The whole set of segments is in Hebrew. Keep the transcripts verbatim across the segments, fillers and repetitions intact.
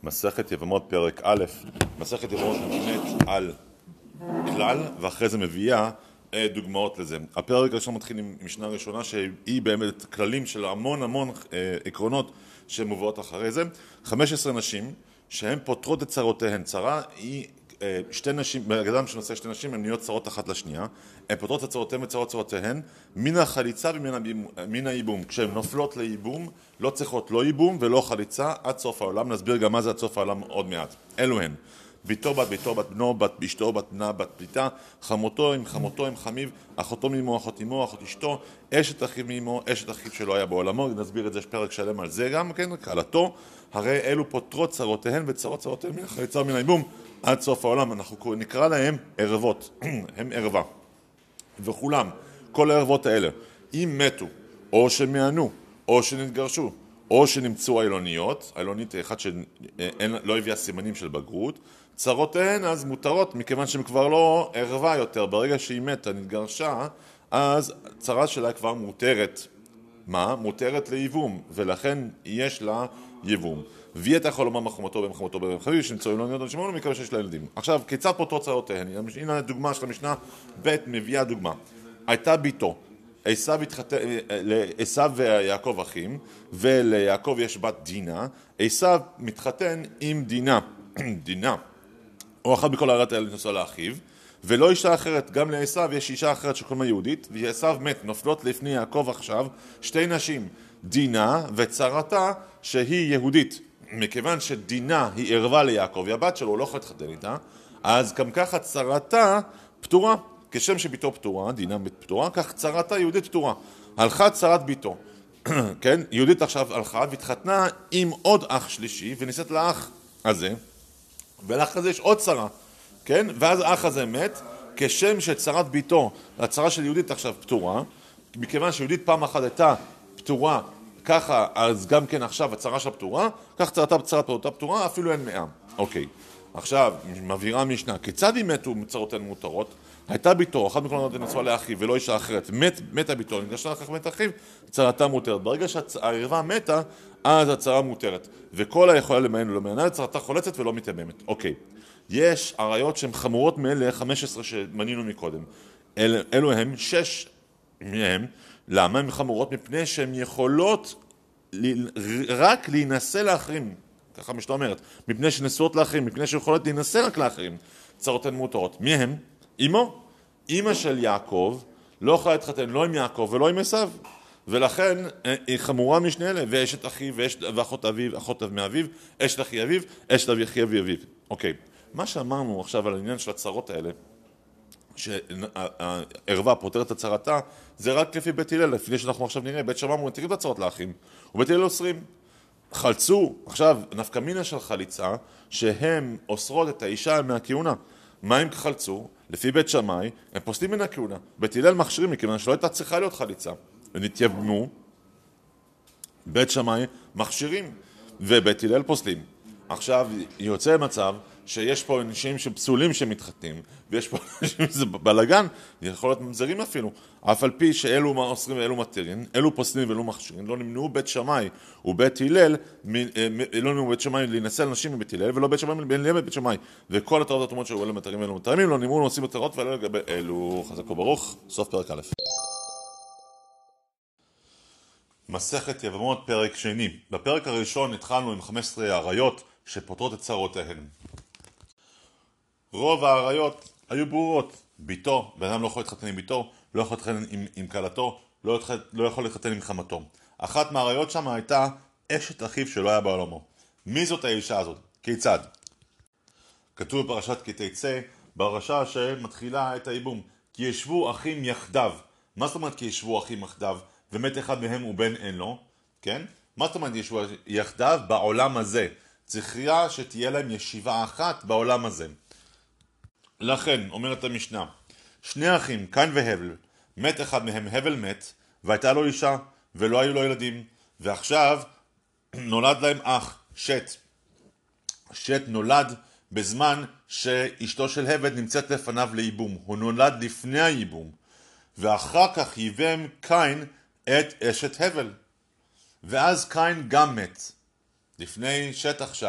מסכת יבמות פרק א', מסכת יבמות נבנית על כלל ואחרי זה מביאה דוגמאות לזה. הפרק הראשון מתחיל עם משנה ראשונה שהיא באמת כללים של המון המון עקרונות שמובאות אחרי זה. חמש עשרה נשים שהן פותרות את צרותיהן. צרה היא שתי נשים, בגדם שנושא שתי נשים הן נהיות צרות אחת לשנייה, הן פותרות את צרותיהן וצרות צרותיהן מן החליצה ומן הייבום. כשהן נופלות לייבום לא צריכות לא ייבום ולא חליצה עד סוף העולם. נסביר גם מה זה עד סוף העולם עוד מעט. אלו הן ביתו בת ביתו בת בנו בת אשתו בת בנה בת ביתה, חמותו עם חמותו עם חמיו, אחותו מאמו אחות אמו אחות אשתו, אשת אחיו מאמו אשת אחיו שלא היה בעולמו. נסביר את זה, יש פרק שלם על זה גם כן, כלתו. הרי אלו פותרות צרותיהן וצרות צרותיהן מן החליצה ומן הייבום עד סוף העולם. אנחנו נקרא להם ערבות, הם ערבה. וכולם, כל הערבות האלה, אם מתו או שמענו או שנתגרשו או שנמצאו אילוניות, אילונית אחד שלא הביאה סימנים של בגרות, צרותיהן אז מותרות מכיוון שהן כבר לא ערבה יותר. ברגע שהיא מתה, נתגרשה, אז צרה שלה כבר מותרת. מה? מותרת לייבום, ולכן יש לה ייבום. והיא הייתה יכול לומר מחומתו במחומתו במחמיו, שנמצאו אילוניות על שמענו מכיוון שיש לה ילדים. עכשיו, כיצד פותרות צרותיהן? הנה הדוגמה של המשנה ב' מביאה דוגמה. הייתה ביתו, עשיו התחתן, לעשיו ויעקב אחים, וליעקב יש בת דינה. עשיו מתחתן עם דינה, דינה, או אחת בכל הערת האלה נוסעה לאחיו, ולא אישה אחרת. גם לעשיו יש אישה אחרת שקוראים לה יהודית, ועשיו מת. נופלות לפני יעקב עכשיו שתי נשים, דינה וצרתה שהיא יהודית. מכיוון שדינה היא ערבה ליעקב, היא הבת שלו, הוא לא יכול להתחתן איתה, אז גם ככה צרתה פטורה. כשם שביתו פטורה, דינה פטורה, כך צרתה יהודית פטורה. הלכה צרת ביתו, כן? יהודית עכשיו הלכה והתחתנה עם עוד אח שלישי וניסית לאח הזה, ולאח הזה יש עוד צרה, כן? ואז האח הזה מת, כשם שצרת ביתו, הצרה של יהודית עכשיו פטורה, מכיוון שיהודית פעם אחת הייתה פטורה, ככה, אז גם כן עכשיו הצרה של פטורה, כך צרתה צרת פטורה, פטורה, אפילו אין מאה. אוקיי. עכשיו, מבהירה המשנה, כיצד היא מתו מצרותיהן מותרות? הייתה ביתו, אחת מכל הנאות נשואה לאחיו ולא אישה אחרת, מת, מתה ביתו, נתגרשה אחר כך מת אחיו, צרתה מותרת. ברגע שהערבה מתה, אז הצרה מותרת. וכל היכולה למען ולמענה, צרתה חולצת ולא מתייבמת. אוקיי. יש עריות שהן חמורות מאלה חמש עשרה שמנינו מקודם. אל, אלו הם שש מהם. למה הן חמורות? מפני שהן יכולות רק להינשא לאחרים. ככה משנה אומרת. מפני שנשואות לאחרים, מפני שיכולות להינשא רק לאחרים. צרותיהן מותרות. מי הם? אמו, אמא של יעקב, לא יכולה להתחתן לא עם יעקב ולא עם עשיו, ולכן היא חמורה משני אלה, ואשת אחי ואחות אביו, אחות מאביו, אשת אחי אביו, אשת אחי אביו אביו. אוקיי, מה שאמרנו עכשיו על העניין של הצרות האלה, שהערבה פותרת את הצרתה, זה רק לפי בית הלל. לפני שאנחנו עכשיו נראה, בית שמאי מתירים את הצרות לאחים, ובית הלל אוסרים. חלצו, עכשיו נפקא מינה של חליצה, שהם אוסרות את האישה מהכהונה. מה הם חלצו? לפי בית שמאי, הם פוסלים מן הכהונה. בית הלל מכשירים מכיוון שלא הייתה צריכה להיות חליצה. ונתייבמו, בית שמאי מכשירים, ובית הלל פוסלים. עכשיו יוצא מצב שיש פה אנשים שפסולים שמתחתנים, ויש פה אנשים שזה בלגן, יכול להיות ממזרים אפילו. אף על פי שאלו אוסרים ואלו מתירים, אלו פוסלים ואלו מכשירים, לא נמנעו בית שמאי ובית הלל, לא נמנעו בית שמאי להינשא לאנשים מבית הלל, ולא בית שמאי בין בית שמאי. וכל התורות התומות שהיו אלו מתירים ואלו מתירים, לא נמנעו נושאים בתורות ואלו לגבי אלו. חזק וברוך, סוף פרק א'. מסכת יבמות פרק שני. בפרק הראשון התחלנו עם חמש עשרה עריות שפותרות את צרותיהן. רוב העריות היו ברורות. ביתו, בן אדם לא יכול להתחתן עם ביתו, לא יכול להתחתן עם, עם קלתו, לא, התח... לא יכול להתחתן עם חמתו. אחת מהעריות שם הייתה אשת אחיו שלא היה בעולמו. מי זאת האישה הזאת? כיצד? כתוב בפרשת כי תצא, פרשה שמתחילה את הייבום. כי ישבו אחים יחדיו. מה זאת אומרת כי ישבו אחים יחדיו? ומת אחד מהם ובן אין לו, כן? מה זאת אומרת ישבו יחדיו בעולם הזה? צריכה שתהיה להם ישיבה אחת בעולם הזה. לכן, אומרת המשנה, שני אחים, קין והבל, מת אחד מהם, הבל מת, והייתה לו אישה, ולא היו לו ילדים, ועכשיו נולד להם אח, שת. שת נולד בזמן שאשתו של הבל נמצאת לפניו לייבום. הוא נולד לפני הייבום, ואחר כך ייבם קין את אשת הבל. ואז קין גם מת. לפני שת עכשיו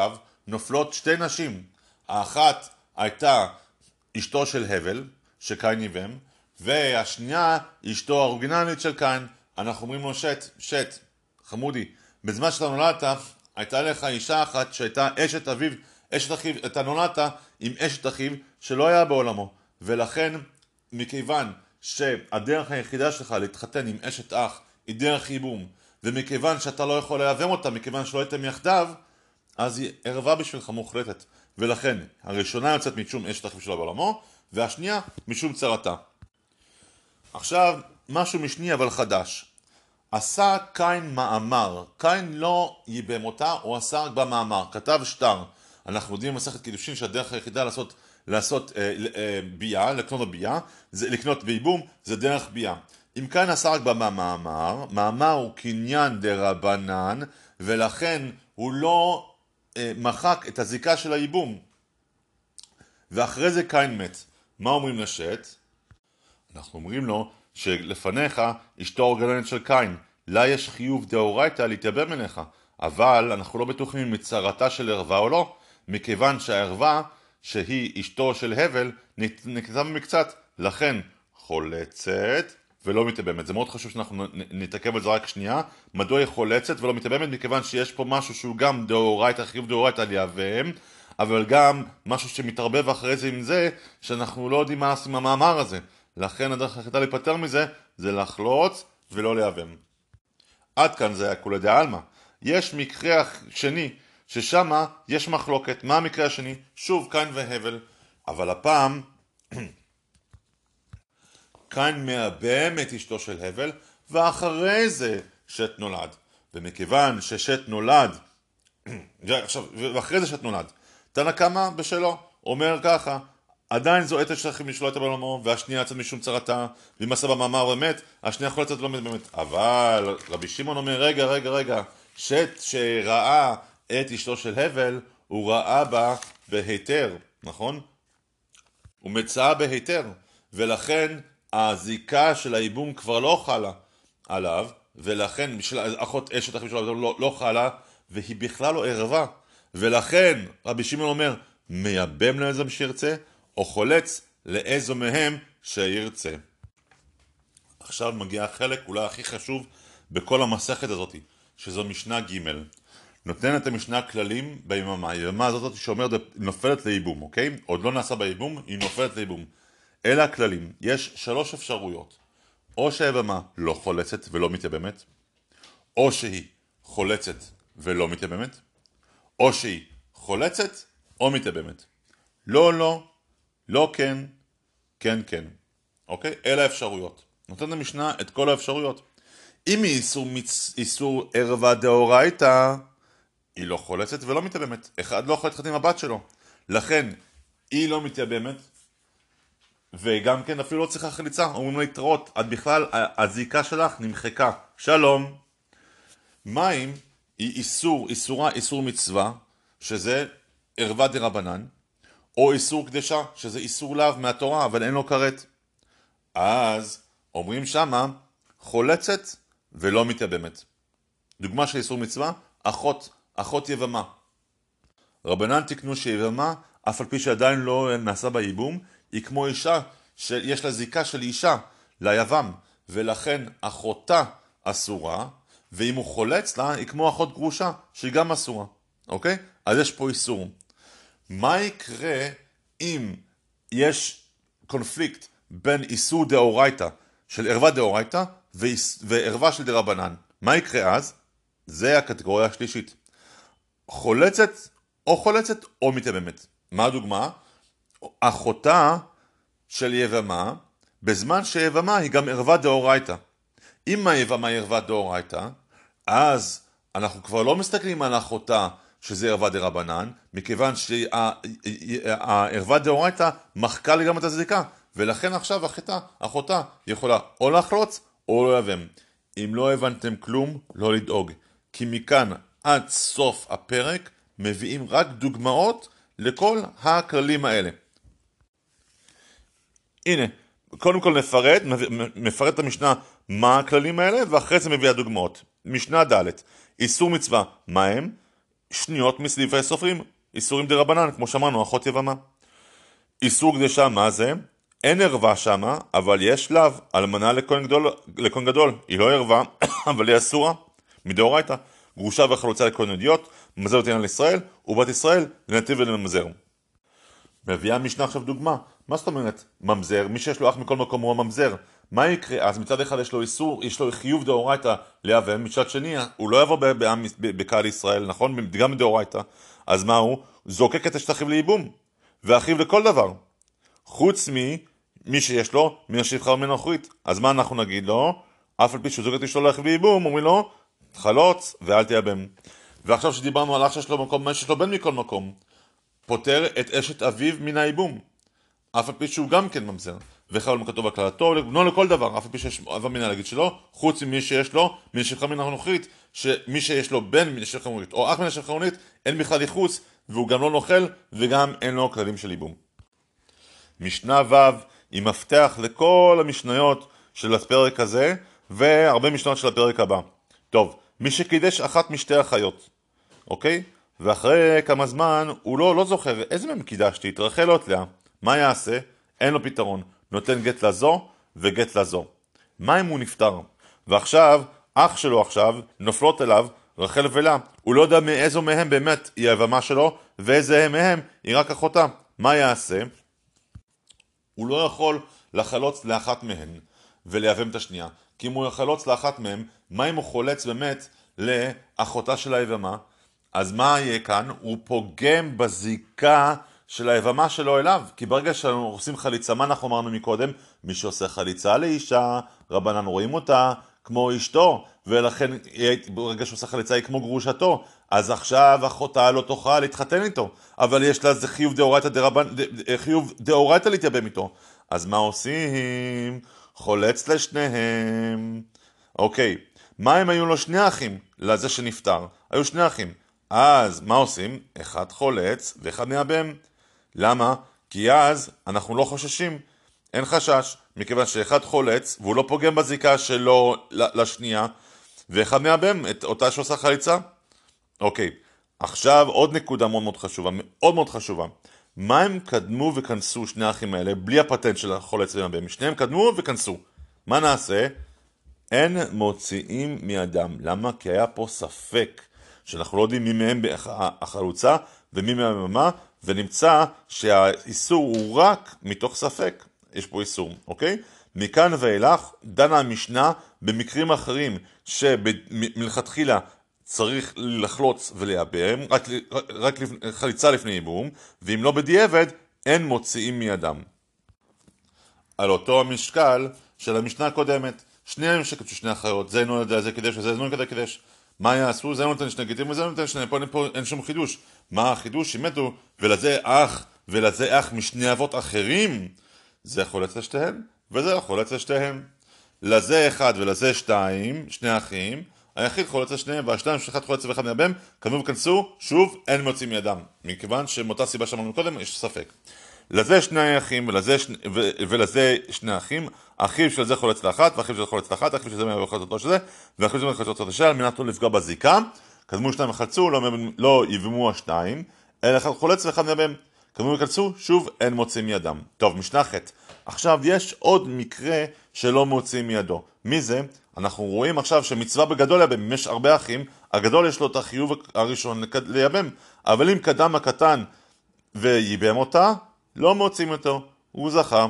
נופלות שתי נשים. האחת הייתה אשתו של הבל, שקין ייבם, והשנייה אשתו האורגינלית של קין. אנחנו אומרים לו שט, שט, חמודי, בזמן שאתה נולדת, הייתה לך אישה אחת שהייתה אשת אביו, אשת אחיו, אתה נולדת עם אשת אחיו שלא היה בעולמו, ולכן מכיוון שהדרך היחידה שלך להתחתן עם אשת אח היא דרך ייבום, ומכיוון שאתה לא יכול להיבם אותה, מכיוון שלא הייתם יחדיו, אז היא ערבה בשבילך מוחלטת, ולכן הראשונה יוצאת משום אשת אחיו שלו בעולמו, והשנייה משום צרתה. עכשיו משהו משני אבל חדש. עשה קין מאמר, קין לא ייבם אותה, הוא עשה רק במאמר, כתב שטר. אנחנו יודעים במסכת קידושין שהדרך היחידה לעשות, לעשות אה, אה, בייה, לקנות בבייה, זה, לקנות בייבום, זה דרך בייה. אם קין עשה רק במאמר, מאמר הוא קניין דרבנן, ולכן הוא לא אה, מחק את הזיקה של הייבום. ואחרי זה קין מת. מה אומרים לשט? אנחנו אומרים לו שלפניך אשתו האורגינלית של קין, לה יש חיוב דאורייתא להתייבם אליך, אבל אנחנו לא בטוחים אם מצרתה של ערווה או לא, מכיוון שהערווה שהיא אשתו של הבל נקטה במקצת, לכן חולצת ולא מתייבמת. זה מאוד חשוב שאנחנו נתעכב על זה רק שנייה. מדוע היא חולצת ולא מתייבמת? מכיוון שיש פה משהו שהוא גם דאורייתא, חיוב דאורייתא לייבם, אבל גם משהו שמתערבב אחרי זה עם זה שאנחנו לא יודעים מה לעשות עם המאמר הזה. לכן הדרך היחידה להיפטר מזה זה לחלוץ ולא להיבם. עד כאן זה היה כולי דעלמא. יש מקרה שני ששם יש מחלוקת. מה המקרה השני? שוב קין והבל, אבל הפעם קין מייבם את אשתו של הבל, ואחרי זה שט נולד. ומכיוון ששט נולד, עכשיו, ואחרי זה שט נולד, תנא קמא בשלו אומר ככה, עדיין זו אשת אחיו משלו הייתה בעולמו, והשנייה יצאת משום צרתה, ואם עשה במאמר ומת, השנייה חולצת ולא מת באמת. אבל רבי שמעון אומר, רגע, רגע, רגע, שט שראה את אשתו של הבל, הוא ראה בה בהיתר, נכון? הוא מצאה בהיתר, ולכן הזיקה של הייבום כבר לא חלה עליו, ולכן אחות אשת אחיו שלו לא, לא חלה, והיא בכלל לא ערווה, ולכן רבי שמעון אומר, מייבם לאיזה שירצה, או חולץ לאיזו מהם שירצה. עכשיו מגיע החלק אולי הכי חשוב בכל המסכת הזאת, שזו משנה ג'. נותנת המשנה כללים ביממה. היממה הזאת שאומרת נופלת לייבום, אוקיי? עוד לא נעשה בייבום, היא נופלת לייבום. אלה הכללים. יש שלוש אפשרויות. או שהיממה לא חולצת ולא מתייבמת, או שהיא חולצת ולא מתייבמת, או שהיא חולצת או מתייבמת. לא, לא, לא כן, כן, כן. אוקיי? אלה האפשרויות. נותנת המשנה את כל האפשרויות. אם היא איסור, מצ... איסור ערווה דאורייתא, היא לא חולצת ולא מתייבמת. אחד לא יכול להתחתן עם הבת שלו. לכן, היא לא מתייבמת, וגם כן אפילו לא צריכה חליצה. אומרים להתראות, את בכלל, הזיקה שלך נמחקה. שלום. מים היא איסור, איסורה, איסור מצווה, שזה ערווה דרבנן, או איסור קדשה, שזה איסור לאו מהתורה, אבל אין לו כרת. אז אומרים שמה, חולצת ולא מתייבמת. דוגמה של איסור מצווה, אחות, אחות יבמה. רבנן תקנו שיבמה, אף על פי שעדיין לא נעשה בה ייבום, היא כמו אישה, שיש לה זיקה של אישה ליבם, ולכן אחותה אסורה, ואם הוא חולץ לה, היא כמו אחות גרושה, שהיא גם אסורה. אוקיי? אז יש פה איסור. מה יקרה אם יש קונפליקט בין איסור דאורייתא, של ערווה דאורייתא, וערווה של דרבנן? מה יקרה אז? זה הקטגוריה השלישית. חולצת או חולצת או מתייבמת. מה הדוגמה? אחותה של יבמה, בזמן שיבמה היא גם ערווה דאורייתא. אם היבמה היא ערווה דאורייתא, אז אנחנו כבר לא מסתכלים על אחותה שזה ערווה דרבנן, מכיוון שהערווה דאורייתא מחקה לי גם את הזיקה, ולכן עכשיו אחותה, אחותה יכולה או לחלוץ או לא להיבם. אם לא הבנתם כלום, לא לדאוג, כי מכאן עד סוף הפרק מביאים רק דוגמאות לכל הכללים האלה. הנה, קודם כל נפרט, מפרט את המשנה מה הכללים האלה, ואחרי זה מביא הדוגמאות. משנה ד' איסור מצווה, מה הם? שניות מסליפי סופרים, איסורים דרבנן, כמו שאמרנו, אחות יבמה. איסור קדשה, מה זה? אין ערווה שמה, אבל יש לאו, אלמנה לכהן גדול, לכהן גדול. היא לא ערווה, אבל היא אסורה. מדאורייתא, גרושה וחלוצה לכהן הדיוט, ממזר ותהיינה לישראל, ובת ישראל לנתיב ולממזר. מביאה משנה עכשיו דוגמה. מה זאת אומרת? ממזר, מי שיש לו אח מכל מקום הוא הממזר. מה יקרה? אז מצד אחד יש לו איסור, יש לו חיוב דאורייתא להיאבם, מצד שני הוא לא יבוא בקהל ישראל, נכון? גם מדאורייתא. אז מה הוא? זוקק את אשת אחיו לייבום, ואחיו לכל דבר. חוץ ממי שיש לו, מן השפחה ומן האחורית. אז מה אנחנו נגיד לו? אף על פי שהוא זוקק את אשתו לאחיו לייבום, אומרים לו, חלוץ ואל תייבם. ועכשיו שדיברנו על אח שיש לו מקום, שיש לו בן מכל מקום, פותר את אשת אביו מן הייבום, אף על פי שהוא גם כן ממזר, וחבל כתוב הקלטו, לא לכל דבר, אף על פי שיש אבה מן הלגיד שלו, חוץ ממי שיש לו, מן השפחה מן האחורית, שמי שיש לו בן מן השפחה האחורית, או אח מן השפחה האחורית, אין בכלל ייחוס, והוא גם לא נוכל, וגם אין לו כללים של ייבום. משנה ו' היא מפתח לכל המשניות של הפרק הזה, והרבה משנות של הפרק הבא. טוב, מי שקידש אחת משתי אחיות, אוקיי? ואחרי כמה זמן הוא לא, לא זוכר איזה מהם קידשתי, התרחל לא תליה. מה יעשה? אין לו פתרון. נותן גט לזו וגט לזו. מה אם הוא נפטר? ועכשיו, אח שלו עכשיו, נופלות אליו רחל ולה. הוא לא יודע מאיזו מהם באמת היא היבמה שלו, ואיזה מהם היא רק אחותה. מה יעשה? הוא לא יכול לחלוץ לאחת מהן ולייבם את השנייה. כי אם הוא יחלוץ לאחת מהם, מה אם הוא חולץ באמת לאחותה של היבמה? אז מה יהיה כאן? הוא פוגם בזיקה של היבמה שלו אליו. כי ברגע שאנחנו עושים חליצה, מה אנחנו אמרנו מקודם? מי שעושה חליצה לאישה, רבנן רואים אותה כמו אשתו, ולכן ברגע שעושה חליצה היא כמו גרושתו. אז עכשיו אחותה לא תוכל להתחתן איתו, אבל יש לה זה חיוב דאורייתא דרבן, חיוב דאורייתא להתייבם איתו. אז מה עושים? חולץ לשניהם. אוקיי, מה הם היו לו שני אחים לזה שנפטר? היו שני אחים. אז מה עושים? אחד חולץ ואחד מייבם. למה? כי אז אנחנו לא חוששים. אין חשש, מכיוון שאחד חולץ והוא לא פוגם בזיקה שלו לשנייה, ואחד מייבם את אותה שעושה חליצה. אוקיי, עכשיו עוד נקודה מאוד מאוד חשובה, מאוד מאוד חשובה. מה הם קדמו וכנסו שני האחים האלה, בלי הפטנט של החולץ ומייבם? שניהם קדמו וכנסו. מה נעשה? אין מוציאים מידם. למה? כי היה פה ספק, שאנחנו לא יודעים מי מהם החלוצה ומי מהממה, ונמצא שהאיסור הוא רק מתוך ספק. יש פה איסור, אוקיי? מכאן ואילך דנה המשנה במקרים אחרים שמלכתחילה צריך לחלוץ ולייבם, רק, רק חליצה לפני ייבום, ואם לא בדיעבד, אין מוציאים מידם. על אותו המשקל של המשנה הקודמת, שניהם שקדשו שני אחיות, זה אינו יודע, זה קדש וזה אינו כדי קדש. מה יעשו? זה לא נותן שני גיטים וזה לא נותן שני, פה, פה אין שום חידוש. מה החידוש? שמתו, ולזה אח, ולזה אח משני אבות אחרים, זה חולץ לשתיהם, וזה חולץ לשתיהם. לזה אחד ולזה שתיים, שני אחים, היחיד חולץ לשניהם, והשתיים שאחד חולץ ואחד מייבם, קדמו וכנסו, שוב, אין מוצאים מידם. מכיוון שמאותה סיבה שאמרנו קודם, יש ספק. לזה שני אחים ולזה, שני, ו, ולזה שני אחים, אחיו של זה חולץ לאחת, ואחיו של זה חולץ לאחת, אחיו של זה מייבם אותו שזה, ואחיו של זה חולץ אותו שזה, על מנת לא לפגוע בזיקה. קדמו שניים וחלצו, לא, לא יבמו השתיים, אלא אחד חולץ ואחד מייבם. קדמו וכנסו, שוב, אין מוצאים מידם. טוב, משנה ח'. עכשיו, יש עוד מקרה שלא מוצאים מידו. מי זה? אנחנו רואים עכשיו שמצווה בגדול יבם, יש הרבה אחים, הגדול יש לו את החיוב הראשון ליבם, אבל אם קדם הקטן וייבם אותה, לא מוצאים אותו, הוא זכה.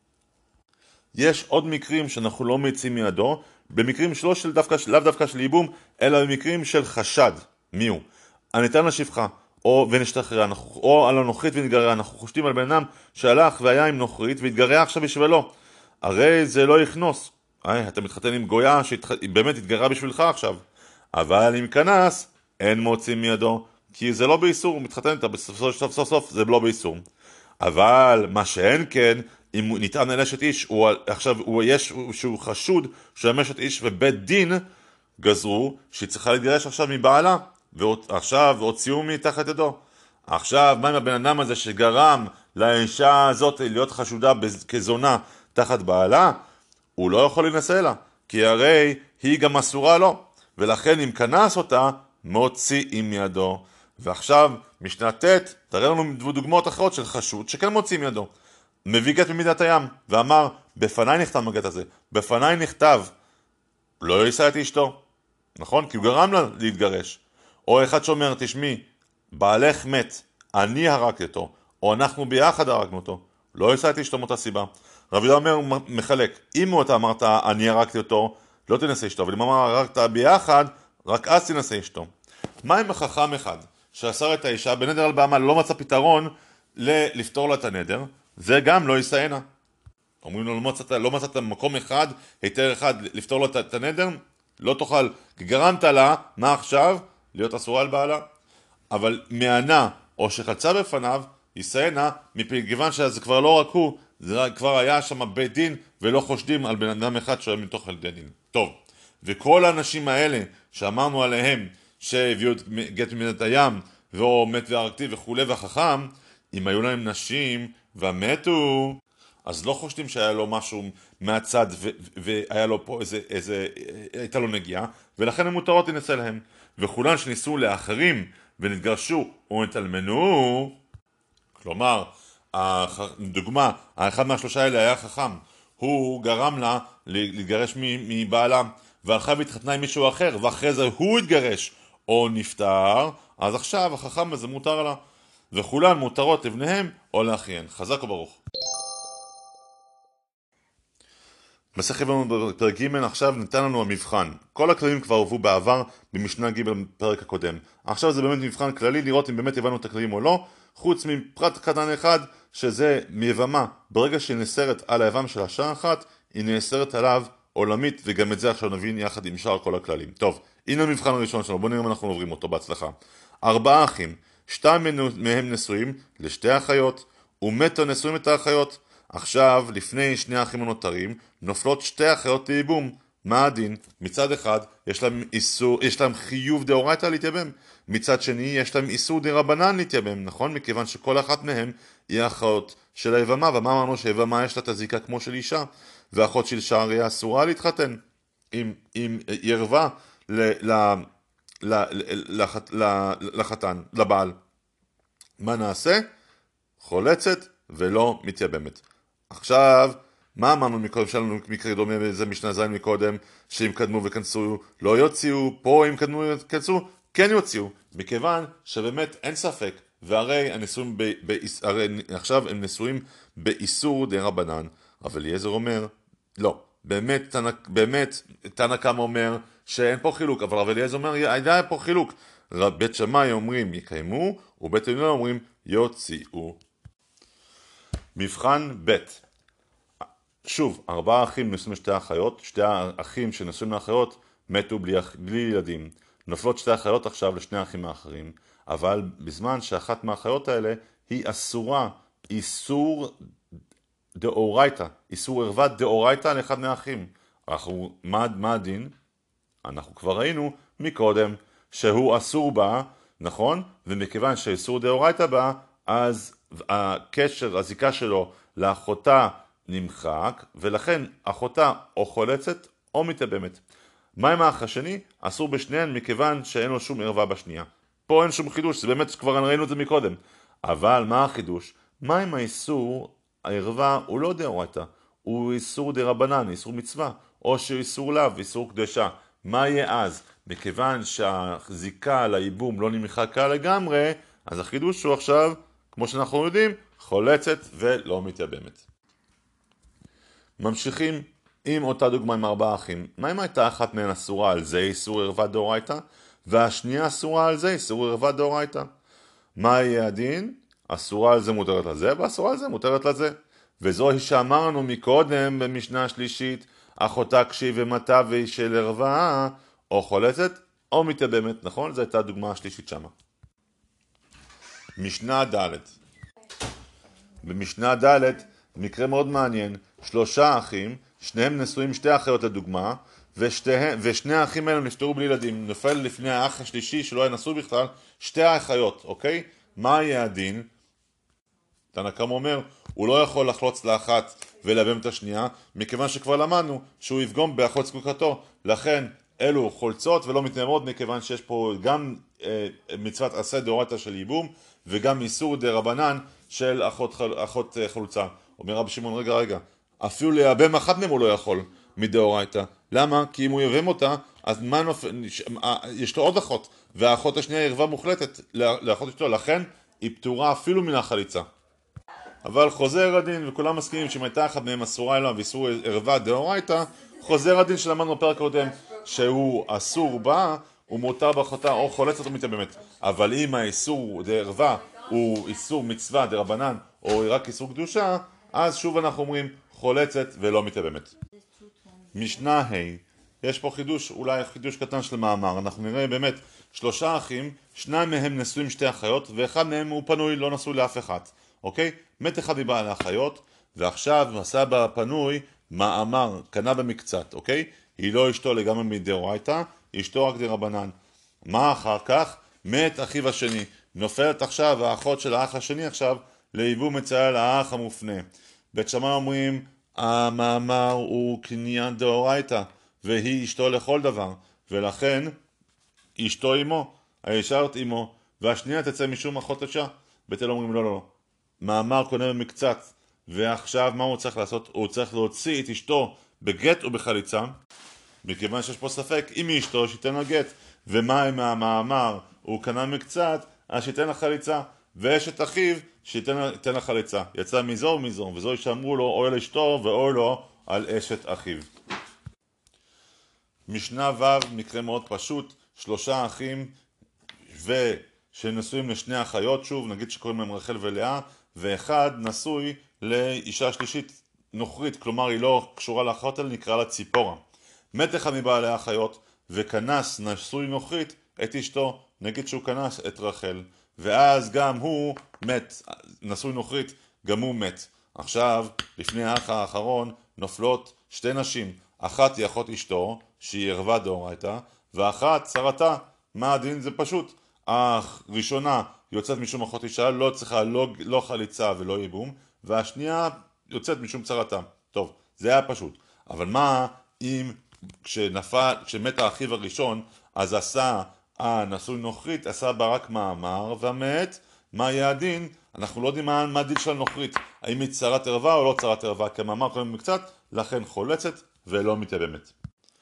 יש עוד מקרים שאנחנו לא מוצאים מידו, במקרים שלא של דווקא, לאו דווקא של ייבום, אלא במקרים של חשד. מי הוא? הניתן לשפחה, או ונשתחרר, או על הנוכרית ונתגרע. אנחנו חושדים על בן אדם שהלך והיה עם נוכרית והתגרע עכשיו בשבילו. הרי זה לא יכנוס. אי, אתה מתחתן עם גויה שהיא באמת התגרעה בשבילך עכשיו. אבל אם כנס, אין מוצאים מידו, כי זה לא באיסור, הוא מתחתן איתה בסוף סוף סוף סוף, זה לא באיסור. אבל מה שאין כן, אם הוא נטען על אשת איש, הוא, עכשיו הוא יש, שהוא חשוד שהוא אשת איש, ובית דין גזרו שהיא צריכה להתגרש עכשיו מבעלה, ועכשיו הוציאו מתחת ידו. עכשיו מה עם הבן אדם הזה שגרם לאישה הזאת להיות חשודה כזונה תחת בעלה? הוא לא יכול להינשא לה, כי הרי היא גם אסורה לו, ולכן אם כנס אותה, מוציאים מידו. ועכשיו, משנה ט' תראה לנו דוגמאות אחרות של חשוד שכן מוציאים ידו. מביא גט ממידת הים, ואמר, בפניי נכתב הגט הזה, בפניי נכתב, לא יישא את אשתו, נכון? כי הוא גרם לה להתגרש. או אחד שאומר, תשמעי, בעלך מת, אני הרגתי אותו, או אנחנו ביחד הרגנו אותו, לא יישא את אשתו מאותה סיבה. רבי יהודה אומר, מחלק, אם אתה אמרת, אני הרגתי אותו, לא תנסה אשתו, אבל אם אמר, הרגת ביחד, רק אז תנסה אשתו. מה אם החכם אחד, שאסר את האישה בנדר על בעמל, לא מצא פתרון לפתור לה את הנדר, זה גם לא יישאנה. אומרים לו, לא מצאת, לא מצאת מקום אחד, היתר אחד, לפתור לו את הנדר, לא תוכל, כי גרמת לה, מה עכשיו? להיות אסורה על בעלה. אבל מענה, או שחלצה בפניו, יישאנה, מכיוון שזה כבר לא רק הוא, זה כבר היה שם בית דין, ולא חושדים על בן אדם אחד שהוא היה מתוך על דין. טוב, וכל האנשים האלה, שאמרנו עליהם, שהביאו את גט ממידת הים, והוא מת והרגתי וכו' והחכם, אם היו להם נשים ומתו, אז לא חושדים שהיה לו משהו מהצד והיה לו פה איזה, איזה, הייתה לו נגיעה, ולכן הם מותרות להינשא להם. וכולן שניסו לאחרים ונתגרשו או נתאלמנו, כלומר, דוגמה, האחד מהשלושה האלה היה חכם, הוא גרם לה להתגרש מבעלה, והלכה והתחתנה עם מישהו אחר, ואחרי זה הוא התגרש או נפטר, אז עכשיו החכם הזה מותר לה, וכולן מותרות לבניהם או לאחיהן. חזק וברוך. מסכת יבמות בפרק ג' עכשיו ניתן לנו המבחן. כל הכללים כבר הובאו בעבר במשנה ג' בפרק הקודם. עכשיו זה באמת מבחן כללי לראות אם באמת הבנו את הכללים או לא, חוץ מפרט קטן אחד שזה מיבמה. ברגע שהיא נאסרת על היבם של השעה אחת, היא נאסרת עליו עולמית, וגם את זה עכשיו נבין יחד עם שאר כל הכללים. טוב, הנה המבחן הראשון שלנו, בואו נראה אם אנחנו עוברים אותו בהצלחה. ארבעה אחים, שתיים מהם נשואים לשתי אחיות, ומתו נשואים את האחיות. עכשיו, לפני שני האחים הנותרים, נופלות שתי אחיות לייבום. מה הדין? מצד אחד, יש להם, איסור, יש להם חיוב דאורייתא להתייבם. מצד שני, יש להם איסור דרבנן להתייבם, נכון? מכיוון שכל אחת מהם היא האחות של היבמה, ומה אמרנו שהיבמה יש לה את הזיקה כמו של אישה, והאחות של אישה הרי אסורה להתחתן. אם, אם ירבה ל, ל, ל, ל, ל, לחתן, לבעל. מה נעשה? חולצת ולא מתייבמת. עכשיו, מה אמרנו מקודם? שלנו מקרה דומה בזה משנה זין מקודם, שאם קדמו וכנסו לא יוציאו, פה אם קדמו וכנסו כן יוציאו, מכיוון שבאמת אין ספק, והרי הנשואים ב, ב, הרי עכשיו הם נשואים באיסור דרבנן, אבל אליעזר אומר, לא, באמת, תנא, באמת, תנא קמא אומר שאין פה חילוק, אבל רבי אליעזר אומר, היה פה חילוק, בית שמאי אומרים יקיימו, ובית הלל אומרים יוציאו. מבחן ב' שוב, ארבעה אחים נשואים לשתי אחיות, שתי האחים שנשואים לאחיות מתו בלי, בלי ילדים. נופלות שתי אחיות עכשיו לשני האחים האחרים, אבל בזמן שאחת מהאחיות האלה היא אסורה, איסור דאורייתא, איסור ערווה דאורייתא לאחד מהאחים. אנחנו, מה, מה הדין? אנחנו כבר ראינו מקודם שהוא אסור בה, נכון? ומכיוון שאיסור דאורייתא בה, אז הקשר, הזיקה שלו לאחותה נמחק, ולכן אחותה או חולצת או מתייבמת. מה עם האח השני? אסור בשניהם מכיוון שאין לו שום ערווה בשנייה. פה אין שום חידוש, זה באמת כבר ראינו את זה מקודם. אבל מה החידוש? מה עם האיסור, הערווה הוא לא דאורייתא, הוא איסור דרבנן, איסור מצווה, או שהוא איסור לאו, איסור קדושה. מה יהיה אז? מכיוון שהזיקה לייבום לא נמחקה לגמרי, אז החידוש הוא עכשיו, כמו שאנחנו יודעים, חולצת ולא מתייבמת. ממשיכים עם אותה דוגמה עם ארבעה אחים. מה אם הייתה אחת מהן אסורה על זה איסור ערווה דאורייתא, והשנייה אסורה על זה איסור ערווה דאורייתא? מה יהיה הדין? אסורה על זה מותרת לזה, ואסורה על זה מותרת לזה. וזוהי שאמרנו מקודם במשנה השלישית, אחותה קשי ומתה והיא של ערווה, או חולצת או מתייבמת, נכון? זו הייתה הדוגמה השלישית שמה. משנה ד' במשנה ד' מקרה מאוד מעניין, שלושה אחים, שניהם נשואים שתי אחיות לדוגמה, ושתי, ושני האחים האלה נפטרו בלי ילדים. נופל לפני האח השלישי שלא היה נשוי בכלל, שתי האחיות, אוקיי? מה יהיה הדין? תנא קמא אומר, הוא לא יכול לחלוץ לאחת ולייבם את השנייה, מכיוון שכבר למדנו שהוא יפגום באחות זקוקתו. לכן אלו חולצות ולא מתייבמות, מכיוון שיש פה גם מצוות עשה דאורייתא של ייבום, וגם איסור דרבנן של אחות, אחות חלוצה. אומר רבי שמעון, רגע רגע, אפילו לייבם אחת מהם הוא לא יכול מדאורייתא. למה? כי אם הוא ייבם אותה, אז מה נופל, יש לו עוד אחות, והאחות השנייה היא ערווה מוחלטת לאחות אשתו, לכן היא פטורה אפילו מן החליצה. אבל חוזר הדין, וכולם מסכימים שאם הייתה אחת מהם אסורה אליה ואיסור ערווה דאורייתא, חוזר הדין שלמדנו בפרק קודם, שהוא אסור בה, הוא מותר באחותה או חולצת או מתייבמת. אבל אם האיסור דערווה הוא איסור מצווה דרבנן, או רק איסור קדושה, אז שוב אנחנו אומרים חולצת ולא מתייבמת. משנה ה', יש פה חידוש, אולי חידוש קטן של מאמר. אנחנו נראה באמת שלושה אחים, שניים מהם נשואים שתי אחיות, ואחד מהם הוא פנוי, לא נשוי לאף אחד. אוקיי? מת אחד מבעל האחיות, ועכשיו עשה בפנוי מאמר, קנה במקצת, אוקיי? היא לא אשתו לגמרי מדאורייתא, אשתו רק דרבנן. מה אחר כך? מת אחיו השני. נופלת עכשיו האחות של האח השני עכשיו לייבום מצווה לאח המופנה. בית שמאי אומרים המאמר הוא קניין דאורייתא והיא אשתו לכל דבר, ולכן אשתו אמו, הישרת אמו, והשנייה תצא משום אחות אישה. בית הלל אומרים לא לא לא, מאמר קונה במקצת, ועכשיו מה הוא צריך לעשות? הוא צריך להוציא את אשתו בגט ובחליצה, מכיוון שיש פה ספק אם היא אשתו שייתן לה גט, ומה אם המאמר הוא קנה מקצת, אז שייתן לה חליצה, ויש את אחיו שייתן לה חליצה. יצא מזו ומזו, וזו שאמרו לו אוי לאשתו ואוי לו על אשת אחיו. משנה ו', מקרה מאוד פשוט, שלושה אחים ושנשואים לשני אחיות, שוב נגיד שקוראים להם רחל ולאה, ואחד נשוי לאישה שלישית נוכרית, כלומר היא לא קשורה לאחיות אלא נקרא לה ציפורה. מת אחד מבעלי האחיות וכנס נשוי נוכרית את אשתו, נגיד שהוא כנס את רחל, ואז גם הוא מת, נשוי נוכרית, גם הוא מת. עכשיו לפני האח האחרון נופלות שתי נשים, אחת היא אחות אשתו שהיא ערווה דאורייתא, ואחת שרתה. מה הדין? זה פשוט, האח ראשונה יוצאת משום אחות אישה, לא צריכה לא, לא חליצה ולא ייבום, והשנייה יוצאת משום צרתה. טוב, זה היה פשוט. אבל מה אם כשנפל, כשמת האחיו הראשון, אז עשה הנשוי נוכרית, עשה בה רק מאמר ומת, מה יהיה הדין? אנחנו לא יודעים מה, מה הדין של הנוכרית, האם היא צרת ערווה או לא צרת ערווה, כי המאמר קודם מקצת, לכן חולצת ולא מתייבמת.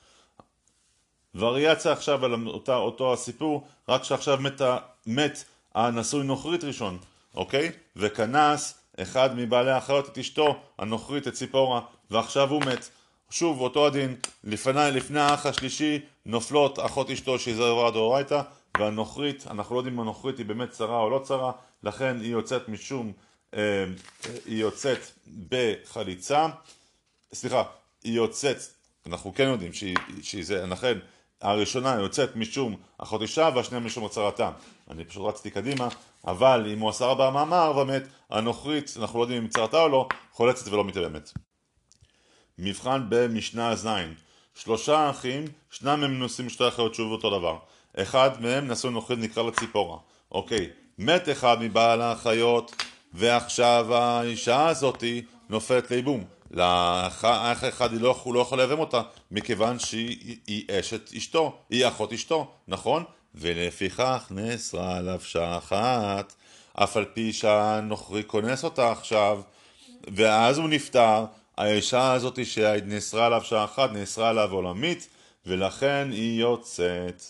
וריאציה עכשיו על אותה, אותו הסיפור, רק שעכשיו מת, מת הנשוי נוכרית ראשון, אוקיי? וכנס אחד מבעלי האחיות את אשתו הנוכרית את ציפורה, ועכשיו הוא מת. שוב אותו הדין, לפני, לפני האח השלישי נופלות אחות אשתו שהיא ערווה דאורייתא, והנוכרית, אנחנו לא יודעים אם הנוכרית היא באמת צרה או לא צרה, לכן היא יוצאת משום, אה, היא יוצאת בחליצה, סליחה, היא יוצאת, אנחנו כן יודעים שהיא, שהיא זה, לכן הראשונה יוצאת משום אחות אישה והשנייה משום הצרתה. אני פשוט רצתי קדימה, אבל אם הוא עשה בה מאמר ומת, הנוכרית, אנחנו לא יודעים אם צרתה או לא, חולצת ולא מתייבמת. מבחן במשנה זין, שלושה אחים, שניים הם נושאים שתי אחיות שוב אותו דבר, אחד מהם נשוי נוכרית נקרא לה ציפורה. אוקיי, מת אחד מבעל האחיות, ועכשיו האישה הזאת נופלת לייבום. לאח אחד היא לא, הוא לא יכול להיבם אותה, מכיוון שהיא אשת אשתו, היא אחות אשתו, נכון? ולפיכך נאסרה עליו שעה אחת, אף על פי שהנוכרי כונס אותה עכשיו, ואז הוא נפטר, האישה הזאת שנאסרה עליו שעה אחת, נאסרה עליו עולמית, ולכן היא יוצאת.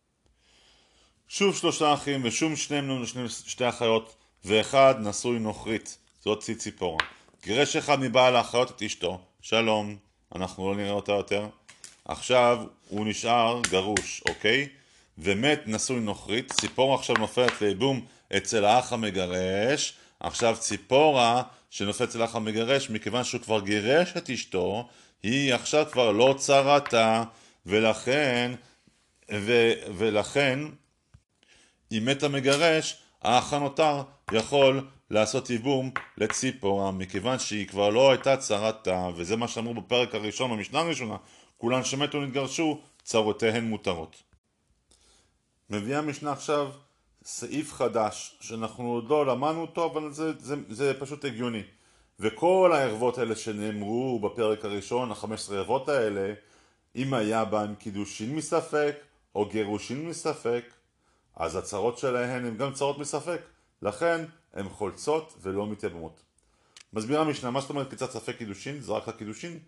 שוב שלושה אחים, ושום שניהם שתי אחיות, ואחד נשוי נוכרית, זאת ציפורה. גירש אחד מבעל האחיות את אשתו, שלום, אנחנו לא נראה אותה יותר. עכשיו הוא נשאר גרוש, אוקיי? ומת נשוי נוכרית, ציפורה עכשיו נופלת לייבום אצל האח המגרש. עכשיו ציפורה שנופלת אצל האח המגרש, מכיוון שהוא כבר גירש את אשתו, היא עכשיו כבר לא צרתה, ולכן, ו, ולכן, אם מת המגרש, האח הנותר יכול לעשות ייבום לציפורה, מכיוון שהיא כבר לא הייתה צרתה, וזה מה שאמרו בפרק הראשון, במשנה הראשונה, כולן שמתו נתגרשו, צרותיהן מותרות. מביאה משנה עכשיו סעיף חדש, שאנחנו עוד לא למדנו אותו, אבל זה, זה, זה פשוט הגיוני. וכל הערבות האלה שנאמרו בפרק הראשון, החמש עשרה ערבות האלה, אם היה בהם קידושין מספק, או גירושין מספק, אז הצרות שלהן הן גם צרות מספק, לכן הן חולצות ולא מתייבמות. מסבירה משנה, מה זאת אומרת קצת ספק קידושין? זה רק לקידושין?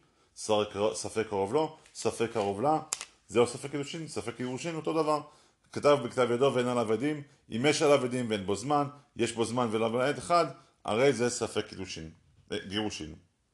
ספק קרוב לו, ספק קרוב לה, זהו ספק קידושין, ספק גירושין, אותו דבר. כתב בכתב ידו ואין עליו עדים, אם יש עליו עדים ואין בו זמן, יש בו זמן ולא עד אחד, הרי זה ספק קידושין, גירושין.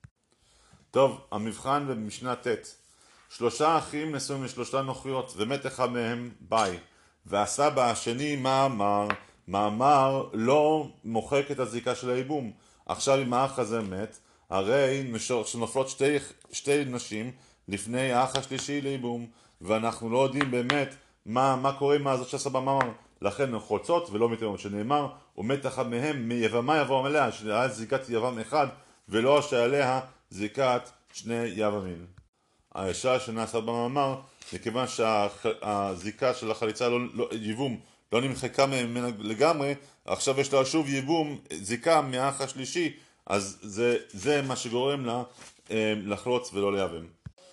טוב, המבחן במשנה ט' שלושה אחים נשואים לשלושה נוכריות, ומת אחד מהם ביי, והסבא השני מאמר, מאמר לא מוחק את הזיקה של הייבום. עכשיו אם האח הזה מת, הרי שנופלות שתי, שתי נשים לפני האח השלישי לייבום, ואנחנו לא יודעים באמת מה, מה קורה עם הזאת שהסבא מאמר, לכן הן חולצות ולא מתייבמות, שנאמר, ומת אחד מהם מיבמה יבוא עליה, שהיה זיקת יבם אחד, ולא שעליה זיקת שני יבמים. האישה שנעשה במאמר, מכיוון שהזיקה של החליצה, לא, לא, ייבום, לא נמחקה ממנה לגמרי, עכשיו יש לה שוב ייבום, זיקה מהאח השלישי, אז זה, זה מה שגורם לה אה, לחלוץ ולא לייבם.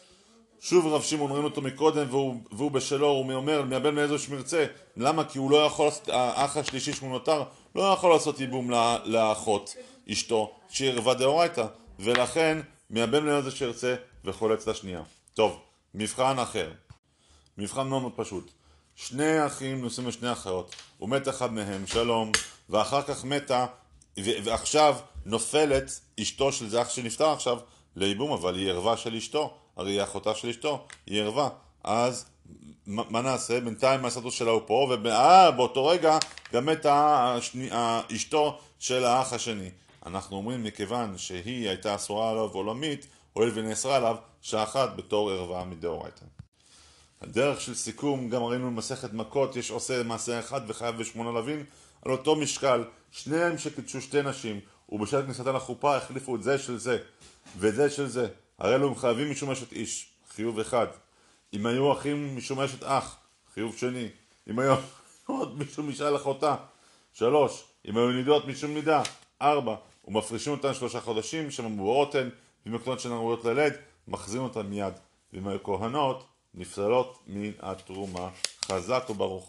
שוב רב שמעון ראינו אותו מקודם, והוא, והוא בשלו, הוא אומר, מהבן מאיזו שמרצה, למה? כי הוא לא יכול, האח השלישי שהוא נותר, לא יכול לעשות ייבום לאחות, אשתו, שהיא ערווה דאורייתא, ולכן מהבן מאיזו שירצה וחולץ לשנייה. טוב, מבחן אחר. מבחן מאוד מאוד פשוט. שני אחים נוסעים לשני אחיות, הוא מת אחד מהם, שלום, ואחר כך מתה, ועכשיו נופלת אשתו של זה אח שנפטר עכשיו לייבום, אבל היא ערווה של אשתו, הרי היא אחותה של אשתו, היא ערווה, אז מה נעשה? בינתיים מעשתו שלה הוא פה, ובאותו רגע גם מתה אשתו של האח השני. אנחנו אומרים מכיוון שהיא הייתה אסורה עליו עולמית, הואיל ונאסרה עליו שאחת בתור ערווה מדאורייתא. הדרך של סיכום, גם ראינו במסכת מכות, יש עושה מעשה אחד וחייב בשמונה לווין, על אותו משקל, שניהם שקידשו שתי נשים, ובשעת כניסתן לחופה החליפו את זה של זה, ואת זה של זה. הרי אלו הם חייבים משום אשת איש, חיוב אחד. אם היו אחים משום אשת אח, חיוב שני. אם היו עוד משום משאל אחותה, שלוש. אם היו נידות משום נידה, ארבע. ומפרישים אותן שלושה חודשים, שמבוארות הן, ואם הקטנות שאינן ראויות ללד, מחזירים אותן מיד. ואם היו כהנות, נפסלות מן התרומה. חזק וברוך.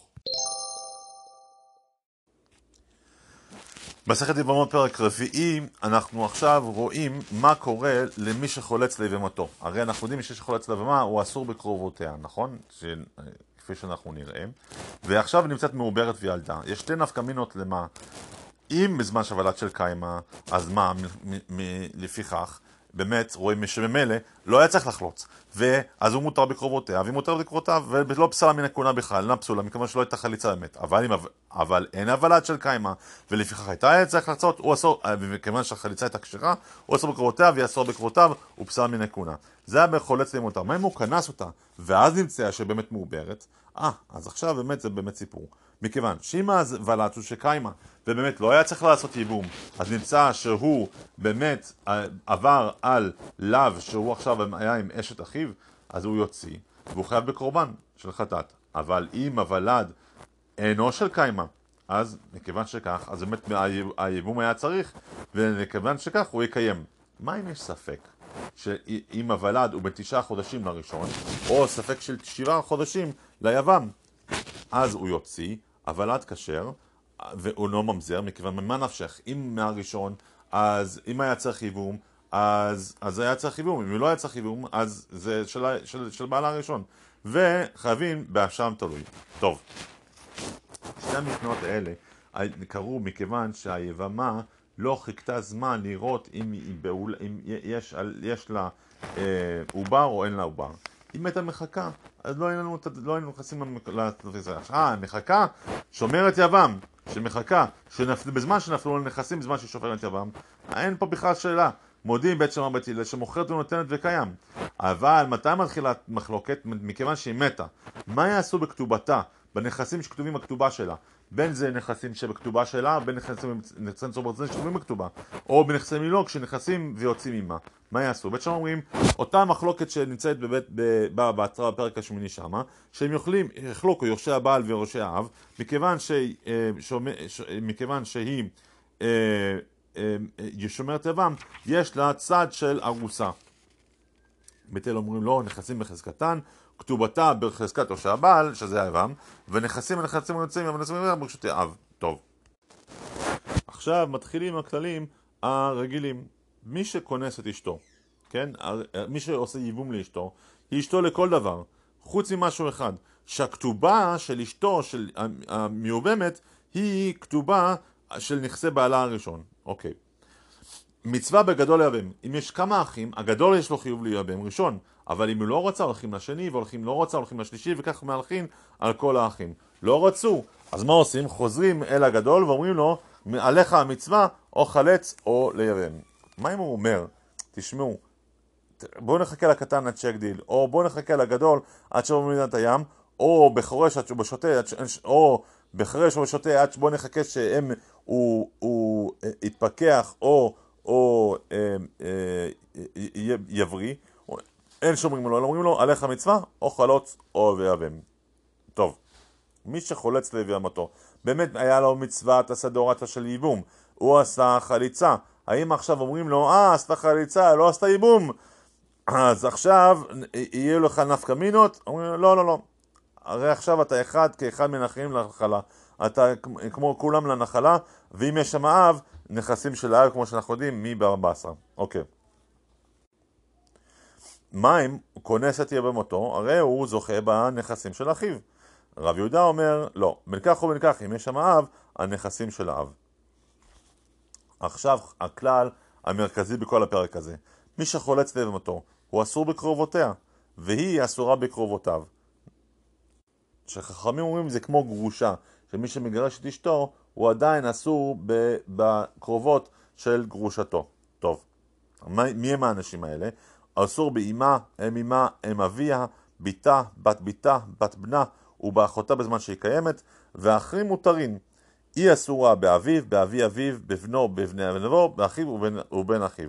מסכת יבמות פרק רביעי, אנחנו עכשיו רואים מה קורה למי שחולץ ליבמתו. הרי אנחנו יודעים שמי שחולץ ליבמה הוא אסור בקרובותיה, נכון? ש... כפי שאנחנו נראה. ועכשיו נמצאת מעוברת וילדה. יש שתי נפקמינות למה. אם בזמן שבלת של קיימה, אז מה, לפיכך, באמת רואים שממילא לא היה צריך לחלוץ, ואז הוא מותר בקרובותיה, והיא מותר בקרובותיו, ולא פסלה מן הכהונה בכלל, אינה פסולה, מכיוון שלא הייתה חליצה באמת. אבל, אבל אין הבלת של קיימה, ולפיכך הייתה צריך לחצות, הוא אסור, מכיוון שהחליצה הייתה כשרה, הוא אסור בקרובותיה, והיא אסור בקרובותיו, הוא פסלה מן הכהונה. זה היה בחולץ לימותה. מה אם הוא כנס אותה, ואז נמצא שבאמת מעוברת? אה, אז עכשיו באמת זה באמת סיפור. מכיוון שאם הוולד הוא שקיימה, ובאמת לא היה צריך לעשות ייבום, אז נמצא שהוא באמת עבר על לאו שהוא עכשיו היה עם אשת אחיו, אז הוא יוציא, והוא חייב בקורבן של חטאת. אבל אם הוולד אינו של קיימה, אז מכיוון שכך, אז באמת הייבום היה צריך, ומכיוון שכך הוא יקיים. מה אם יש ספק? שאם הוולד הוא בתשעה חודשים לראשון, או ספק של שבעה חודשים ליבם, אז הוא יוציא, הוולד כשר, והוא לא ממזר, מכיוון ממה נפשך, אם מהראשון, אז אם היה צריך ייבום, אז, אז היה צריך ייבום, אם לא היה צריך ייבום, אז זה של, של, של בעלה הראשון, וחייבים באשם תלוי. טוב, שתי המשנות האלה קרו מכיוון שהיבמה לא חיכתה זמן לראות אם, אם, אם יש, יש לה עובר או אין לה עובר. אם הייתה מחכה, אז לא היינו, לא היינו נכנסים לתפיסה. אה, מחכה, שומרת יבם, שמחכה, שנפל, בזמן שנפלו לנכסים, בזמן שהיא שופרת יבם, אין פה בכלל שאלה. מודיעים בית שמר בית הלל שמוכרת ונותנת וקיים. אבל מתי מתחילה מחלוקת? מכיוון שהיא מתה. מה יעשו בכתובתה, בנכסים שכתובים בכתובה שלה? בין זה נכסים שבכתובה שלה, בין נכסים נכסים שכתובים בכתובה, או בנכסים מילוג שנכסים ויוצאים עימה. מה יעשו? בית שמר אומרים, אותה מחלוקת שנמצאת בבית, בהצרה בפרק השמיני שמה, שהם יוכלים, יחלוקו יורשי הבעל ויורשי האב, מכיוון, ש, ש, מכיוון שהיא שומרת יבם, יש לה צד של ארוסה. בית הלל אומרים לו, נכסים בחזקתן, כתובתה בחזקתו של הבעל, שזה היבם, ונכסים ונכסים ונכסים ונכסים ברשות האב. טוב. עכשיו מתחילים הכללים הרגילים. מי שכונס את אשתו, כן? מי שעושה ייבום לאשתו, היא אשתו לכל דבר, חוץ ממשהו אחד, שהכתובה של אשתו, של המיובמת, היא כתובה של נכסי בעלה הראשון. אוקיי. מצווה בגדול לייבם. אם יש כמה אחים, הגדול יש לו חיוב לייבם ראשון, אבל אם הוא לא רוצה, הולכים לשני, והולכים לא רוצה, הולכים לשלישי, וכך מהלכים על כל האחים. לא רצו, אז מה עושים? חוזרים אל הגדול ואומרים לו, עליך המצווה, או חלץ או לייבם. מה אם הוא אומר? תשמעו, בואו נחכה לקטן עד שיגדיל, או בואו נחכה לגדול עד שהוא במדינת הים, או בחורש עד שהוא בשוטה, או בחרש או בשוטה עד שבואו נחכה שהם הוא, הוא יתפקח או, או אה, אה, יבריא. אין שאומרים לו, אומרים לו עליך מצווה או חלוץ או ויבם. טוב, מי שחולץ ליבמתו, באמת היה לו מצוות הסדורתא של ייבום, הוא עשה חליצה. האם עכשיו אומרים לו, אה, עשתה חליצה, לא עשתה ייבום, אז עכשיו יהיו לך נפקא מינות? אומרים לו, לא, לא, לא. הרי עכשיו אתה אחד כאחד מן האחים לנחלה. אתה כמו כולם לנחלה, ואם יש שם אב, נכסים של האב, כמו שאנחנו יודעים, מי בארבע עשרה. אוקיי. מה אם הוא כונס את יבמתו? הרי הוא זוכה בנכסים של אחיו. רב יהודה אומר, לא, בין כך ובין כך, אם יש שם אב, הנכסים של האב. עכשיו הכלל המרכזי בכל הפרק הזה. מי שחולץ ליבמתו, הוא אסור בקרובותיה, והיא אסורה בקרובותיו. שחכמים אומרים זה כמו גרושה, שמי שמגרש את אשתו, הוא עדיין אסור בקרובות של גרושתו. טוב, מי הם האנשים האלה? אסור באימה, אם אימה, אם אביה, ביתה, בת ביתה, בת בנה, ובאחותה בזמן שהיא קיימת, והאחרים מותרים. היא אסורה באביו, באבי אביו, בבנו, בבני אבנבו, באחיו ובן, ובן אחיו.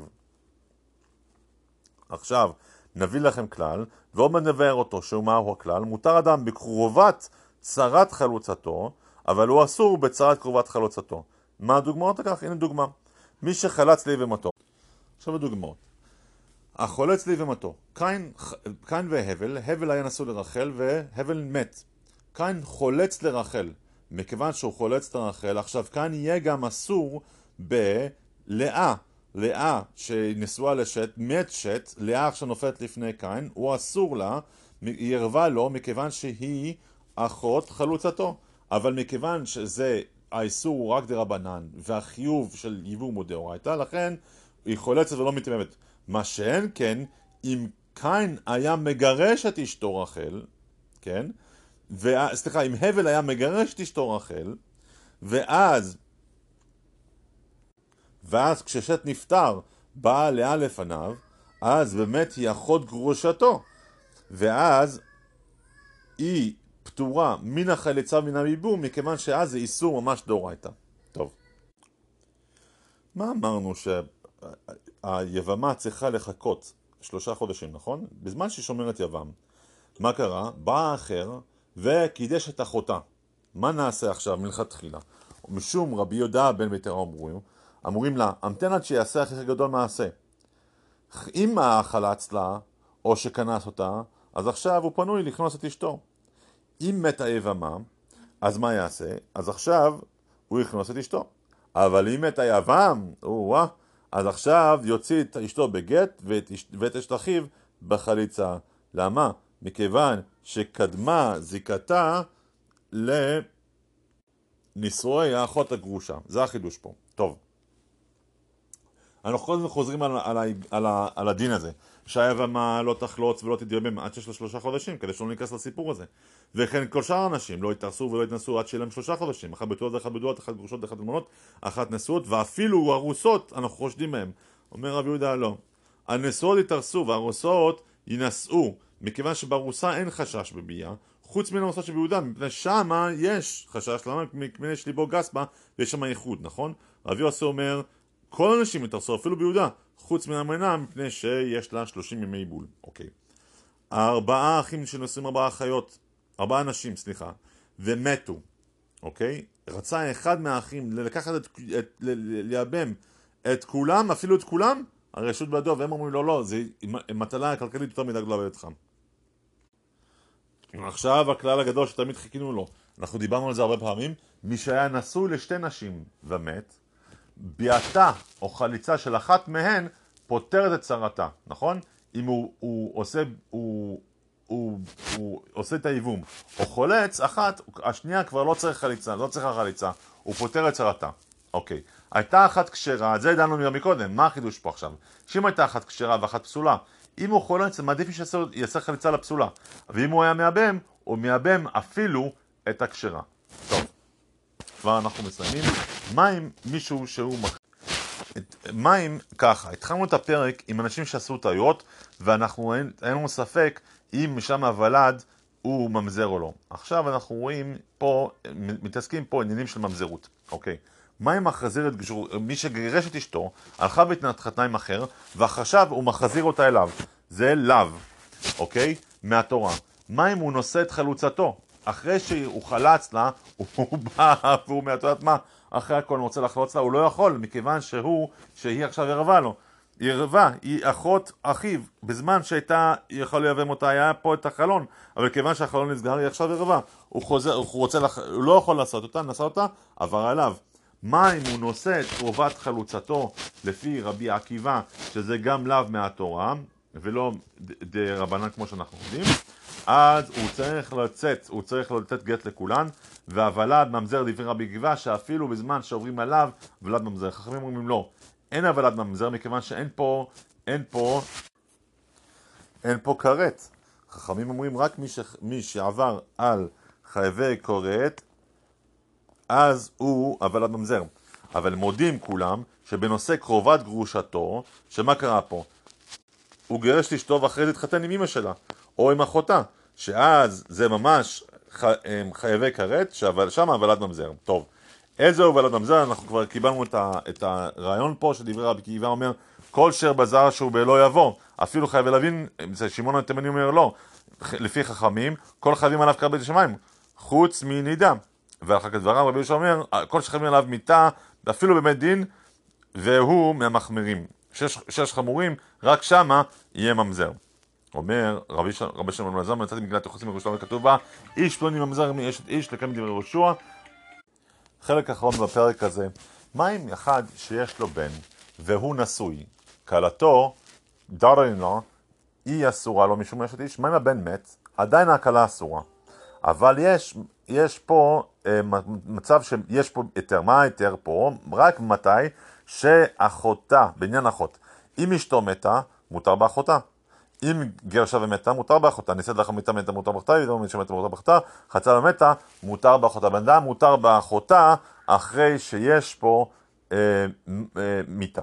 עכשיו, נביא לכם כלל, ועוד נבהר אותו, שהוא מהו הכלל. מותר אדם בקרובת צרת חלוצתו, אבל הוא אסור בצרת קרובת חלוצתו. מה הדוגמאות לכך? הנה דוגמה. מי שחלץ ליבמתו. עכשיו הדוגמאות. החולץ ליבמתו. קין, קין והבל, הבל היה נשוא לרחל והבל מת. קין חולץ לרחל. מכיוון שהוא חולץ לרחל, עכשיו כאן יהיה גם אסור בלאה. לאה שנשואה לשת, מת שת, לאה עכשיו נופלת לפני קין, הוא אסור לה, היא ערבה לו מכיוון שהיא אחות חלוצתו. אבל מכיוון שזה האיסור הוא רק דרבנן, והחיוב של ייבום הוא דאורייתא, לכן היא חולצת ולא מתייבמת. מה שאין כן, אם קין היה מגרש את אשתו רחל, כן? ו... סליחה, אם הבל היה מגרש את אשתו רחל, ואז ואז כששת נפטר באה לאה לפניו, אז באמת היא אחות גרושתו, ואז היא פטורה מן החליצה ומן הייבום, מכיוון שאז זה איסור ממש דאורייתא. טוב, מה אמרנו שהיבמה צריכה לחכות שלושה חודשים, נכון? בזמן שהיא שומרת יבם. מה קרה? בא האחר וקידש את אחותה. מה נעשה עכשיו מלכתחילה? משום רבי יהודה בן ביתר אומרים, אמורים לה, המתן עד שיעשה הכי גדול מעשה. אם החלץ לה, או שכנס אותה, אז עכשיו הוא פנוי לכנוס את אשתו. אם מת היבמה, אז מה יעשה? אז עכשיו הוא יכנוס את אשתו. אבל אם מת היבם, או, אז עכשיו יוציא את אשתו בגט ואת, ואת אשת אחיו בחליצה. למה? מכיוון שקדמה זיקתה לנישואי האחות הגרושה. זה החידוש פה. טוב. אנחנו קודם חוזרים על, על, על, על הדין הזה, שהיבמה לא תחלוץ ולא תתייבם עד שיש לה שלושה חודשים, כדי שלא ניכנס לסיפור הזה. וכן כל שאר האנשים לא יתארסו ולא יתנסו עד שיהיה להם שלושה חודשים, אחת בתולות, אחת בדולות, אחת גרושות, אחת אלמנות, אחת נשואות, ואפילו הרוסות אנחנו חושדים מהם. אומר רבי יהודה לא. הנשואות יתארסו והרוסות ינשאו, מכיוון שברוסה אין חשש בבייה, חוץ מן הרוסות שביהודה, מפני שמה יש חשש, למה? מפני שליבו גס בה ויש שם ייחוד, נכון? רבי יוסי אומר כל אנשים יתארסו, אפילו ביהודה, חוץ מהמנה, מפני שיש לה שלושים ימי בול. אוקיי. ארבעה אחים שנושאים ארבעה אחיות, ארבעה אנשים, סליחה, ומתו. אוקיי? רצה אחד מהאחים לקחת את, את, לייבם את כולם, אפילו את כולם, הרשות בידו, והם אומרים לו לא, זה מטלה כלכלית יותר מדי גדולה בידך. עכשיו הכלל הגדול שתמיד חיכינו לו, אנחנו דיברנו על זה הרבה פעמים, מי שהיה נשוי לשתי נשים ומת, ביאתה או חליצה של אחת מהן פותרת את צרתה, נכון? אם הוא, הוא, עושה, הוא, הוא, הוא עושה את היבום או חולץ אחת, השנייה כבר לא צריך חליצה, לא צריכה חליצה, הוא פותר את צרתה. אוקיי, הייתה אחת כשרה, את זה ידענו גם מקודם, מה החידוש פה עכשיו? שאם הייתה אחת כשרה ואחת פסולה, אם הוא חולץ, זה מעדיף שיעשה חליצה לפסולה, ואם הוא היה מייבם, הוא מייבם אפילו את הכשרה. טוב, כבר אנחנו מסיימים. מה עם מישהו שהוא מח... מה עם ככה, התחלנו את הפרק עם אנשים שעשו טעויות, ואנחנו אין לנו ספק אם משם הוולד הוא ממזר או לא. עכשיו אנחנו רואים פה, מתעסקים פה עניינים של ממזרות, אוקיי. מה אם מחזיר את גשור, מי שגירש את אשתו, הלכה והתחתנה עם אחר, ועכשיו הוא מחזיר אותה אליו. זה לאו, אוקיי? מהתורה. מה אם הוא נושא את חלוצתו? אחרי שהוא חלץ לה, הוא בא והוא מהתורת מה? אחרי הכל הוא רוצה לחלוץ לה, הוא לא יכול, מכיוון שהוא, שהיא עכשיו ערבה לו. היא ערבה, היא אחות אחיו, בזמן שהייתה, היא יכולה לייבם אותה, היה פה את החלון, אבל כיוון שהחלון נסגר, היא עכשיו ערבה. הוא חוזר, הוא רוצה, לח... הוא לא יכול לעשות אותה, נשא אותה, עבר עליו. מה אם הוא נושא את קרובת חלוצתו לפי רבי עקיבא, שזה גם לאו מהתורה, ולא דרבנן כמו שאנחנו יודעים, אז הוא צריך לצאת, הוא צריך לתת גט לכולן, והוולד ממזר לפי רבי עקיבא, שאפילו בזמן שעוברים עליו, ולד ממזר. חכמים אומרים לא, אין הוולד ממזר, מכיוון שאין פה, אין פה, אין פה כרת. חכמים אומרים רק מי, ש, מי שעבר על חייבי כרת, אז הוא הוולד ממזר. אבל מודים כולם שבנושא קרובת גרושתו, שמה קרה פה? הוא גירש לאשתו ואחרי זה התחתן עם אמא שלה, או עם אחותה, שאז זה ממש ח... חייבי כרת, שם הוולד ממזר. טוב, איזה הוא ולד ממזר? אנחנו כבר קיבלנו את, ה... את הרעיון פה שדברי רבי עקיבא אומר, כל שר בזר שהוא באלוה יבוא, אפילו חייבי לוין, שמעון התימני אומר לא, לפי חכמים, כל חייבים עליו קרבת שמיים, חוץ מנידה. ואחר כך דבריו רבי יהושע אומר, כל שחייבים עליו מיתה, אפילו באמת דין, והוא מהמחמירים. שש, שש חמורים, רק שמה יהיה ממזר. אומר רבי, רבי שמעון אלעזר, מצאתי מגילת יוחסין בירושלים, כתוב בה, איש פלוני ממזר מאשת איש, לקיים דברי יהושע. חלק אחרון בפרק הזה, מה אם אחד שיש לו בן, והוא נשוי, כלתו, דרעינה, היא אסורה לו משום אשת איש, מה אם הבן מת? עדיין ההקלה אסורה. אבל יש, יש פה אה, מצב שיש פה היתר. מה היתר פה? רק מתי שאחותה, בעניין אחות, אם אשתו מתה, מותר באחותה. אם גרשה ומתה, מותר באחותה. ניסד לך מתה מתה, מותר באחותה, אם שמתה מותר באחותה, חצה ומתה, מותר באחותה. בן אדם מותר באחותה, אחרי שיש פה אה, אה, מיתה.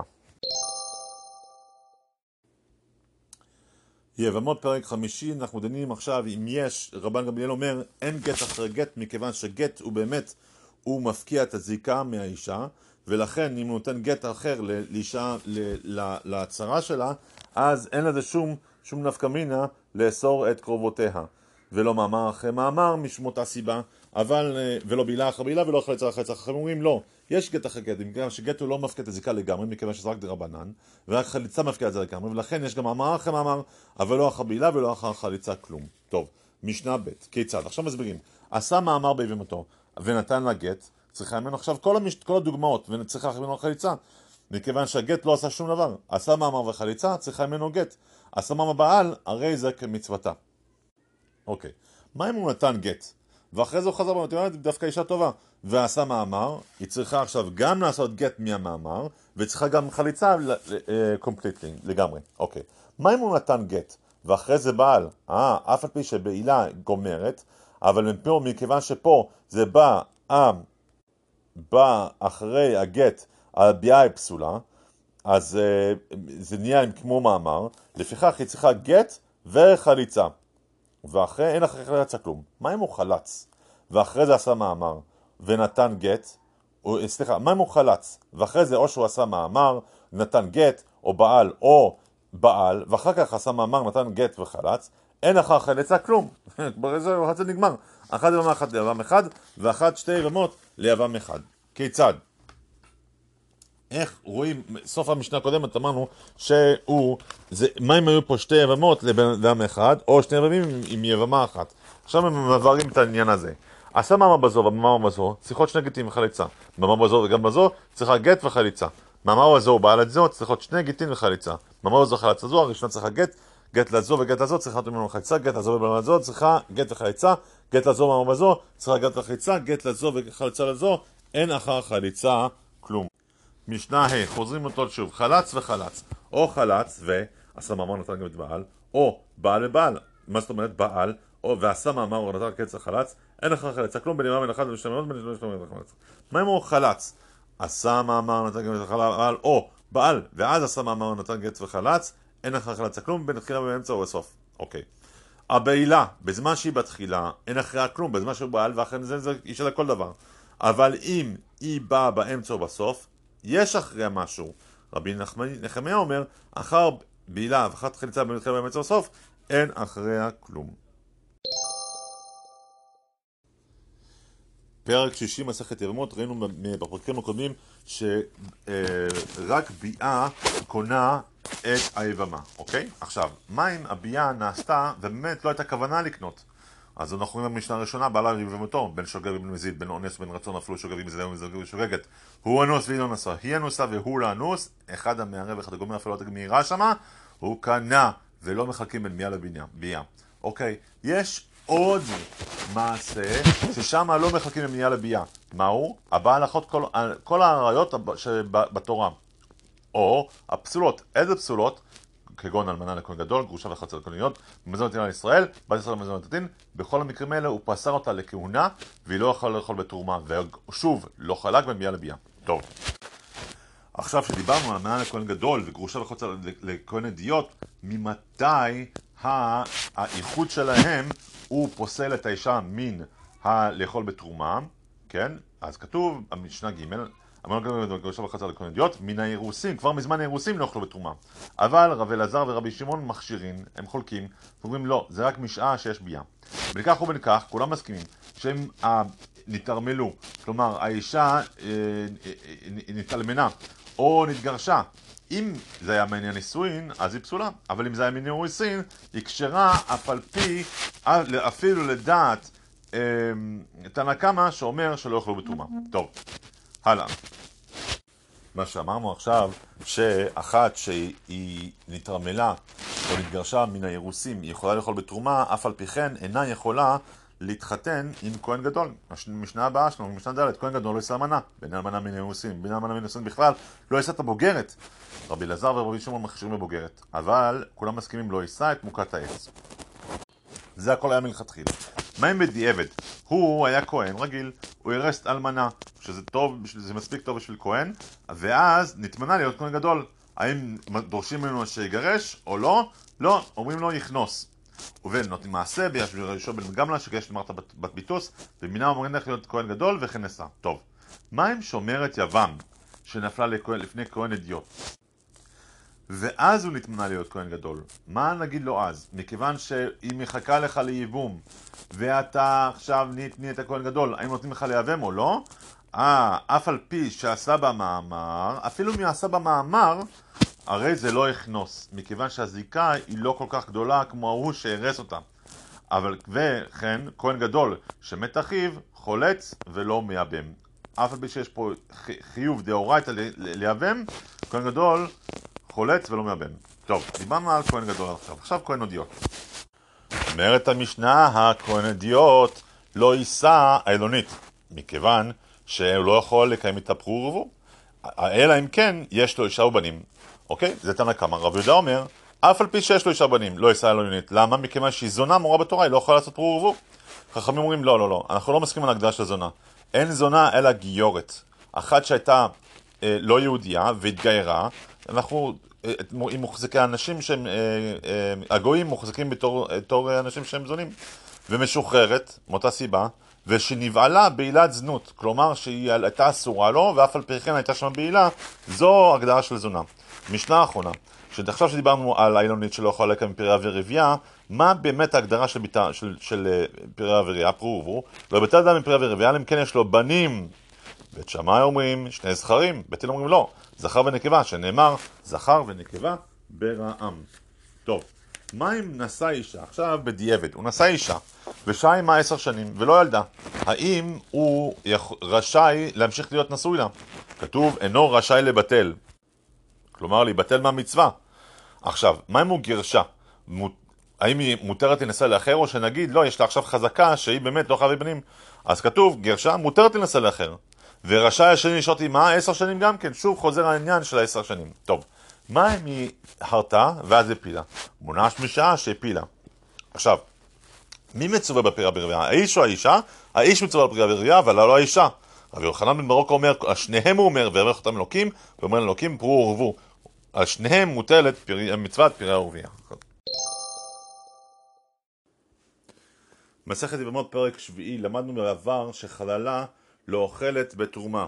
יבמות פרק חמישי, אנחנו דנים עכשיו אם יש, רבן גמליאל אומר, אין גט אחרי גט, מכיוון שגט הוא באמת, הוא מפקיע את הזיקה מהאישה, ולכן אם הוא נותן גט אחר לאישה, להצרה שלה, אז אין לזה שום, שום נפקא מינה לאסור את קרובותיה. ולא מאמר אחרי מאמר משמות הסיבה, אבל, ולא בילה אחרי בילה ולא אחרי צרה אחרי צרה. אחרי אומרים לא, יש גט אחרי גט, מכיוון שגט הוא לא מפקיע את הזיקה לגמרי, מכיוון שזה רק דרבנן, ורק חליצה מפקיע את זה לגמרי, ולכן יש גם מאמר אחרי מאמר, אבל לא אחרי בילה ולא אחרי חליצה כלום. טוב, משנה ב' כיצד? עכשיו מסבירים, עשה מאמר ביבמתו, ונתן לה גט, צריכה ממנו עכשיו כל, המש... כל הדוגמאות, וצריכה ממנו חליצה, מכיוון שהגט לא עשה שום דבר. עשה מאמר וחליצה, צריכה ממנו גט. עשה מאמר בעל, הרי זה כמצוותה. אוקיי, מה אם הוא נתן גט? ואחרי זה הוא חזר במתיונה, דווקא אישה טובה, ועשה מאמר, היא צריכה עכשיו גם לעשות גט מהמאמר, וצריכה גם חליצה קומפליטלי, לגמרי. אוקיי, מה אם הוא נתן גט? ואחרי זה בעל, אה, אף על פי שבעילה גומרת, אבל מפה, מכיוון שפה זה בא, אה, בא אחרי הגט, הביאה היא פסולה, אז אה, זה נהיה כמו מאמר, לפיכך היא צריכה גט וחליצה. ואחרי, אין אחרי חליצה כלום. מה אם הוא חלץ? ואחרי זה עשה מאמר, ונתן גט, או, סליחה, מה אם הוא חלץ? ואחרי זה או שהוא עשה מאמר, נתן גט, או בעל, או בעל, ואחר כך עשה מאמר, נתן גט וחלץ, אין אחרי חליצה כלום. ברגע זה נגמר. אחת יבמה אחת ליבם אחד, ואחת שתי יבמות ליבם אחד. כיצד? איך רואים, סוף המשנה הקודמת אמרנו שהוא, זה, מה אם היו פה שתי יבמות לבן אדם אחד, או שני יבמים עם, עם יבמה אחת. עכשיו הם מבארים את העניין הזה. עשה מאמר בזו ומאמר בזו, צריכות שני גיטים וחליצה. מאמר בזו וגם בזו, צריכה גט וחליצה. מאמר בזו בעל לזו, צריכות שני גיטים וחליצה. מאמר בזו חלצה זו, הראשונה צריכה גט, גט לזו וגט לזו, צריכה תמיד וחליצה, גט לזו ובלזו, צריכה גט וחליצה, גט לזו מאמר בזו, צריכה גט וחליצה, גט לזו וחליצה לזו, אין אחר חליצה כלום. משנה ה' חוזרים אותו שוב, חלץ וחלץ, או חלץ ו... עשה מאמר נתן גם את בעל, או בעל לבעל, מה זאת אומרת בעל, או ועשה מאמר נתן קץ החלץ, אין אחר חלצה כלום בין ימם אחד ושתי מנות בין ימם אחד ושתי מנות. מה אם הוא חלץ? עשה מאמר נתן גם את החלץ, או בעל, ואז עשה מאמר נתן קץ וחלץ, אין אחר חלצה כלום בין התחילה ובאמצע או בסוף. אוקיי. הבעילה, בזמן שהיא בתחילה, אין אחריה כלום, בזמן שהוא בעל, ואחרי זה זה אישה לכל דבר. אבל אם היא באה באמצע או בסוף, יש אחריה משהו. רבי נחמיה אומר, אחר בעילה ואחת חליצה בין התחילה באמצע או בסוף, אין אחריה כלום. פרק שישי מסכת יבמות, ראינו בפרקים הקודמים שרק ביאה קונה את היבמה, אוקיי? עכשיו, מה אם הביאה נעשתה ובאמת לא הייתה כוונה לקנות? אז אנחנו רואים במשנה הראשונה, בעלה ויבמתו, בין שוגג ובין מזיד, בין אונס ובין רצון, אפילו שוגג ומזיד ושוגגת. הוא אנוס והיא לא נשא, היא אנוסה והוא לא אנוס, אחד המערב ואחד הגומר אפילו לא תגמירה שמה, הוא קנה, ולא מחלקים בין ביאה לביאה. אוקיי, יש עוד מעשה ששם לא מחלקים בין ביאה לביאה. מהו? הבא הלכות כל, כל העריות שבתורה. או הפסולות. איזה פסולות? כגון אלמנה לכהן גדול, גרושה וחצה לכהניות, במזון נתינה לישראל, בת ישראל למזון נתין, בכל המקרים האלה הוא פסר אותה לכהונה, והיא לא יכולה לאכול בתרומה, ושוב, לא חלק בין ביאה לביאה. טוב. עכשיו שדיברנו על אלמנה לכהן גדול וגרושה וחצה לכהן הדיוט, ממתי האיחוד שלהם הוא פוסל את האישה מן הלאכול בתרומה, כן? אז כתוב, המשנה ג' אמרנו גם גרושה וחצה לכהן הדיוט, מן האירוסים, כבר מזמן האירוסים לא אוכלו בתרומה. אבל רבי אלעזר ורבי שמעון מכשירים, הם חולקים, ואומרים לא, זה רק משעה שיש ביאה. ולכך ובלכך, כולם מסכימים, שהם נתרמלו, כלומר האישה נתאלמנה או נתגרשה. אם זה היה מעניין נישואין, אז היא פסולה, אבל אם זה היה מעניין נישואין, היא כשרה אף על פי, אפילו לדעת תנא קמא שאומר שלא יאכלו בתרומה. טוב, הלאה. מה שאמרנו עכשיו, שאחת שהיא נתרמלה או נתגרשה מן האירוסים, היא יכולה לאכול בתרומה, אף על פי כן אינה יכולה להתחתן עם כהן גדול. המשנה הבאה שלנו, משנה ד', כהן גדול לא יישא אלמנה, בין אלמנה מן האירוסים, בין אלמנה מן האירוסים בכלל, לא יישא את הבוגרת. רבי אלעזר ורבי שמעון מכשירים בבוגרת, אבל כולם מסכימים לא יישא את מוכת העץ. זה הכל היה מלכתחילה. מה אם בדיעבד? הוא היה כהן רגיל, הוא הרס אלמנה, שזה טוב, זה מספיק טוב בשביל כהן, ואז נתמנה להיות כהן גדול. האם דורשים ממנו שיגרש או לא? לא, אומרים לו יכנוס. ובנותנים מעשה ביש ראשון בן גמלה שגרש למרת בת ביתוס, ומינה אומרים לך להיות כהן גדול וכן נשא. טוב, מה אם שומרת יבם שנפלה לפני כהן הדיוט? ואז הוא נתמנה להיות כהן גדול. מה נגיד לו אז? מכיוון שהיא מחכה לך לייבום, ואתה עכשיו נהיית הכהן גדול, האם נותנים לך לייבם או לא? אה, אף על פי שעשה במאמר, אפילו מי עשה במאמר, הרי זה לא יכנוס, מכיוון שהזיקה היא לא כל כך גדולה כמו ההוא שהרס אותה. אבל וכן, כהן גדול שמת אחיו, חולץ ולא מייבם. אף על פי שיש פה חיוב דאורייתא לייבם, כהן גדול חולץ ולא מייבם. טוב, דיברנו על כהן גדול עכשיו. עכשיו כהן הדיוט. אומרת המשנה, הכהן הדיוט לא יישא האלונית, מכיוון שהוא לא יכול לקיים את הפרו ורבו. אלא אם כן, יש לו אישה ובנים. אוקיי? זה תנא קמא. רב יהודה אומר, אף על פי שיש לו אישה ובנים, לא יישא האלונית. למה? מכיוון שהיא זונה מורה בתורה, היא לא יכולה לעשות פרו ורבו. חכמים אומרים, לא, לא, לא. אנחנו לא מסכימים על ההגדרה של זונה. אין זונה אלא גיורת. אחת שהייתה אה, לא יהודייה והתגיירה, אנחנו, אה, היא מוחזקי אנשים שהם, אה, אה, הגויים מוחזקים בתור, בתור אנשים שהם זונים. ומשוחררת, מאותה סיבה, ושנבעלה בעילת זנות. כלומר שהיא הייתה אסורה לו, ואף על פי כן הייתה שם בעילה, זו הגדרה של זונה. משנה האחרונה, שעכשיו שדיברנו על האילונית שלא יכולה לקיים פריה ורבייה, מה באמת ההגדרה של, ביטה, של, של פריה ורבייה, פרו ורבו? לא ביטל אדם מפריה ורבייה, אם כן יש לו בנים בית שמאי אומרים שני זכרים, בית הלל אומרים לא, זכר ונקבה, שנאמר זכר ונקבה ברעם. טוב, מה אם נשא אישה? עכשיו בדיעבד, הוא נשא אישה ושעה עמה עשר שנים ולא ילדה, האם הוא רשאי להמשיך להיות נשוי לה? כתוב אינו רשאי לבטל, כלומר להיבטל מהמצווה. עכשיו, מה אם הוא גרשה? האם היא מותרת לנסה לאחר, או שנגיד לא, יש לה עכשיו חזקה שהיא באמת לא חייבת בנים? אז כתוב גרשה מותרת לנסה לאחר, ורשאי השני לשהות עמה עשר שנים גם כן. שוב חוזר העניין של העשר שנים. טוב, מה אם היא הרתה ואז הפילה? מונש משעה שהפילה. עכשיו, מי מצווה בפרייה ברבייה? האיש או האישה? האיש מצווה בפרייה ברבייה, אבל לא האישה. רבי יוחנן בן ברוקה אומר, על שניהם הוא אומר, ויברך אותם אלוקים, ואומר אלוקים פרו ורבו. על שניהם מוטלת פרי... מצוות פרייה ורבייה. מסכת יבמות פרק שביעי, למדנו בעבר שחללה לא אוכלת בתרומה.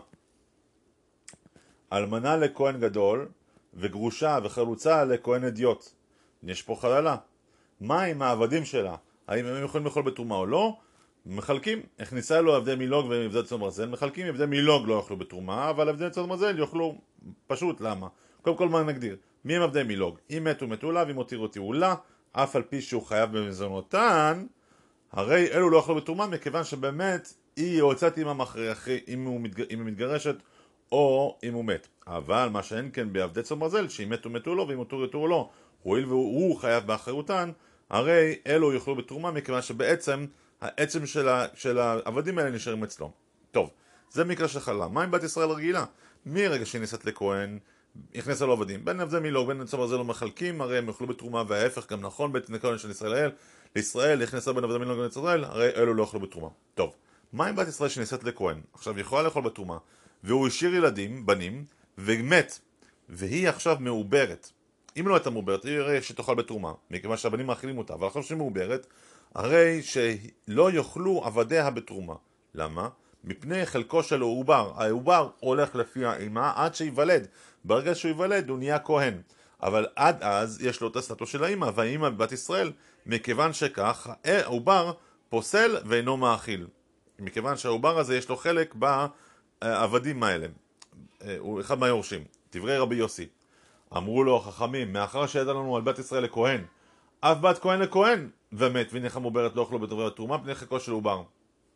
אלמנה לכהן גדול, וגרושה וחלוצה לכהן אדיוט. יש פה חללה. מה עם העבדים שלה? האם הם יכולים לאכול בתרומה או לא? מחלקים. הכניסה לו עבדי מילוג ועבדי צאן ברזל. מחלקים, עבדי מילוג לא יאכלו בתרומה, אבל עבדי צאן ברזל יאכלו פשוט. למה? קודם כל מה נגדיר? מי הם עבדי מילוג? אם מתו מתו לה, ואם הותירו תירו לה, אף על פי שהוא חייב במזונותן, הרי אלו לא יאכלו בתרומה, מכיוון שבאמת היא יוצאת עמם אחרי, אחרי אם, הוא מתג... אם היא מתגרשת או אם הוא מת. אבל מה שאין כן בעבדי צאן ברזל, שאם מתו מתו לו ואם הותירו תירו לו, הואיל והוא חייב באחריותן, הרי אלו יאכלו בתרומה, מכיוון שבעצם העצם של, ה... של העבדים האלה נשארים אצלו. טוב, זה מקרה של חללה. מה עם בת ישראל רגילה? מרגע שהיא ניסת לכהן, הכנסה לו עבדים, בין עבדי מילוג בין צאן ברזל לא מחלקים, הרי הם יאכלו בתרומה, וההפך גם נכון, בית כהן של ישראל לישראל הכנסה בין עבדי מילוג בין ישראל, הרי אלו לא יאכלו בתרומה. טוב, מה עם בת ישראל שניסת לכהן? עכשיו היא יכולה לאכול בתרומה, והוא השאיר ילדים, בנים, ומת, והיא עכשיו מעוברת. אם לא הייתה מעוברת, היא הרי שתאכל בתרומה, מכיוון שהבנים מאכילים אותה, אבל עכשיו שהיא מעוברת, הרי שלא יאכלו עבדיה בתרומה. למה? מפני חלקו של העובר. העובר הולך לפי האמא עד שיוולד. ברגע שהוא יוולד הוא נהיה כהן, אבל עד אז יש לו את הסטטוס של האמא, והאמא בבת ישראל, מכיוון שכך העובר פוסל ואינו מאכיל, מכיוון שהעובר הזה יש לו חלק בעבדים האלה. הוא אחד מהיורשים. דברי רבי יוסי, אמרו לו חכמים, מאחר שידע לנו על בת ישראל לכהן, אף בת כהן לכהן ומת, והנה מעוברת לא אוכלו בתרומה פני חלקו של עובר.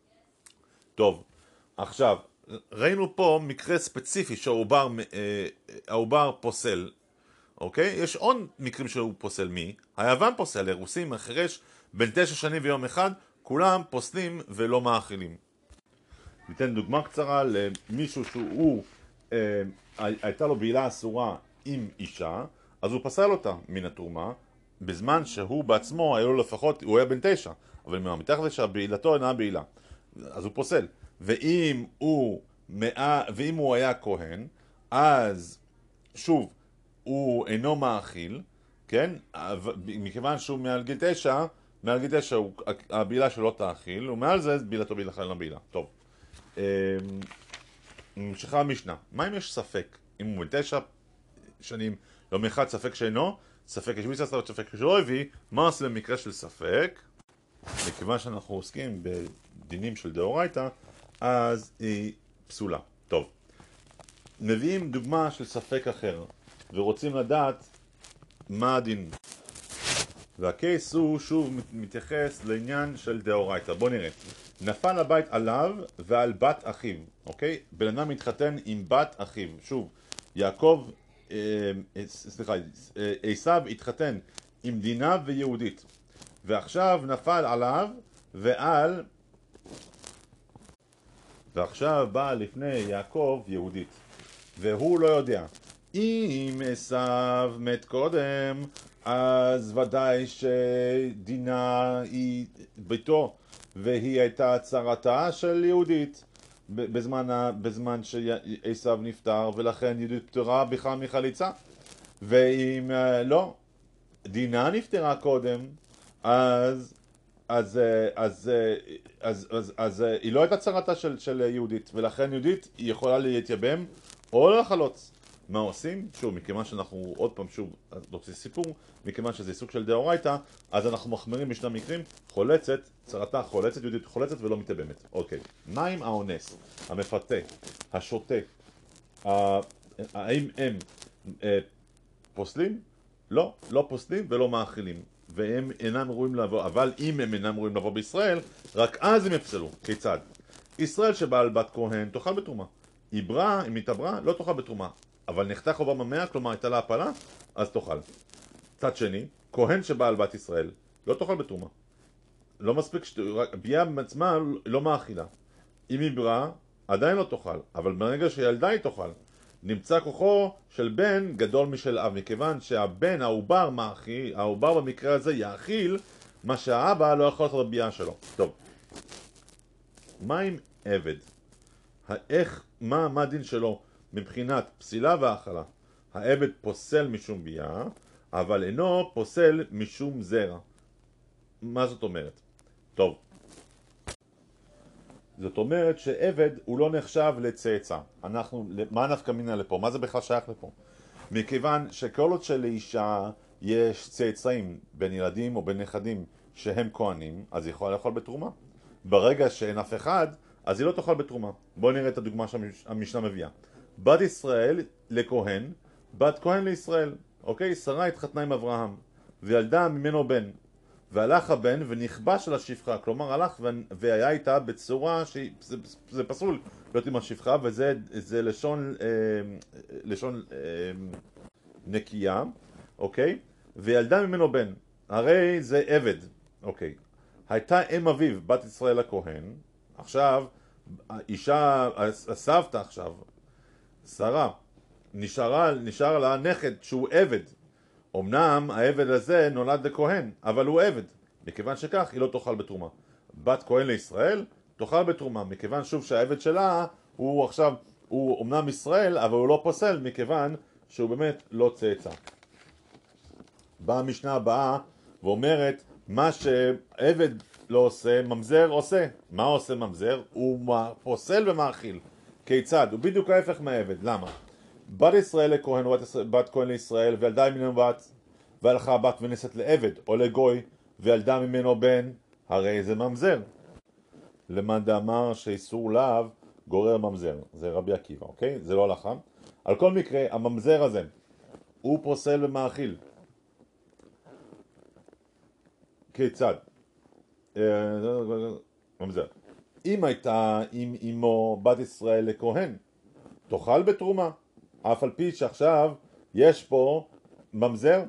טוב, עכשיו ראינו פה מקרה ספציפי שהעובר אה, העובר פוסל, אוקיי? יש עוד מקרים שהוא פוסל. מי? היוון פוסל, הרוסים, החרש, בין תשע שנים ויום אחד, כולם פוסלים ולא מאכילים. ניתן דוגמה קצרה למישהו שהוא אה, הייתה לו בעילה אסורה עם אישה, אז הוא פסל אותה מן התרומה, בזמן שהוא בעצמו היה לו לפחות, הוא היה בן תשע, אבל מתחת לזה בעילתו אינה בעילה, אז הוא פוסל. ואם הוא, ואם הוא היה כהן, אז שוב, הוא אינו מאכיל, כן? מכיוון שהוא מעל גיל תשע, מעל גיל תשע הוא, הבעילה שלו תאכיל, ומעל זה בעילתו בעילה חלנה בעילה. טוב, ממשיכה המשנה. מה אם יש ספק? אם הוא תשע שנים, לא מאחד ספק שאינו, ספק יש ביצה, ספק שלא הביא, מה עושה במקרה של ספק? מכיוון שאנחנו עוסקים בדינים של דאורייתא, אז היא פסולה. טוב, מביאים דוגמה של ספק אחר, ורוצים לדעת מה הדין. והקייס הוא שוב מתייחס לעניין של דאורייתא. בוא נראה. נפל הבית עליו ועל בת אחיו, אוקיי? בן אדם מתחתן עם בת אחיו. שוב, יעקב, אה, סליחה, עשיו התחתן עם דינה ויהודית. ועכשיו נפל עליו ועל... ועכשיו בא לפני יעקב יהודית. והוא לא יודע. אם עשיו מת קודם, אז ודאי שדינה היא ביתו, והיא הייתה צרתה של יהודית בזמן, בזמן שעשיו נפטר, ולכן יהודית פטרה בכלל מחליצה. ואם לא, דינה נפטרה קודם, אז, אז, אז, אז, אז, אז היא לא הייתה צרתה של, של יהודית, ולכן יהודית היא יכולה להתייבם או לחלוץ. מה עושים? שוב, מכיוון שאנחנו עוד פעם שוב נוציא סיפור, מכיוון שזה סוג של דאורייתא, אז אנחנו מחמירים בשני מקרים, חולצת, צרתה חולצת, יהודית חולצת ולא מתאבמת. אוקיי, מה עם האונס, המפתה, השוטה, האם הם אה, פוסלים? לא, לא פוסלים ולא מאכילים, והם אינם ראויים לבוא, אבל אם הם אינם ראויים לבוא בישראל, רק אז הם יפסלו. כיצד? ישראל שבאה על בת כהן תאכל בתרומה. עברה, אם התעברה, לא תאכל בתרומה. אבל נחתה חובה במאה, כלומר הייתה לה הפלה, אז תאכל. צד שני, כהן שבא על בת ישראל, לא תאכל בתרומה. לא מספיק, ביאה בעצמה לא מאכילה. אם עברה, עדיין לא תאכל, אבל ברגע שילדה היא תאכל. נמצא כוחו של בן גדול משל אב, מכיוון שהבן, העובר מאכיל, העובר במקרה הזה יאכיל, מה שהאבא לא יכול לעשות בביאה שלו. טוב. מה עם עבד? איך, מה, מה הדין שלו מבחינת פסילה והאכלה? העבד פוסל משום ביאה, אבל אינו פוסל משום זרע. מה זאת אומרת? טוב. זאת אומרת שעבד הוא לא נחשב לצאצא. אנחנו, מה נפקא מינה לפה? מה זה בכלל שייך לפה? מכיוון שכל עוד שלאישה יש צאצאים בין ילדים או בין נכדים שהם כהנים, אז היא יכולה לאכול בתרומה. ברגע שאין אף אחד, אז היא לא תאכל בתרומה. בואו נראה את הדוגמה שהמשנה מביאה. בת ישראל לכהן, בת כהן לישראל. אוקיי? שרה התחתנה עם אברהם, וילדה ממנו בן. והלך הבן ונכבש על השפחה, כלומר הלך והיה איתה בצורה שזה זה פסול להיות עם השפחה, וזה זה לשון, אה, לשון אה, נקייה, אוקיי? וילדה ממנו בן, הרי זה עבד, אוקיי? הייתה אם אביו, בת ישראל הכהן, עכשיו, האישה, הסבתא עכשיו, שרה, נשארה, נשאר לה נכד שהוא עבד. אמנם העבד הזה נולד לכהן, אבל הוא עבד. מכיוון שכך, היא לא תאכל בתרומה. בת כהן לישראל, תאכל בתרומה. מכיוון שוב שהעבד שלה, הוא עכשיו, הוא אמנם ישראל, אבל הוא לא פוסל, מכיוון שהוא באמת לא צאצא. באה המשנה הבאה ואומרת, מה שעבד לא עושה, ממזר עושה. מה עושה ממזר? הוא פוסל ומאכיל. כיצד? הוא בדיוק ההפך מהעבד. למה? בת ישראל לכהן, בת כהן לישראל, וילדה ממנו בת, והלכה הבת ונסת לעבד או לגוי, וילדה ממנו בן, הרי זה ממזר. למאן דאמר שאיסור לאו גורר ממזר. זה רבי עקיבא, אוקיי? זה לא הלכה. על כל מקרה, הממזר הזה, הוא פוסל ומאכיל. כיצד? ממזר. אם הייתה עם אמו בת ישראל לכהן, תאכל בתרומה. אף על פי שעכשיו יש פה ממזר.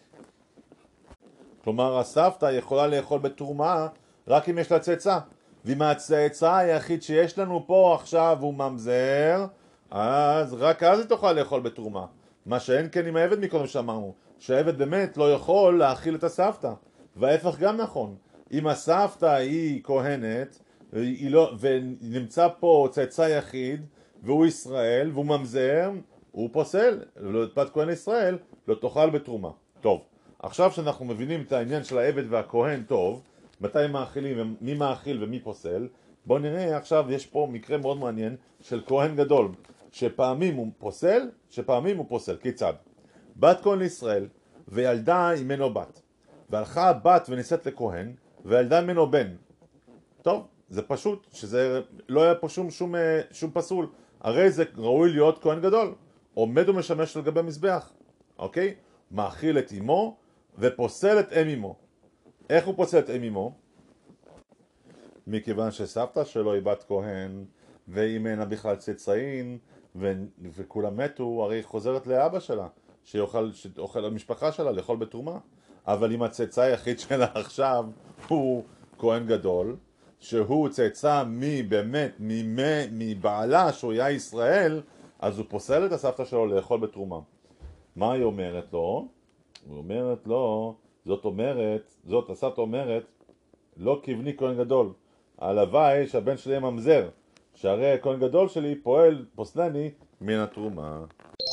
כלומר, הסבתא יכולה לאכול בתרומה רק אם יש לה צאצא. ואם הצאצא היחיד שיש לנו פה עכשיו הוא ממזר, אז רק אז היא תוכל לאכול בתרומה. מה שאין כן עם העבד מקודם שאמרנו, שהעבד באמת לא יכול להאכיל את הסבתא. וההפך גם נכון. אם הסבתא היא כהנת, היא לא, ונמצא פה צאצא יחיד, והוא ישראל, והוא ממזר, הוא פוסל, בת כהן ישראל, לא תאכל בתרומה. טוב, עכשיו שאנחנו מבינים את העניין של העבד והכהן טוב, מתי מאכילים, מי מאכיל ומי פוסל, בואו נראה עכשיו, יש פה מקרה מאוד מעניין של כהן גדול, שפעמים הוא פוסל, שפעמים הוא פוסל. כיצד? בת כהן לישראל, וילדה ממנו בת, והלכה הבת ונישאת לכהן, וילדה ממנו בן. טוב, זה פשוט, שזה לא היה פה שום, שום, שום פסול. הרי זה ראוי להיות כהן גדול. עומד ומשמש על גבי מזבח, אוקיי? מאכיל את אמו ופוסל את אם אמו. איך הוא פוסל את אם אמו? מכיוון שסבתא שלו היא בת כהן, ואם אינה בכלל צאצאים, ו... וכולם מתו, הרי היא חוזרת לאבא שלה, שיוכל, שאוכל המשפחה שלה לאכול בתרומה. אבל אם הצאצא היחיד שלה עכשיו הוא כהן גדול, שהוא צאצא מבאמת, מבעלה שהוא היה ישראל, אז הוא פוסל את הסבתא שלו לאכול בתרומה. מה היא אומרת לו? היא אומרת לו, זאת אומרת, זאת הסבתא אומרת, לא כבני כהן גדול, הלוואי שהבן שלי יהיה ממזר, שהרי הכהן גדול שלי פועל, פוסלני מן התרומה.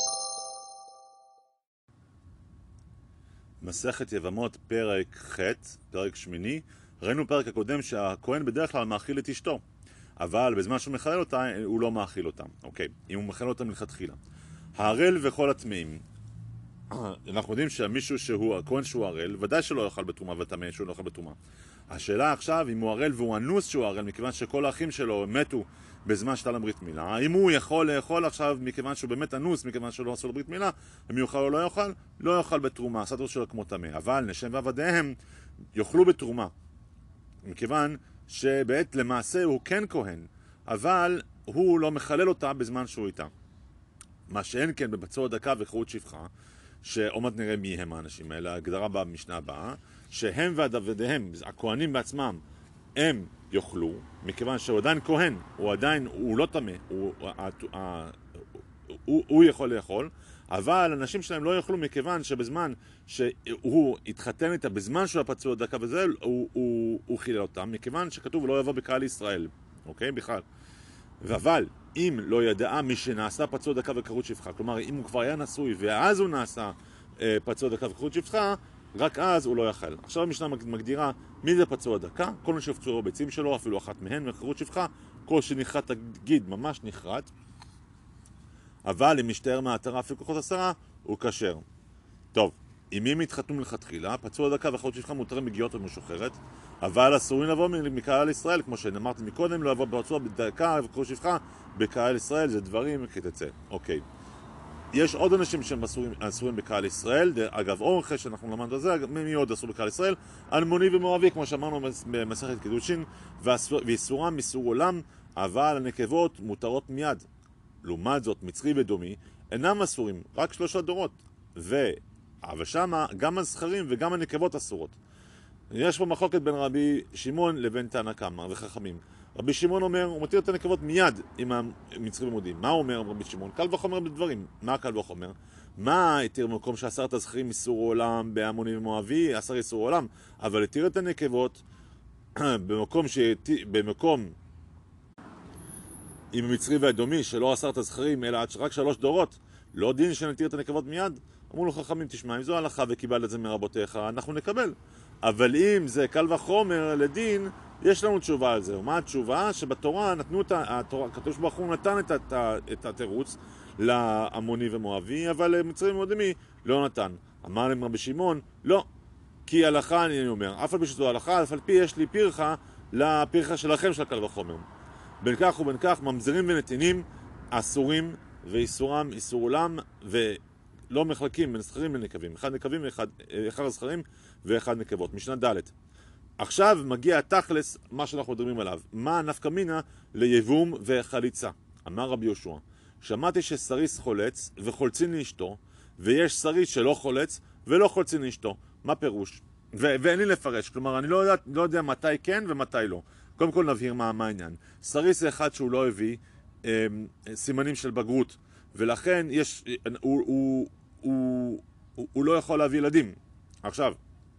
מסכת יבמות פרק ח', פרק שמיני. ראינו פרק הקודם שהכהן בדרך כלל מאכיל את אשתו, אבל בזמן שהוא מחלל אותה הוא לא מאכיל אותה. אוקיי, אם הוא מחלל אותה מלכתחילה. הערל וכל הטמאים. אנחנו יודעים שמישהו שהוא, הכהן שהוא ערל, ודאי שלא יאכל בתרומה וטמא שהוא לא יאכל בתרומה. השאלה עכשיו אם הוא ערל והוא אנוס שהוא ערל, מכיוון שכל האחים שלו מתו בזמן שתה להם ברית מילה, אם הוא יכול לאכול עכשיו מכיוון שהוא באמת אנוס, מכיוון שלא עשו לו ברית מילה, אם יאכל או לא יאכל, לא יאכל בתרומה, הסטטוס שלו כמו טמא. אבל נשם ועבדיהם יאכלו בתרומה, מכיוון שבעת למעשה הוא כן כהן, אבל הוא לא מחלל אותה בזמן שהוא איתה. מה שאין כן בבצור דקה וחירות שפחה, שעומד נראה מי הם האנשים האלה, הגדרה במשנה הבאה, שהם ועבדיהם, הכהנים בעצמם, הם יאכלו, מכיוון שהוא עדיין כהן, הוא עדיין, הוא לא טמא, הוא, הוא, הוא, הוא יכול לאכול, אבל אנשים שלהם לא יאכלו מכיוון שבזמן שהוא התחתן איתה, בזמן שהוא הפצוע דקה וזה, הוא, הוא, הוא חילל אותם, מכיוון שכתוב לא יבוא בקהל ישראל, אוקיי? בכלל. אבל אם לא ידעה מי שנעשה פצוע דקה וחירות שפחה, כלומר אם הוא כבר היה נשוי ואז הוא נעשה אה, פצוע דקה וחירות שפחה, רק אז הוא לא יאכל. עכשיו המשנה מגדירה מי זה פצוע דקה, כל מי שהופצעו ביצים שלו, אפילו אחת מהן, וחירות שפחה, כל שנחרט הגיד ממש נחרט, אבל אם משתער מהעטרה אפילו כוחות עשרה, הוא כשר. טוב, אם הם התחתנו מלכתחילה, פצוע דקה וחירות שפחה מותרים מגיעות ומשוחררת, אבל אסורים לבוא מקהל ישראל, כמו שאמרתי מקודם, לא לבוא פצוע דקה וחירות שפחה בקהל ישראל, זה דברים כתצא. אוקיי. יש עוד אנשים שהם אסורים, אסורים בקהל ישראל, אגב אורחה שאנחנו למדנו על זה, מי עוד אסור בקהל ישראל? אלמוני ומואבי, כמו שאמרנו במסכת קידושין, ואיסורם איסור עולם, אבל הנקבות מותרות מיד. לעומת זאת, מצרי ודומי אינם אסורים, רק שלושה דורות. ו... אבל שמה גם הזכרים וגם הנקבות אסורות. יש פה מחלוקת בין רבי שמעון לבין תנא קמא וחכמים. רבי שמעון אומר, הוא מתיר את הנקבות מיד עם המצרים ומודים. מה הוא אומר רבי שמעון? קל וחומר בדברים. מה קל וחומר? מה התיר במקום שאסר את הזכרים איסור עולם בעמוני ומואבי, אסר איסור עולם, אבל התיר את הנקבות במקום שתי, במקום עם המצרי והאדומי שלא אסר את הזכרים אלא רק שלוש דורות, לא דין שנתיר את הנקבות מיד? אמרו לו חכמים, תשמע, אם זו הלכה וקיבל את זה מרבותיך, אנחנו נקבל. אבל אם זה קל וחומר לדין, יש לנו תשובה על זה. ומה התשובה? שבתורה נתנו את התורה, כתוב ברוך נתן את, את, את התירוץ לעמוני ומואבי, אבל מצרים ומואבי לא נתן. אמר להם רבי שמעון, לא, כי הלכה אני אומר, אף על פי שזו הלכה, אף על פי יש לי פירחה לפירחה שלכם של קל וחומר. בין כך ובין כך ממזרים ונתינים אסורים ואיסורם איסור עולם ולא מחלקים בין זכרים לנקבים. אחד נקבים ואחד אחד זכרים ואחד נקבות. משנה ד'. עכשיו מגיע התכלס מה שאנחנו מדברים עליו. מה נפקא מינה ליבום וחליצה? אמר רבי יהושע, שמעתי שסריס חולץ וחולצין לאשתו, ויש סריס שלא חולץ ולא חולצין לאשתו. מה פירוש? ו- ואין לי לפרש, כלומר אני לא יודע, לא יודע מתי כן ומתי לא. קודם כל נבהיר מה, מה העניין. סריס זה אחד שהוא לא הביא אה, סימנים של בגרות, ולכן יש, הוא, הוא, הוא, הוא, הוא לא יכול להביא ילדים. עכשיו,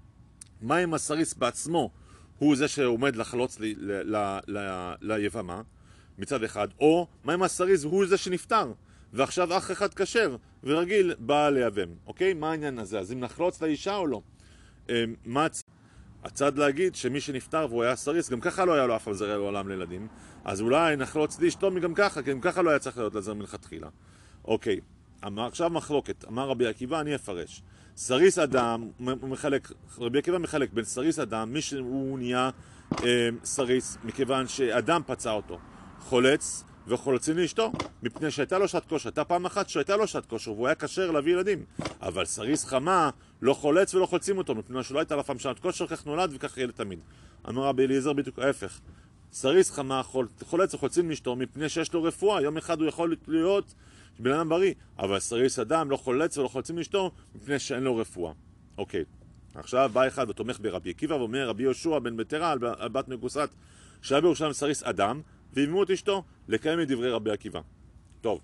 מה אם הסריס בעצמו הוא זה שעומד לחלוץ לי, ל, ל, ל, ליבמה מצד אחד, או מה אם הסריס הוא זה שנפטר, ועכשיו אח אחד כשר ורגיל בא ליבם. אוקיי? מה העניין הזה? אז אם נחלוץ לאישה או לא? אה, מה הצד להגיד שמי שנפטר והוא היה סריס, גם ככה לא היה לו אף על זרע לעולם לילדים, אז אולי נחלוץ לאשתו מגם ככה, כי גם ככה לא היה צריך להיות לזר מלכתחילה. אוקיי, אמר, עכשיו מחלוקת, אמר רבי עקיבא, אני אפרש. סריס אדם, מחלק, רבי עקיבא מחלק בין סריס אדם, מי שהוא נהיה אה, סריס, מכיוון שאדם פצע אותו, חולץ וחולצין לאשתו, מפני שהייתה לו שעת כושר, הייתה פעם אחת שהייתה לו שעת כושר, והוא היה כשר להביא ילדים. אבל סריס חמה לא חולץ ולא חולצים אותו, מפני שלא הייתה לו פעם שעת כושר, כך נולד וכך יהיה לתמיד. אמר רבי אליעזר בדיוק ההפך. סריס חמה חולץ וחולצים לאשתו, מפני שיש לו רפואה, יום אחד הוא יכול להיות בן אדם בריא, אבל סריס אדם לא חולץ ולא חולצים לאשתו, מפני שאין לו רפואה. אוקיי, עכשיו בא אחד ותומך ברבי עקיבא, ואומר רבי יהושע בן בתרה על בת מגוסת, שהיה בירושלים סריס אדם, והביאו את אשתו לקיים את דברי רבי עקיבא. טוב,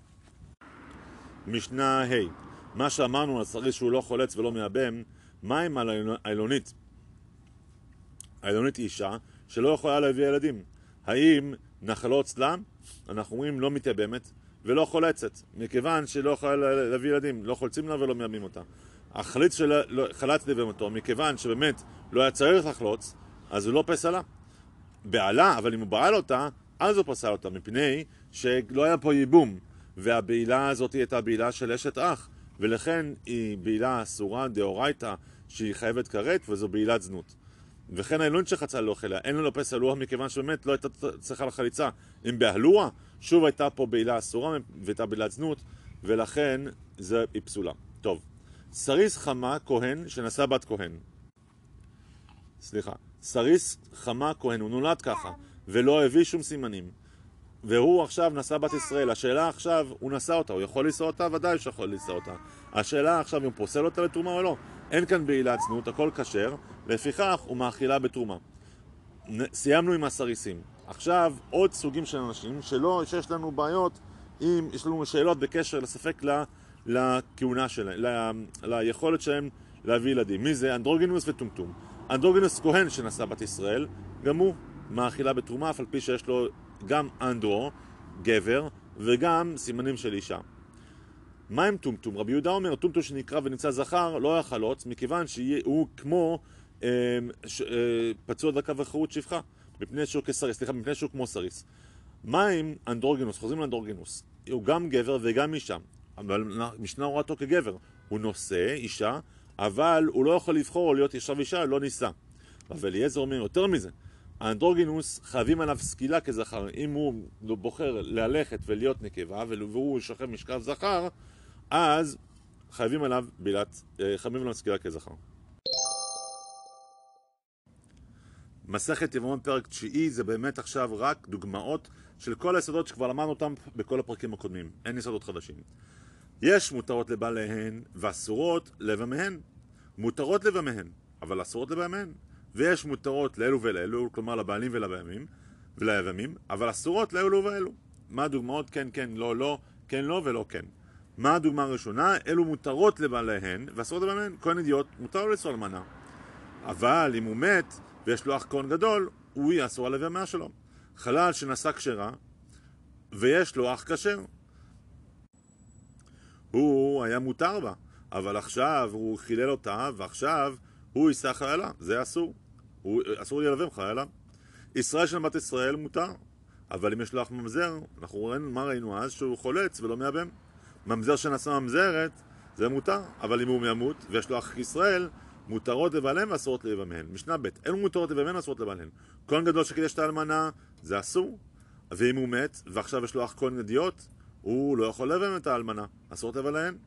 משנה ה' מה שאמרנו על סריס שהוא לא חולץ ולא מייבם, מה עם האילונית? האילונית היא אישה שלא יכולה להביא ילדים. האם נחלוץ לה? אנחנו אומרים לא מתייבמת ולא חולצת, מכיוון שלא יכולה להביא ילדים, לא חולצים לה ולא מייבמים אותה. החליץ שחלץ לייבם אותו, מכיוון שבאמת לא היה צריך לחלוץ, אז הוא לא פסל לה. בעלה, אבל אם הוא בעל אותה, אז הוא פסל אותה, מפני שלא היה פה ייבום. והבעילה הזאת הייתה בעילה של אשת אח, ולכן היא בעילה אסורה דאורייתא שהיא חייבת כרת, וזו בעילת זנות. וכן האילון שחצה לא אכלה, אין לו לופס הלוה מכיוון שבאמת לא הייתה צריכה לחליצה. אם בהלוה, שוב הייתה פה בעילה אסורה והייתה בעילת זנות, ולכן זה היא פסולה. טוב, סריס חמה כהן שנשא בת כהן. סליחה, סריס חמה כהן, הוא נולד ככה, ולא הביא שום סימנים. והוא עכשיו נשא בת ישראל. השאלה עכשיו, הוא נשא אותה, הוא יכול לשא אותה? ודאי שיכול לשא אותה. השאלה עכשיו, אם הוא פוסל אותה לתרומה או לא. אין כאן בעילת זנות, הכל כשר, לפיכך הוא מאכילה בתרומה. סיימנו עם הסריסים. עכשיו, עוד סוגים של אנשים שלא, שיש לנו בעיות, אם יש לנו שאלות בקשר לספק לה, לכהונה שלהם, לה, ליכולת שלהם להביא ילדים. מי זה? אנדרוגינוס וטומטום. אנדרוגינוס כהן שנשא בת ישראל, גם הוא מאכילה בתרומה, אף על פי שיש לו גם אנדרו, גבר, וגם סימנים של אישה. מה עם טומטום? רבי יהודה אומר, טומטום שנקרא ונמצא זכר לא יחלוץ, מכיוון שהוא כמו אה, ש, אה, פצוע דקה וחירות שפחה, מפני שהוא כסריס, סליחה, מפני שהוא כמו סריס. מה עם אנדרוגינוס? חוזרים לאנדרוגינוס. הוא גם גבר וגם אישה, אבל משנה רואה אותו כגבר. הוא נושא אישה, אבל הוא לא יכול לבחור להיות אישה ואישה, לא ניסה. אבל אליעזר אומר יותר מזה. האנדרוגינוס חייבים עליו סקילה כזכר. אם הוא בוחר ללכת ולהיות נקבה, והוא שוכב משכב זכר, אז חייבים עליו בילת, חייבים עליו סקילה כזכר. מסכת יבמות פרק תשיעי זה באמת עכשיו רק דוגמאות של כל היסודות שכבר למדנו אותם בכל הפרקים הקודמים. אין יסודות חדשים. יש מותרות לבעליהן ואסורות לבמיהן. מותרות לבמיהן, אבל אסורות לבמיהן. ויש מותרות לאלו ולאלו, כלומר לבעלים ולבעמים, וליבמים, אבל אסורות לאלו ואלו. מה הדוגמאות? כן, כן, לא, לא, כן, לא ולא כן. מה הדוגמה הראשונה? אלו מותרות לבעליהן, ואסורות לבעליהן. כהן אידיוט, מותר לו לאסור אלמנה. אבל אם הוא מת, ויש לו אח כהן גדול, הוא יהיה אסור על לבמה שלו. חלל שנשא כשרה, ויש לו אח כשר. הוא היה מותר בה, אבל עכשיו הוא חילל אותה, ועכשיו הוא יישא חיילה. זה אסור. הוא, אסור ללבם חיילה. ישראל של בת ישראל מותר, אבל אם יש לו אח ממזר, אנחנו ראינו, מה ראינו אז? שהוא חולץ ולא מייבם. ממזר שנשא ממזרת, זה מותר, אבל אם הוא ימות ויש לו אח ישראל, מותרות לבעליהן ואסורות לבמיהן. משנה ב' אלו מותרות לבמיהן ואסורות לבעליהן. כהן גדול שקידש את האלמנה, זה אסור. ואם הוא מת ועכשיו יש לו אח כהן אידיוט, הוא לא יכול לבם את האלמנה. אסורות לבעליהן.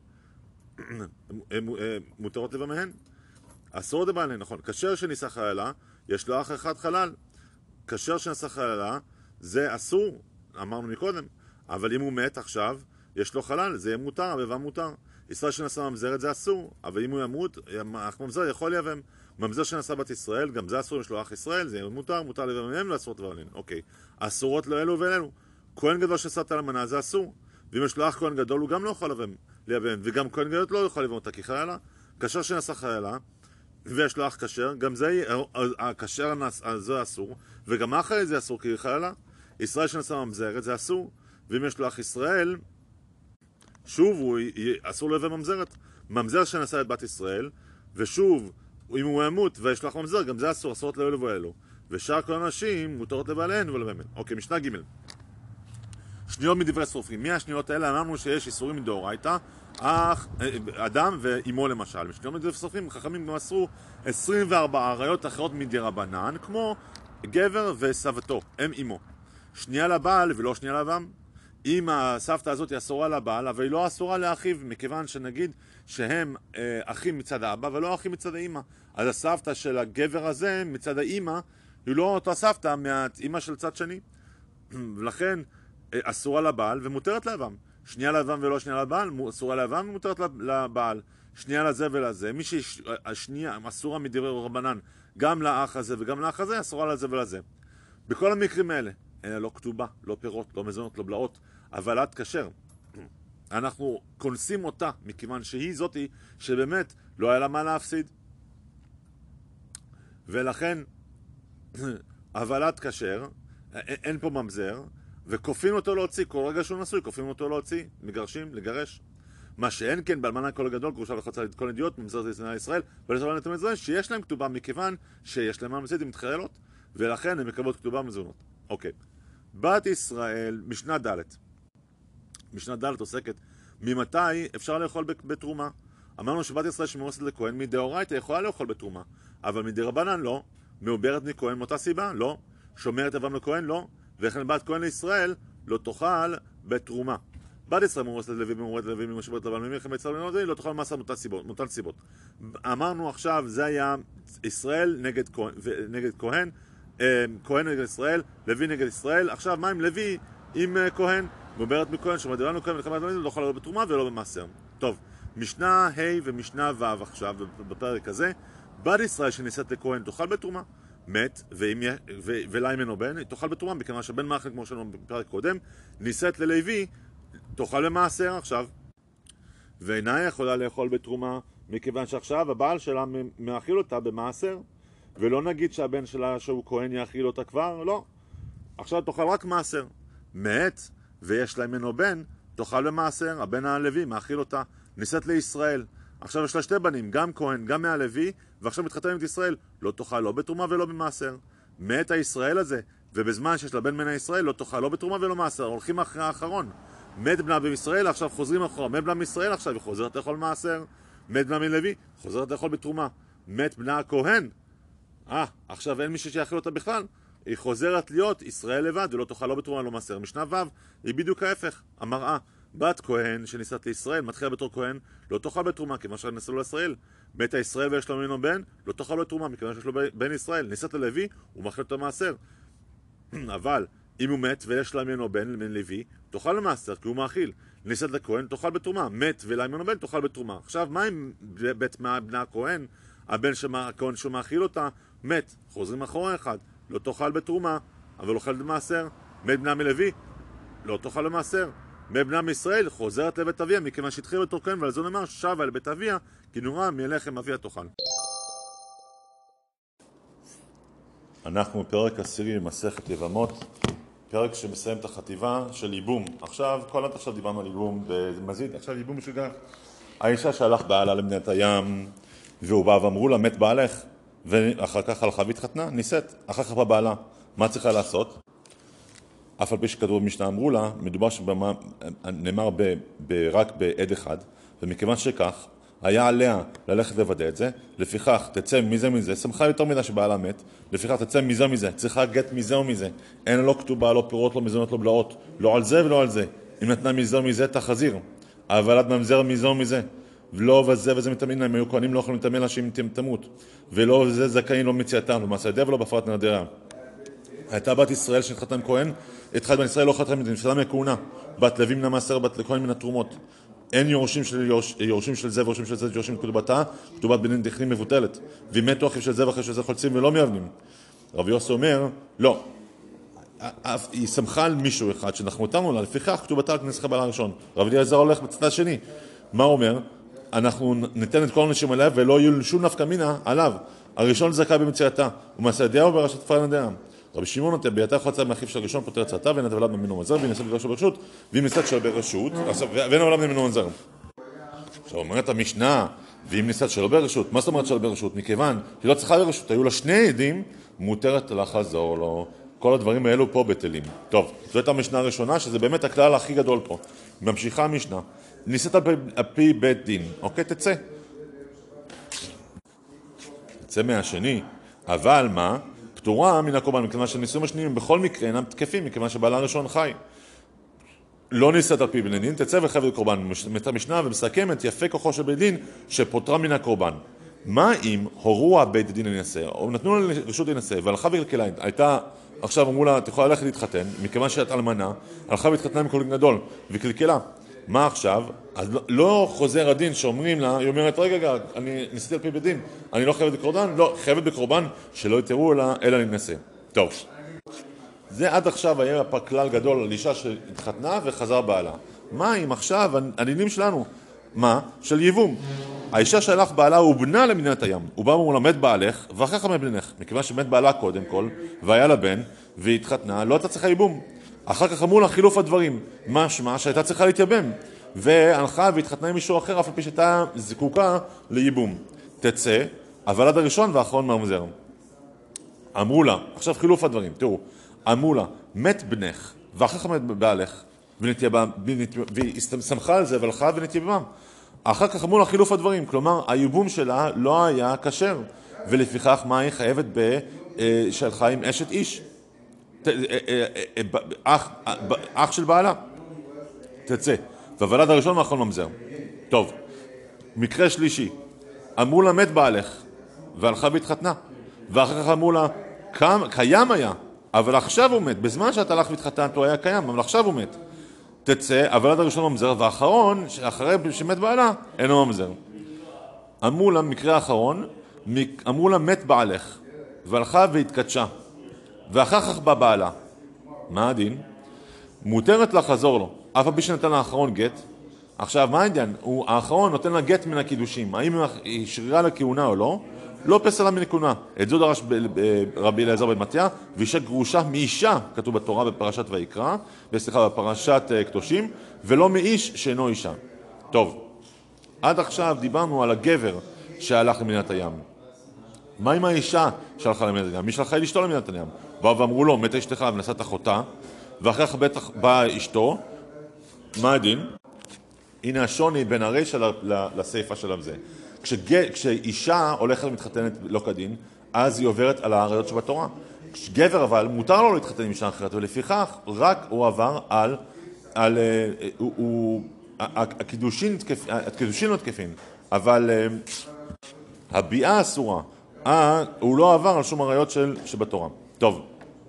מותרות לבמיהן. אסורות לבעליהן, נכון. כשר שנישא חיילה, יש לו אח אחד חלל. כשר שנשא חיילה, זה אסור, אמרנו מקודם. אבל אם הוא מת עכשיו, יש לו חלל, זה יהיה מותר, הבבה מותר. ישראל שנשא ממזרת זה אסור, אבל אם הוא ימות, אח ממזר יכול לייבם. ממזר שנשא בת ישראל, גם זה אסור, יש לו אח ישראל, זה יהיה מותר, מותר לבמיהן ואסורות לבעליהן. אוקיי. אסורות לאלו ואלו. כהן גדול שנשא את האלמנה זה אסור. ואם יש לו אח כהן גדול, הוא גם לא יכול לייבם. וגם כהן גדול לא יכול לייבם אותה כי חיילה. כשר שנשא חיילה, ויש לו אח כשר, גם זה, הכשר זה אסור, וגם אחרי זה אסור כי חיילה. ישראל שנשא ממזרת זה אסור, ואם יש לו אח ישראל, שוב הוא אסור לייבם ממזרת. ממזר שנשא את בת ישראל, ושוב, אם הוא ימות ויש לו אח ממזר, גם זה אסור, אסורות לאלו ואלו. ושאר כל הנשים מותרות לבעליהן ולבמיהן. אוקיי, משנה ג' שניות מדברי סופרים. מי השניות האלה? אמרנו שיש איסורים מדאורייתא, אח, אדם ואימו למשל. משניות מדברי סופרים, חכמים גם אסרו עשרים וארבע עריות אחרות מדרבנן, כמו גבר וסבתו, הם אימו. שנייה לבעל ולא שנייה לבם. אם הסבתא הזאת היא אסורה לבעל, אבל היא לא אסורה לאחיו, מכיוון שנגיד שהם אה, אחים מצד האבא ולא אחים מצד האמא. אז הסבתא של הגבר הזה מצד האמא, היא לא אותה סבתא מהאמא של צד שני. ולכן אה, אסורה לבעל ומותרת לאבם. שנייה לאבם ולא שנייה לבעל, אסורה לאבם ומותרת לבעל. שנייה לזה ולזה. מי שהשנייה אסורה מדברי רבנן, גם לאח הזה וגם לאח הזה, אסורה לזה ולזה. בכל המקרים האלה. אין לא כתובה, לא פירות, לא מזונות, לא בלעות, אבל עד כשר. אנחנו כונסים אותה, מכיוון שהיא זאתי שבאמת לא היה לה מה להפסיד. ולכן, אבל עד כשר, אין פה ממזר, וכופים אותו להוציא, כל רגע שהוא נשוי, כופים אותו להוציא, מגרשים, לגרש. מה שאין כן, באלמנה כל הגדול, גרושה וחצה כל אידיוט, ממזר זה ישראל ישראל, ולסבלן את המזרן, שיש להם כתובה מכיוון שיש להם ממזית עם מתחיילות, ולכן הם מקבלות כתובה מזונות. אוקיי. בת ישראל, משנה ד' משנה ד' עוסקת, ממתי אפשר לאכול בתרומה? אמרנו שבת ישראל שמאוסת לכהן, מדאורייתא יכולה לאכול בתרומה, אבל מדרבנן לא, מעוברת מכהן מאותה סיבה, לא, שומרת אבם לכהן, לא, וכן בת כהן לישראל לא תאכל בתרומה. בת ישראל מאורסת לוי ומאורדת לוי ומשוברת לבן ממלחמת ישראל ונודעים, לא תאכל מעשר מאותן סיבות. אמרנו עכשיו, זה היה ישראל נגד כהן, נגד כהן, כהן נגד ישראל, לוי נגד ישראל. עכשיו, מה עם לוי עם כהן? מעוברת מכהן, שומרת אבם לכהן ומלחמת ישראל, לא תאכל לא בתרומה ולא במעשר. טוב, משנה ה' ומשנה ו' עכשיו, בפרק הזה, בת ישראל שנישאת לכהן תאכל בתרומה, מת, ולה ממנו בן, תאכל בתרומה, מכיוון שבן מאכל, כמו שאמרנו בפרק קודם, נישאת ללוי, תאכל במעשר עכשיו. ואינה יכולה לאכול בתרומה, מכיוון שעכשיו הבעל שלה מאכיל אותה במעשר, ולא נגיד שהבן שלה שהוא כהן יאכיל אותה כבר, לא. עכשיו תאכל רק מעשר. מת, ויש לה ממנו בן, תאכל במעשר, הבן הלוי מאכיל אותה, נישאת לישראל. עכשיו יש לה שתי בנים, גם כהן, גם מהלוי, ועכשיו מתחתן עם ישראל, לא תאכל לא בתרומה ולא במעשר. מת הישראל הזה, ובזמן שיש לה בן מן הישראל, לא תאכל לא בתרומה ולא במעשר. הולכים אחרי האחרון. מת בנה בישראל, עכשיו חוזרים אחורה. מת בנה מישראל עכשיו, היא חוזרת לאכול מעשר. מת בנה מלוי, חוזרת לאכול בתרומה. מת בנה הכהן, אה, עכשיו אין מישהו שיאכיל אותה בכלל. היא חוזרת להיות ישראל לבד, ולא תאכל לא בתרומה ולא במעשר. משנה ו' היא בדיוק ההפך, המראה. בת כהן שנישאת לישראל, מתחילה בתור כהן, לא תאכל בתרומה, כיוון שנשאו לישראל. מת הישראל ויש לו ממנו בן, לא תאכל בתרומה, מכיוון שיש לו בן ישראל. נישאת ללוי, הוא מאכיל אותו מעשר. אבל אם הוא מת ויש לה ממנו בן, בן לוי, תאכל למעשר, כי הוא מאכיל. נישאת לכהן, תאכל בתרומה. מת ולה ממנו בן, תאכל בתרומה. עכשיו, מה עם בית בני הכהן? הבן הכהן שהוא מאכיל אותה, מת. חוזרים אחורה אחד, לא תאכל בתרומה, אבל אוכל במעשר. מת בנה מלוי, לא תאכל למעשר. מבנה מישראל חוזרת לבית אביה, מכיוון שהתחיל בתור כהן, ועל זה נאמר שבה אל בית אביה, כי נורא מלחם אביה תאכל. אנחנו בפרק עשירי במסכת יבמות, פרק שמסיים את החטיבה של ייבום. עכשיו, כל עד עכשיו דיברנו על ייבום במזיד, עכשיו ייבום משוגע. האישה שהלך בעלה למדינת הים, והוא בא ואמרו לה, מת בעלך, ואחר כך הלכה והתחתנה, נישאת, אחר כך בא בעלה. מה צריכה לעשות? אף על פי שכתוב במשנה אמרו לה, מדובר שנאמר רק בעד אחד, ומכיוון שכך, היה עליה ללכת לוודא את זה, לפיכך תצא מזה מזה, שמחה יותר מזה שבעלה מת, לפיכך תצא מזה מזה, צריכה גט מזה ומזה, אין לו כתובה, לא פירות, לא מזונות, לא בלעות, לא על זה ולא על זה. אם נתנה מזה ומזה תחזיר, אבל עד ממזר מזה ומזה, ולא וזה וזה מתאמין להם, היו כהנים לא יכולים להתאמן לה שאם תמות, ולא וזה זכאים לא מציאתם, במעשה ידי ולא בפרט נדרה. הייתה בת ישראל שנתחתנה עם כהן, התחת בן ישראל לא חתנה מזה, נפסלה מהכהונה, בת לוי מן המעשר, בת לכהן מן התרומות. אין יורשים של, יורש, יורשים של זה ויורשים של זה, יורשים כתובתה, כתובת בנין דכנים מבוטלת. ואם מתו אחיו של זה ואחיו של זה חולצים ולא מיבנים. רב יוסי אומר, לא. היא שמחה על מישהו אחד שאנחנו אותנו לה, לפיכך כתובתה כנסחה בעלה הראשון. רב אליעזר הולך בצד השני. מה הוא אומר? אנחנו ניתן את כל האנשים עליו ולא יהיו שום נפקא מינה עליו. הראשון זכאי במציאתה, ומעשה ידיעה ברשת פרן ידיעה. רבי שמעון נותן ביתה חוצה מאחיו של הראשון פותר צאתה ואין התבלד ממנו מנזר והיא ניסת לדבר של ברשות והיא ניסת שלא ברשות ואין התבלד ממנו מנזר. עכשיו אומרת המשנה ואם ניסת שלא ברשות, מה זאת אומרת שלא ברשות? מכיוון שהיא לא צריכה ברשות, היו לה שני עדים, מותרת לחזור לו. כל הדברים האלו פה בטלים. טוב, זו הייתה המשנה הראשונה שזה באמת הכלל הכי גדול פה. ממשיכה המשנה, ניסת על פי בית דין, אוקיי, תצא תצא מהשני, אבל מה? פטורה מן הקורבן, מכיוון שנישואים השניים בכל מקרה אינם תקפים, מכיוון שבעלה הראשון חי. לא נישאת על פי בית דין, תצא וחייבת קורבן. המשנה ומסכמת יפה כוחו של בית דין שפוטרה מן הקורבן. מה אם הורו הבית דין להינשא, או נתנו לה רשות להינשא, והלכה וקלקלה, הייתה, עכשיו אמרו לה, תוכל ללכת להתחתן, מכיוון שאת אלמנה, הלכה והתחתנה מכל גדול, וקלקלה. מה עכשיו? אז לא, לא חוזר הדין שאומרים לה, היא אומרת, רגע, רגע, אני ניסיתי על פי בית דין, אני לא חייבת בקורבן? לא, חייבת בקורבן שלא יתראו לה, אלא להינשא. טוב. זה עד עכשיו היה כלל גדול על אישה שהתחתנה וחזר בעלה. מה אם עכשיו, הדינים שלנו, מה? של ייבום. האישה שהלך בעלה הוא בנה למדינת הים. הוא בא ואומר לה, מת בעלך, ואחר כך מת בנך. מכיוון שמת בעלה קודם כל, והיה לה בן, והיא התחתנה, לא הייתה צריכה ייבום. אחר כך אמרו לה חילוף הדברים. משמע שהייתה צריכה להתייבם. והלכה והתחתנה עם מישהו אחר, אף על פי שהייתה זקוקה לייבום. תצא, אבל עד הראשון והאחרון מהמזר. אמרו לה, עכשיו חילוף הדברים, תראו, אמרו לה, מת בנך, ואחר כך מת בעלך, והיא שמחה על זה והלכה ונתייבמה. אחר כך אמרו לה חילוף הדברים, כלומר הייבום שלה לא היה כשר, ולפיכך מה היא חייבת בשלחה עם אשת איש, אח, אח של בעלה, תצא. והוולד הראשון והאחרון ממזר. טוב, מקרה שלישי, אמרו לה מת בעלך, והלכה והתחתנה, ואחר כך אמרו לה קיים היה, אבל עכשיו הוא מת, בזמן שאת הלך והתחתנת הוא היה קיים, אבל עכשיו הוא מת. תצא, הוולד הראשון ממזר, והאחרון, אחרי שמת בעלה, אינו ממזר. אמרו לה, מקרה האחרון, אמרו לה מת בעלך, והלכה והתקדשה, ואחר כך בא בעלה. מה הדין? מותרת לה חזור לו, אף על פי שנתן לאחרון גט. עכשיו, מה העניין? הוא, האחרון נותן לה גט מן הקידושים, האם היא שרירה לכהונה או לא? לא פסלה מן הכהונה. את זו דרש רבי אליעזר בן מתתיה, ואישה גרושה מאישה, כתוב בתורה בפרשת ויקרא, וסליחה, בפרשת קדושים, ולא מאיש שאינו אישה. טוב, עד עכשיו דיברנו על הגבר שהלך למדינת הים. מה עם האישה שהלכה למדינת הים? מי שלחה את אשתו למדינת הים? באו ואמרו לו, מתה אשתך ונשאת אחותה, ואחרי כך בטח באה אשתו. מה הדין? הנה השוני בין הרשע לסייפה של זה. כשאישה הולכת ומתחתנת לא כדין, אז היא עוברת על העריות שבתורה. כשגבר אבל מותר לו להתחתן עם אישה אחרת, ולפיכך רק הוא עבר על, על הוא, הוא, הקידושין, הקידושין לא תקפין, אבל הביאה אסורה, הוא לא עבר על שום עריות של, שבתורה. טוב,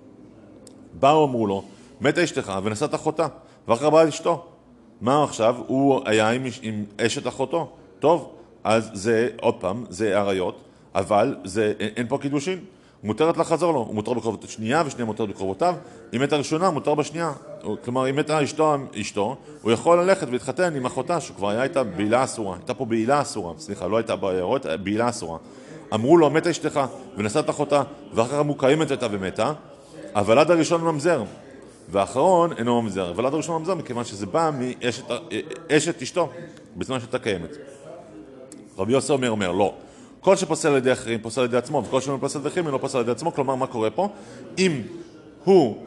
באו אמרו לו, מתה אשתך ונשאת אחותה, ואחר באה אשתו. מה עכשיו? הוא היה עם, עם אשת אחותו. טוב, אז זה, עוד פעם, זה עריות, אבל זה, אין, אין פה קידושין. מותרת לחזור לו, הוא מותר בקרובות שנייה, ושנייה מותר בקרובותיו. אם מתה ראשונה, מותר בשנייה. כלומר, אם מתה אשתו, אשתו, הוא יכול ללכת ולהתחתן עם אחותה, שכבר היה איתה בעילה אסורה. הייתה פה בעילה אסורה, סליחה, לא הייתה בעיירות, בעילה אסורה. אמרו לו, מתה אשתך, ונשאת אחותה, ואחר כך אמרו, קיימת הייתה ומתה, הוולד הראשון ממזר, והאחרון אינו ממזר. הוולד הראשון ממזר, מכיוון שזה בא מאשת אשתו, בזמן שאתה קיימת. רבי יוסי אומר, אומר, לא. כל שפוסל על ידי אחרים פוסל על ידי עצמו, וכל שלא פוסל על ידי אחרים אינו פוסל על ידי עצמו. כלומר, מה קורה פה? אם הוא,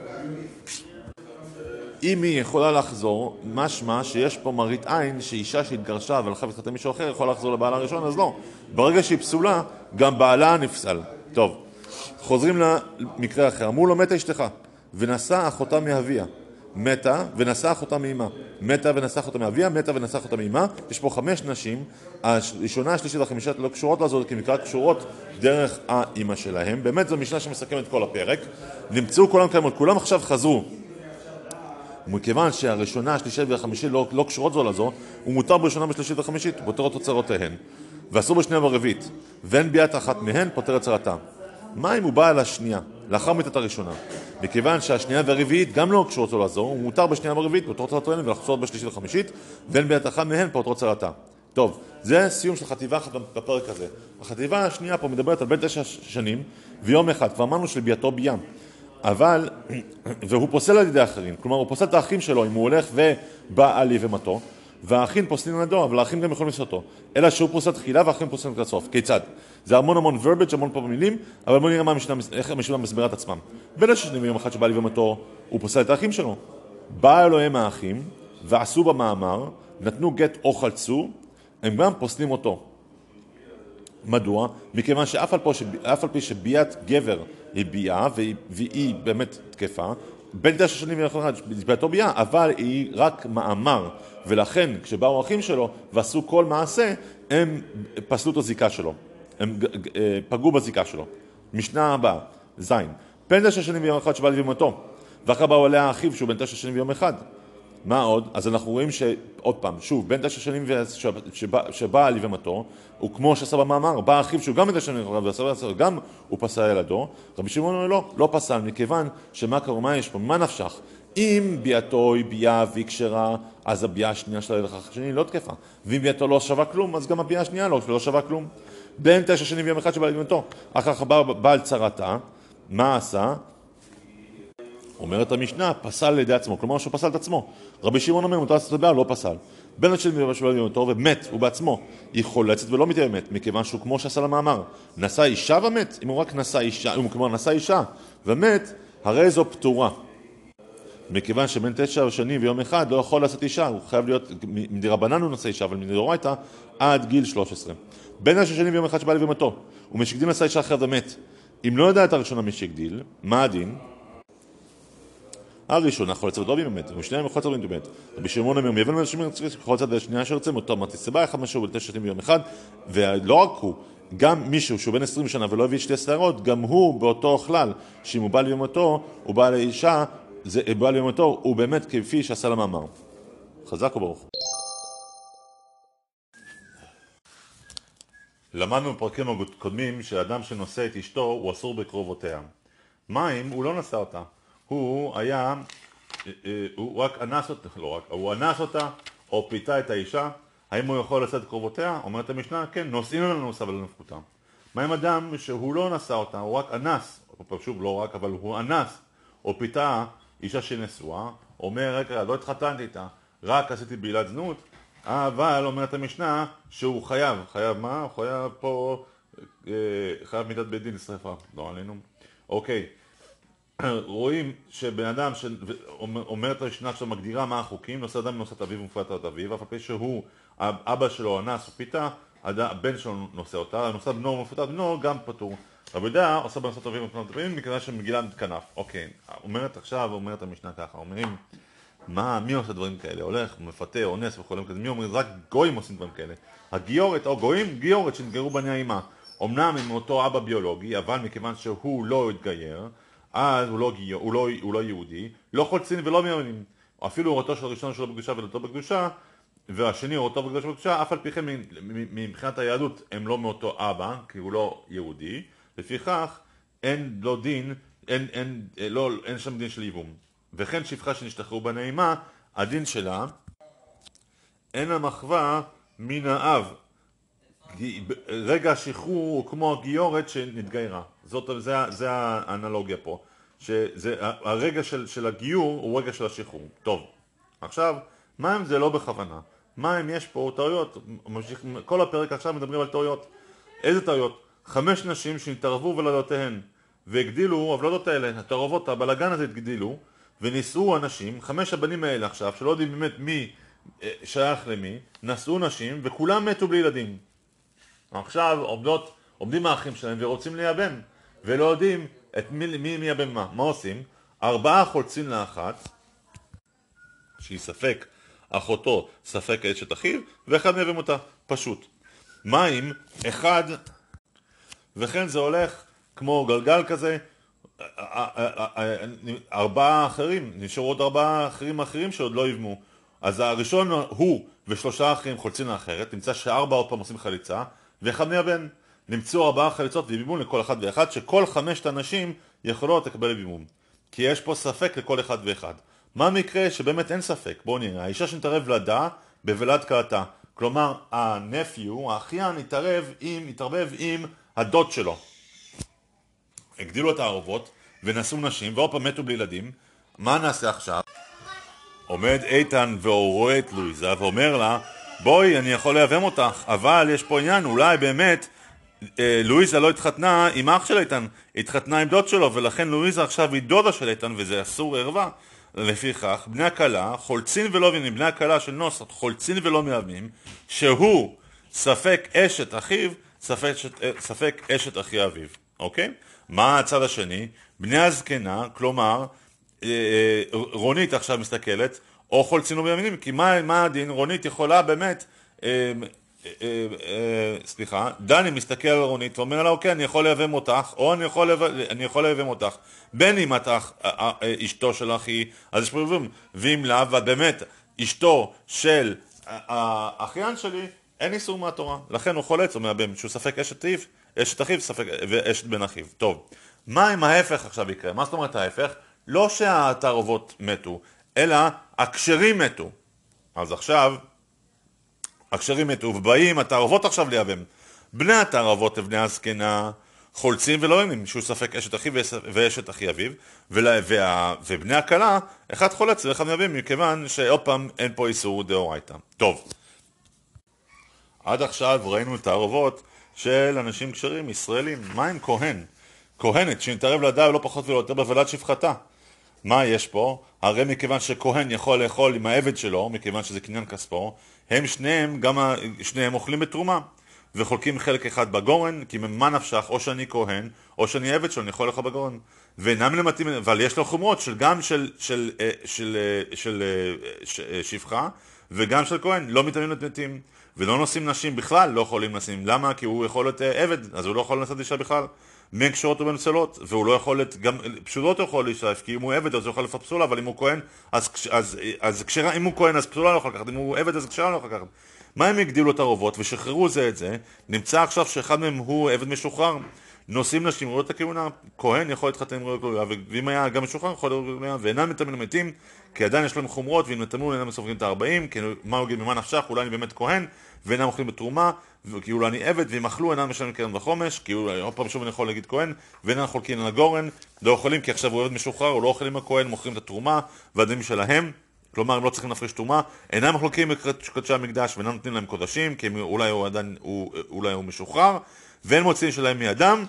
אם היא יכולה לחזור, משמע שיש פה מראית עין שאישה שהתגרשה והלכה ותחתן מישהו אחר יכולה לחזור לבעלה הראשון, אז לא. ברגע שהיא פסולה, גם בעלה נפסל. טוב, חוזרים למקרה אחר. אמרו לו, מתה אשתך, ונשא אחותה מאביה. מתה ונשא אחותה מאמא. מתה ונשא אחותה מאביה, מתה ונשא אחותה מאמא. יש פה חמש נשים, הראשונה, השלישית והחמישית לא קשורות לזו, כי נקרא קשורות דרך האמא שלהם. באמת זו משנה שמסכמת את כל הפרק. נמצאו כולם קיימות, כולם עכשיו חזרו. מכיוון שהראשונה, השלישית והחמישית לא, לא קשורות זו לזו, הוא מותר בראשונה, בשלישית והחמישית, פותר את תוצרותיהן. ואסור בשנייה ברביעית. ואין ביאת אחת מהן, פותר את צרתה. מה אם הוא בא על השנייה, לאחר מיתת הראשונה? מכיוון שהשנייה והרביעית גם לא קשורות זו לזו, הוא מותר בשנייה ברביעית, פותר את צרתן, ולחזור בשלישית והחמישית, ואין ביאת אחת מהן, פותר את צרתה. טוב, זה סיום של חטיבה אחת בפרק הזה. החטיבה השנייה פה מדברת על בין תשע שנים, ויום אחד, כבר אמרנו של ביאתו בים. אבל, והוא פוסל על ידי האחרים, כלומר הוא פוסל את האחים שלו אם הוא הולך ובא על יבמתו, והאחים פוסלים על ידו, אבל האחים גם יכולים לעשות אותו. אלא שהוא פוסל תחילה והאחים פוסלים את הסוף. כיצד? זה המון המון verbiage, המון פה במילים, אבל בוא נראה מה המשנה, איך המשנה מסבירה את עצמם. בין השנים ביום אחד שבא על יבמתו, הוא פוסל את האחים שלו. בא אלוהים האחים, ועשו במאמר, נתנו גט או חלצו, הם גם פוסלים אותו. מדוע? מכיוון שאף על, אף על פי שביאת גבר היא ביאה, והיא, והיא באמת תקפה, בין תשע שנים ביאתו ביאה, אבל היא רק מאמר, ולכן כשבאו האחים שלו ועשו כל מעשה, הם פסלו את הזיקה שלו, הם פגעו בזיקה שלו. משנה הבאה, זין, בין תשע שנים ביום אחד שבא ליבמתו, ואחר באו עליה האחיו שהוא בין תשע שנים ביום אחד. מה עוד? אז אנחנו רואים שעוד פעם, שוב, בין תשע שנים שבא, שבא על יבמתו, הוא כמו שעשה במאמר, בא אחיו שהוא גם בין תשע שנים, גם הוא פסל על ידו. רבי שמעון אומר לא, לא פסל, מכיוון שמה קורה, מה יש פה, מה נפשך? אם ביאתו היא ביאה והיא כשרה, אז הביאה השנייה של הילך השני לא תקפה. ואם ביאתו לא שווה כלום, אז גם הביאה השנייה לא, לא שווה כלום. בין תשע שנים ביום אחד שבא על יבמתו, אחר כך בא בעל צרתה, מה עשה? אומרת המשנה, פסל לידי עצמו, כלומר שהוא פסל את עצמו. רבי שמעון אומר, מותר לעשות לבעל, לא פסל. בין השנים ביום שבא על יבמתו ומת, הוא בעצמו, היא חולצת ולא מתיימת, מכיוון שהוא כמו שעשה למאמר, נשא אישה ומת, אם הוא רק נשא אישה, אם הוא כמו נשא אישה ומת, הרי זו פטורה. מכיוון שבין תשע שנים ויום אחד לא יכול לעשות אישה, הוא חייב להיות, מדרבנן הוא נושא אישה, אבל מדאורייתא עד גיל שלוש עשרה. בין תשע שנים ויום אחד שבא לבהמתו, ומשגדיל נשא אישה אחרת ומת. אם לא יודע את הראשונה מי שהגדיל, מה הדין? הראשונה חולצת ודובי באמת, ומשניהם חולצת ודובי באמת. רבי שמעון אומר, מיבן ולשמיר חולצת השנייה שרצה, מאותו מתי סיבה, אחד משהו בין תשע שנים ויום אחד, ולא רק הוא, גם מישהו שהוא בן עשרים שנה ולא הביא שתי שערות, גם הוא באותו כלל, שאם הוא בא לבהמתו, הוא בא לאישה, זה בא לבהמתו, הוא באמת כפי שעשה למאמר. חזק וברוך. למדנו בפרקים הקודמים שאדם שנושא את אשתו הוא אסור בקרובותיה. מים, הוא לא נשא אותה. הוא היה, הוא רק אנס אותה, לא רק, הוא אנס אותה או פיתה את האישה. האם הוא יכול לשאת קרובותיה? אומרת המשנה, כן, נושאים לנו נושא ולא נפקותה. מה עם אדם שהוא לא נשא אותה, הוא רק אנס, פשוט לא רק, אבל הוא אנס או פיתה אישה שנשואה, אומר, רגע, לא התחתנתי איתה, רק עשיתי בעילת זנות, אבל אומרת המשנה שהוא חייב, חייב מה? הוא חייב פה, חייב מידת בית דין לשרפה, לא עלינו. אוקיי, רואים שבן אדם שאומרת המשנה עכשיו מגדירה מה החוקים, נושא אדם נושא את אביו ומפת את אביו, אף על פי שהוא, אבא שלו אנס או פיתה, הבן שלו נושא אותה, נושא בנו ומפת בנו גם פטור. רבי יהודה עושה בנושא את אביו ומפת את אביו, מכיוון שמגילה כנף. אוקיי, אומרת עכשיו, אומרת המשנה ככה, אומרים, מה, מי עושה דברים כאלה? הולך, מפתה, אונס וכו' כזה, מי אומר, רק גויים עושים דברים כאלה. הגיורת, או גויים, גיורת שנתגיירו בני האימה. אמנם עם אותו אבא ביולוגי, אבל מכיוון שהוא לא התגייר, אז הוא לא, גיור, הוא לא, הוא לא יהודי, לא חולצין ולא מיונים. אפילו הורתו של הראשון שלו בקדושה ולתו בקדושה, והשני הורתו בקדושה ובקדושה, אף על פי כן מבחינת היהדות הם לא מאותו אבא, כי הוא לא יהודי, לפיכך אין לא דין, אין, אין, לא, אין שם דין של ייבום. וכן שפחה שנשתחררו בנעימה, הדין שלה אין המחווה מן האב. רגע השחרור הוא כמו הגיורת שנתגיירה. זאת, זה, זה האנלוגיה פה. שזה, הרגע של, של הגיור הוא רגע של השחרור. טוב, עכשיו, מה אם זה לא בכוונה? מה אם יש פה טעויות? כל הפרק עכשיו מדברים על טעויות. איזה טעויות? חמש נשים שנתערבו ולדותיהן והגדילו, הבלדות האלה, התערבות, הבלגן הזה התגדילו ונישאו אנשים, חמש הבנים האלה עכשיו, שלא יודעים באמת מי שייך למי, נשאו נשים וכולם מתו בלי ילדים. עכשיו עומדות, עומדים האחים שלהם ורוצים לייבם, ולא יודעים את מי, מי מייבם מה. מה עושים? ארבעה חולצים לאחת, שהיא ספק אחותו, ספק אשת אחיו, ואחד מייבם אותה. פשוט. מים, אחד, וכן זה הולך כמו גלגל כזה, ארבעה אחרים, נשארו עוד ארבעה אחרים אחרים שעוד לא יבמו. אז הראשון הוא ושלושה אחרים חולצים לאחרת, נמצא שארבע עוד פעם עושים חליצה, ואחד מייבם. נמצאו ארבעה חליצות ובימום לכל אחד ואחד, שכל חמשת אנשים יכולות לקבל בימום. כי יש פה ספק לכל אחד ואחד. מה המקרה שבאמת אין ספק? בואו נראה, האישה שנתערב לדה בוולד קראתה. כלומר, הנפיו, האחיין, התערב עם, התערבב עם הדוד שלו. הגדילו את הערבות ונשאו נשים, ועוד פעם מתו בלי ילדים. מה נעשה עכשיו? עומד איתן והוא רואה את לואיזה ואומר לה, בואי, אני יכול לייבם אותך, אבל יש פה עניין, אולי באמת אה, לואיזה לא התחתנה עם אח של איתן, התחתנה עם דוד שלו, ולכן לואיזה עכשיו היא דודה של איתן, וזה אסור ערווה. לפיכך, בני הקלה חולצין ולא מייבמים, בני הקלה של נוסח חולצין ולא מייבמים, שהוא ספק אשת אחיו, ספק, ספק אשת אחי אביו. אוקיי? מה הצד השני? בני הזקנה, כלומר, רונית עכשיו מסתכלת, או חולצין ומייבמים, כי מה, מה הדין? רונית יכולה באמת, אה, אה, אה, סליחה, דני מסתכל על רונית ואומר לה, אוקיי, אני יכול לייבם אותך, או אני יכול, אני יכול לייבם אותך, בין אם את אשתו של אחי, אז יש פה יבום, ואם לה, ובאמת אשתו של האחיין שלי, אין איסור מהתורה, לכן הוא חולץ או מייבם, שהוא ספק אשת אחיו, אשת אחיו ספק, ואשת בן אחיו. טוב, מה אם ההפך עכשיו יקרה? מה זאת אומרת ההפך? לא שהתערבות מתו, אלא הקשרים מתו. אז עכשיו, הקשרים מתו, ובאים התערבות עכשיו לייבם. בני התערבות ובני הזקנה חולצים ולא ימים, שהוא ספק אשת אחיו ואשת אחי אביו, וה, ובני הקלה, אחד חולץ ואחד מייבם, מכיוון שעוד פעם אין פה איסור דאורייתא. טוב, עד עכשיו ראינו את התערבות של אנשים קשרים, ישראלים. מה עם כהן? כהנת שנתערב לידה לא פחות ולא יותר בוולד שפחתה. מה יש פה? הרי מכיוון שכהן יכול לאכול עם העבד שלו, מכיוון שזה קניין כספו, הם שניהם, גם ה... שניהם אוכלים בתרומה. וחולקים חלק אחד בגורן, כי ממה נפשך, או שאני כהן, או שאני עבד שלו, אני יכול לאכול בגורן. ואינם למתים, אבל יש לו חומרות של גם של, של, של, של, של, של שפחה, וגם של כהן, לא מתאמים למתים. ולא נושאים נשים בכלל, לא יכולים לשים. למה? כי הוא יכול להיות עבד, אז הוא לא יכול לנשאת אישה בכלל. בין קשורות ובין פסולות, והוא לא יכול, גם פסולות הוא יכול להשתף, כי אם הוא עבד אז הוא יכול לפות פסולה, אבל אם הוא כהן, אז, אז, אז כשרה, אם הוא כהן אז פסולה לא יכול לקחת, אם הוא עבד אז כשרה לא יכול לקחת. מה הם הגדילו את הרובות ושחררו זה את זה? נמצא עכשיו שאחד מהם הוא עבד משוחרר, נושאים נשים, רואות את הכהונה, כהן יכול להתחתן עם רואות הכהונה, ואם היה גם משוחרר יכול להיות הכהונה, ואינם מתאמים למתים, כי עדיין יש להם חומרות, ואם נתאמו אינם מסופרים את ה-ארבעים, כי מה הוא יגיד, ממה נפשך, אולי אני באמת כהן, ואינם אוכלים בתרומה, כי אולי אני עבד, ואם אכלו אינם משלמים קרן וחומש, כי עוד פעם שוב אני יכול להגיד כהן, ואינם חולקים על הגורן, לא יכולים, כי עכשיו הוא עבד משוחרר, הוא לא אוכלים עם הכהן, מוכרים את התרומה, והדמים שלהם, כלומר, הם לא צריכים להפריש תרומה, אינם חולקים בקודשי המקדש, ואינם נותנים להם קודשים, כי אולי הוא עדיין, אולי הוא משוחרר, ואין מוציאים שלהם מידם,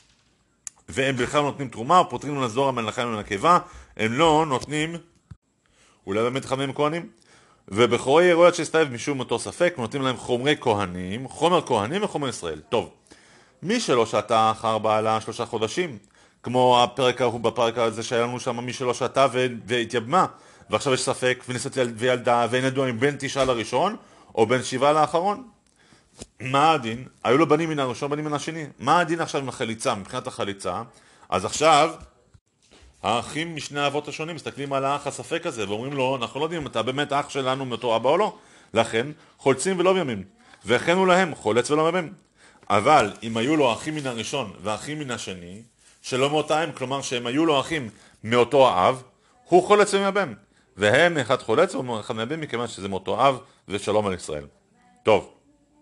והם בכלל נותנים תרומה, פותרים לו לזור המלאכה ולנקבה, הם לא נותנים, אולי באמת אחד מהם כהנים, ובחורי ירויות שהסתייב משום אותו ספק, נותנים להם חומרי כהנים, חומר כהנים וחומר ישראל. טוב, מי שלא שתה אחר בעלה שלושה חודשים, כמו הפרק ההוא בפרק הזה שהיה לנו שם, מי שלא שתה והתייבמה, ועכשיו יש ספק, וניסת וילדה, ואין ידוע אם בין תשעה לראשון, או בין שבעה לאחרון. מה הדין? היו לו בנים מן הראשון, בנים מן השני. מה הדין עכשיו עם החליצה, מבחינת החליצה? אז עכשיו, האחים משני האבות השונים מסתכלים על האח הספק הזה, ואומרים לו, אנחנו לא יודעים אם אתה באמת אח שלנו מאותו אבא או לא. לכן, חולצים ולא בימים. והכנו להם, חולץ ולא בימים. אבל, אם היו לו אחים מן הראשון ואחים מן השני, שלא מאותם, כלומר שהם היו לו אחים מאותו האב, הוא חולץ ומייבם. והם אחד חולץ ואחד מייבם, מכיוון שזה מאותו אב ושלום על ישראל. טוב.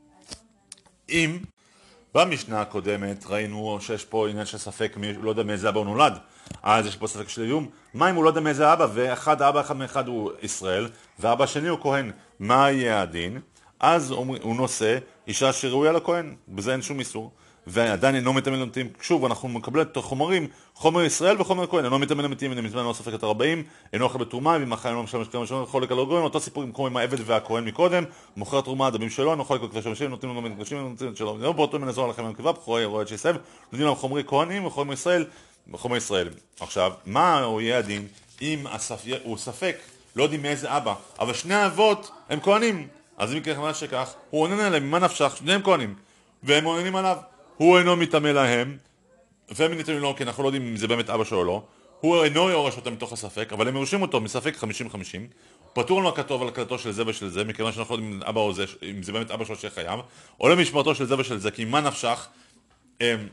אם במשנה הקודמת ראינו שיש פה עניין של ספק, מי, לא יודע מאיזה אבא הוא נולד, אז יש פה ספק של איום. מה אם הוא לא יודע מאיזה אבא, ואחד האבא אחד מאחד הוא ישראל, והאבא השני הוא כהן, מה יהיה הדין? אז הוא, הוא נושא אישה שראויה לכהן, בזה אין שום איסור, ועדיין אינו מתאמן למתים. שוב, אנחנו מקבלים את החומרים, חומר ישראל וחומר כהן, אינו מתאמן למתים, אינו מתאמן לא ספק את ארבעים, אינו אוכל בתרומה, ואם החיים לא משלם משכם ראשון, חולק על הגורן, אותו סיפור כמו עם העבד והכהן מקודם, מוכר תרומה, הדמים שלו, אינו חולק בכבש המשלים, נותנים לו מקדשים, נותנים שלו, לא באותו מן עזור לכם למקבה, בחורי רואה שיסב, נותנים להם חומרי כהנים וחומר ישראל, וחומר ישראל. עכשיו, מה הוא יהיה הדין אם הוא ספק, לא יודעים מאיזה אבא, אבל שני האבות הם כהנים. אז אם ככה שכך, הוא עונן עליהם, ממה נפשך, שניהם כהנים, והם עוננים עליו. הוא אינו מתאמה להם, והם מתאמים לו, כי אנחנו לא יודעים אם זה באמת אבא שלו או לא. הוא אינו יורש אותם מתוך הספק, אבל הם יורשים אותו מספק חמישים חמישים. פטור לנו הכתוב על הקלטו של זה ושל זה, מכיוון שאנחנו לא יודעים אבא או זה, אם זה באמת אבא שלו שחייב, או למשמרתו של זה ושל זה, כי מה נפשך? הם...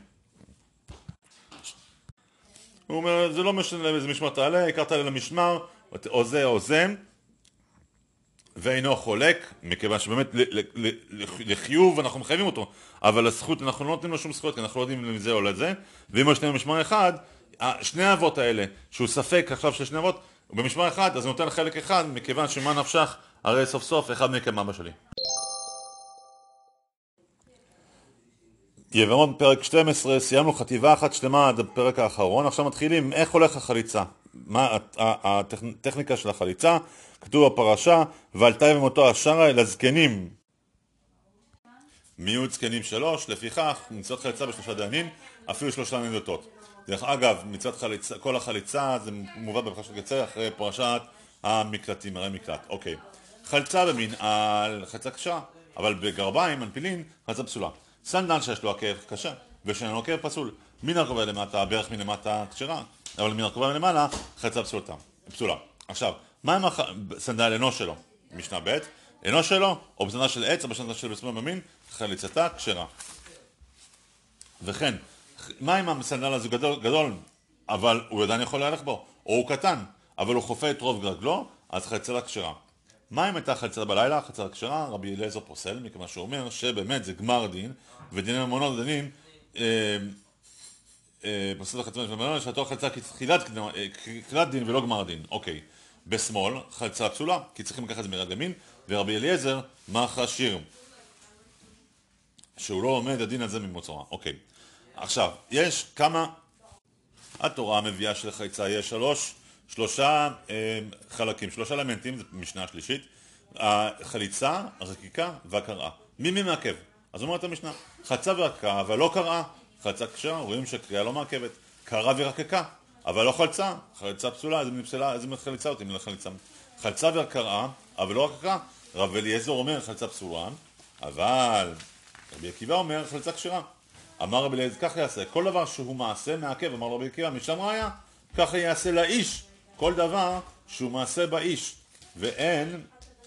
הוא אומר, זה לא משנה איזה משמר תעלה, הכרת עליה למשמר, או זה או זה, ואינו חולק, מכיוון שבאמת לחיוב אנחנו מחייבים אותו, אבל לזכות אנחנו לא נותנים לו שום זכויות, כי אנחנו לא יודעים אם זה או לזה, ואם יש שני משמר אחד, שני האבות האלה, שהוא ספק עכשיו של שני אבות, במשמר אחד, אז הוא נותן חלק אחד, מכיוון שמה נפשך, הרי סוף סוף אחד מכם אבא שלי. יבמות פרק שתים עשרה, סיימנו חטיבה אחת שלמה עד הפרק האחרון, עכשיו מתחילים איך הולך החליצה, מה הטכניקה של החליצה, כתוב בפרשה, ועלתה במותו השרה אל הזקנים. מיעוט זקנים שלוש, לפיכך מצוות חליצה בשלושה דיינים, אפילו שלושה נדותות. דרך אגב, מצוות חליצה, כל החליצה זה מובא בפרשת קצר אחרי פרשת המקלטים, הרי מקלט. אוקיי. חליצה במנעל, חליצה קשה, אבל בגרביים, מנפילין, חליצה פסולה. סנדל שיש לו עקב קשה, ושאין לו עקב פסול. מן הרכבה למטה, בערך מלמטה כשרה, אבל מן הרכבה מלמעלה, חליצה פסולה. עכשיו, מה עם הסנדל אינו שלו? משנה ב' אינו שלו, או בסנדל של עץ, או בסנדל של בשמאל במין, חליצתה כשרה. וכן, מה עם הסנדל הזה גדול, גדול, אבל הוא עדיין יכול להלך בו, או הוא קטן, אבל הוא חופה את רוב רגלו, אז חליצתה כשרה. מה אם הייתה חליצה בלילה, חליצה כשרה? רבי אליעזר פוסל, מכיוון שהוא אומר שבאמת זה גמר דין, ודיני ממונות דנים, פוסל החליצה בלילה, שהתור חליצה כתחילת דין ולא גמר דין. אוקיי. בשמאל, חליצה פסולה, כי צריכים לקחת את זה מירד ימין, ורבי אליעזר, מאחר שיר, שהוא לא עומד הדין הזה ממוצרה. אוקיי. עכשיו, יש כמה, התורה המביאה של חליצה יש שלוש שלושה אה, חלקים, שלושה אלמנטים, זו משנה השלישית, החליצה, הרקיקה והקראה. מי מי מעכב? אז אומרת המשנה, חלצה ורקיקה, אבל לא קראה. חלצה כשרה, רואים שקריאה לא מעכבת. קראה ורקיקה, אבל לא חלצה. חלצה פסולה, איזה מפסלה, איזה חליצה אותי מן החליצה. חלצה וקראה, אבל לא רקיקה. רב אליעזר אומר חלצה פסולה, אבל רבי עקיבא אומר חלצה כשרה. אמר רבי אליעזר, כך יעשה, כל דבר שהוא מעשה מעכב, אמר רבי עקיבא, משם ראיה, ככה יעשה לאיש, כל דבר שהוא מעשה באיש, ואין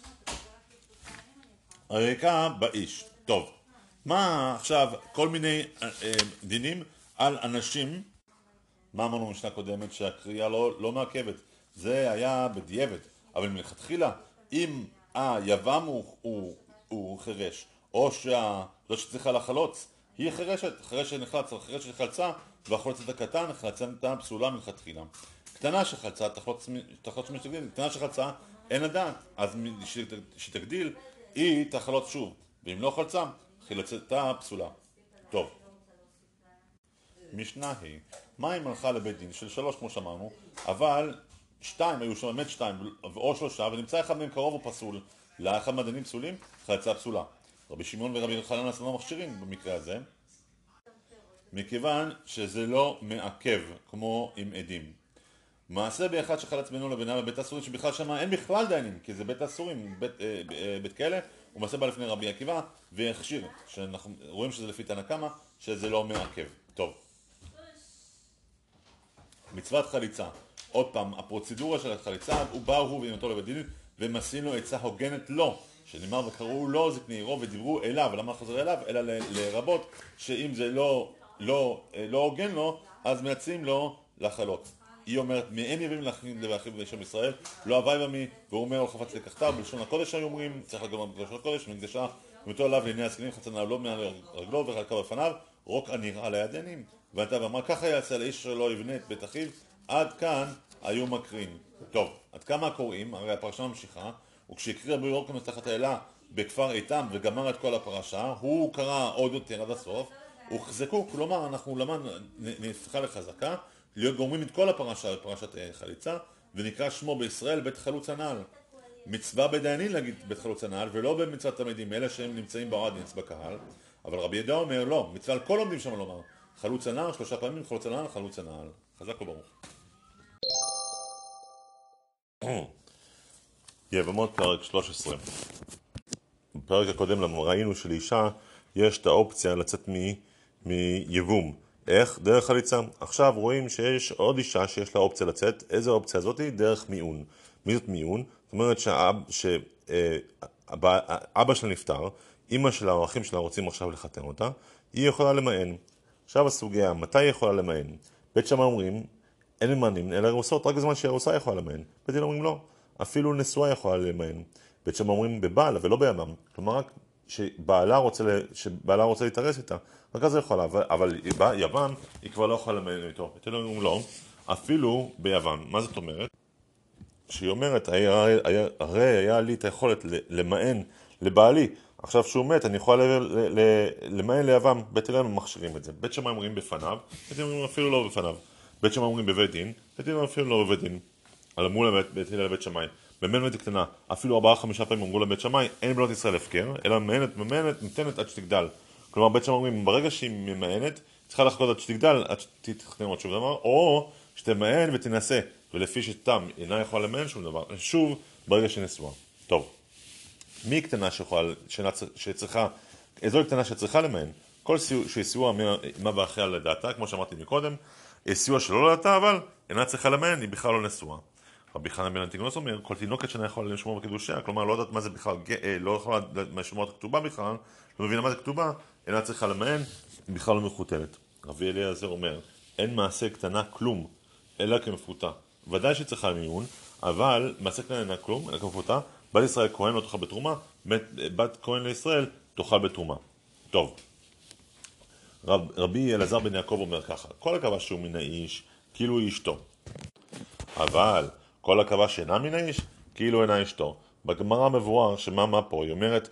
ריקה באיש. טוב, מה עכשיו כל מיני אה, דינים על אנשים, מה אמרנו במשנה קודמת? שהקריאה לא, לא מעכבת, זה היה בדיעבד, אבל מלכתחילה, אם היבם הוא, הוא, הוא חרש, או שה... לא שצריכה לחלוץ, היא חרשת, חרשת נחלץ, חרשת חלצה, והחולצת הקטן, חלצה פסולה מלכתחילה. קטנה שחלצה, תחלוץ שמשתגדיל, קטנה שחלצה, אין לדעת, אז שתגדיל, היא תחלוץ שוב, ואם לא חלצה, חלצתה פסולה. טוב. משנה היא, מה אם הלכה לבית דין של שלוש כמו שאמרנו, אבל שתיים היו שם, באמת שתיים, או שלושה, ונמצא אחד מהם קרוב או פסול, לאחד מהדיינים פסולים, חלצה פסולה. רבי שמעון ורבי יוחנן לא מכשירים במקרה הזה, מכיוון שזה לא מעכב כמו עם עדים. מעשה באחד שחלץ בינו לבינה בבית הסורים, שבכלל שמה אין בכלל דיינים, כי זה בית הסורים, בית, אה, אה, בית כלא, הוא מעשה בא לפני רבי עקיבא והכשיר, שאנחנו רואים שזה לפי תנא קמא, שזה לא מעכב. טוב. מצוות חליצה. עוד פעם, הפרוצדורה של החליצה, הוא בא הוא ועמתו לבית דין, ומסין לו עצה הוגנת לו, שנאמר וקראו לו זקני עירו ודיברו אליו, למה חוזר אליו? אלא לרבות, שאם זה לא, לא, לא הוגן לו, אז מייצאים לו לחלות. היא אומרת, מאין יבים להכין להכין בשם ישראל, לא הווי במי, והוא אומר, לא חפץ לקחתיו, בלשון הקודש היו אומרים, צריך לגמרי בלשון הקודש, מקדשה, ומתו עליו לעיני הזקנים, חצנה לא מעל רגלו וחלקה בפניו, רוק הנראה לידנים, ועתה ואמר, ככה יעשה לאיש שלא יבנה את בית אחיו, עד כאן היו מקרים. טוב, עד כמה קוראים, הרי הפרשה ממשיכה, וכשהקריא רבי יורקנוס תחת האלה בכפר איתם וגמר את כל הפרשה, הוא קרא עוד יותר עד הסוף, הוחזקו, כלומר אנחנו למען נפתחה לחזקה, להיות גומרים את כל הפרשה בפרשת חליצה, ונקרא שמו בישראל בית חלוץ הנעל. מצווה בדיינים להגיד בית חלוץ הנעל, ולא במצוות תלמידים, אלה שהם נמצאים באודיאנס בקהל, אבל רבי יהודה אומר לא, מצווה על כל עומדים שם לומר, חלוץ הנעל, שלושה פעמים, חלוץ הנעל, חלוץ הנעל. חזק וברוך. יבמות פרק שלוש עשרה. בפרק הקודם ראינו שלאישה יש את האופציה לצאת מיבום. איך? דרך חליצה. עכשיו רואים שיש עוד אישה שיש לה אופציה לצאת. איזה האופציה הזאת? דרך מיון. מי זאת מיון? זאת אומרת שאבא שלה נפטר, אמא שלה או האחים שלה רוצים עכשיו לחתן אותה, היא יכולה למען. עכשיו הסוגיה, מתי היא יכולה למען? בית שמאי אומרים, אין ממנים, אלא ארוסות, רק בזמן שהארוסה יכולה למען. בית דין אומרים לא, אפילו נשואה יכולה למען. בית שמאי אומרים בבעל ולא ביבם. כלומר רק שבעלה רוצה, שבעלה רוצה להתארס איתה, רק אז היא יכולה, אבל, אבל יבם היא כבר לא יכולה למען איתו. בית דין אומרים לא, אפילו ביבם. מה זאת אומרת? שהיא אומרת, הרי היה לי את היכולת למען לבעלי, עכשיו שהוא מת, אני יכולה למען ליבם. בית דין מכשירים את זה. בית שמאי אומרים בפניו, בית דין אומרים אפילו לא בפניו. בית שמאי אומרים בבית דין, בית דין אפילו לא בבית דין. אמרו לבית דין לבית שמאי, במנת קטנה, אפילו ארבעה חמישה פעמים אמרו לבית שמאי, אין בנות ישראל הפקר, אלא ממנת, ממנת, ניתנת עד שתגדל. כלומר, בית שמאי אומרים, ברגע שהיא ממנת, צריכה לחכות עד שתגדל, עד שתתחתן עוד שוב דבר, או שתמען ותנסה, ולפי שתם אינה יכולה למען שום דבר, שוב, ברגע שנשואה. טוב, מי קטנה שיכולה, שצריכה, איזו קטנה שצריכה למען? כל שיסיוע מה ואחיה לדעתה, כמו שאמרתי מקודם, סיוע שלא לדעתה, אבל אינה צריכה למען, היא בכלל לא נשואה. רבי חנן בן אנטיגונוס אומר, כל תינוקת שאינה יכולה לשמור בקדושיה, כלומר לא יודעת מה זה בכלל, לא יכולה לשמור את הכתובה בכלל, לא מבינה מה זה כתובה, אינה צריכה למען, היא בכלל לא מחותלת. רבי אליעזר אומר, אין מעשה קטנה כלום, אלא כמפותה. ודאי שצריכה מיון, אבל מעשה קטנה אינה כלום, אלא כמפותה. בת ישראל כהן לא תאכל בתרומה, בת כהן לישראל תאכל בתרומה. טוב. רב, רבי אלעזר בן יעקב אומר ככה, כל הכבש שהוא מן האיש, כאילו היא אשתו. אבל כל הכבש שאינה מן האיש, כאילו אינה אשתו. בגמרא מבואר, שמה מה פה? היא אומרת,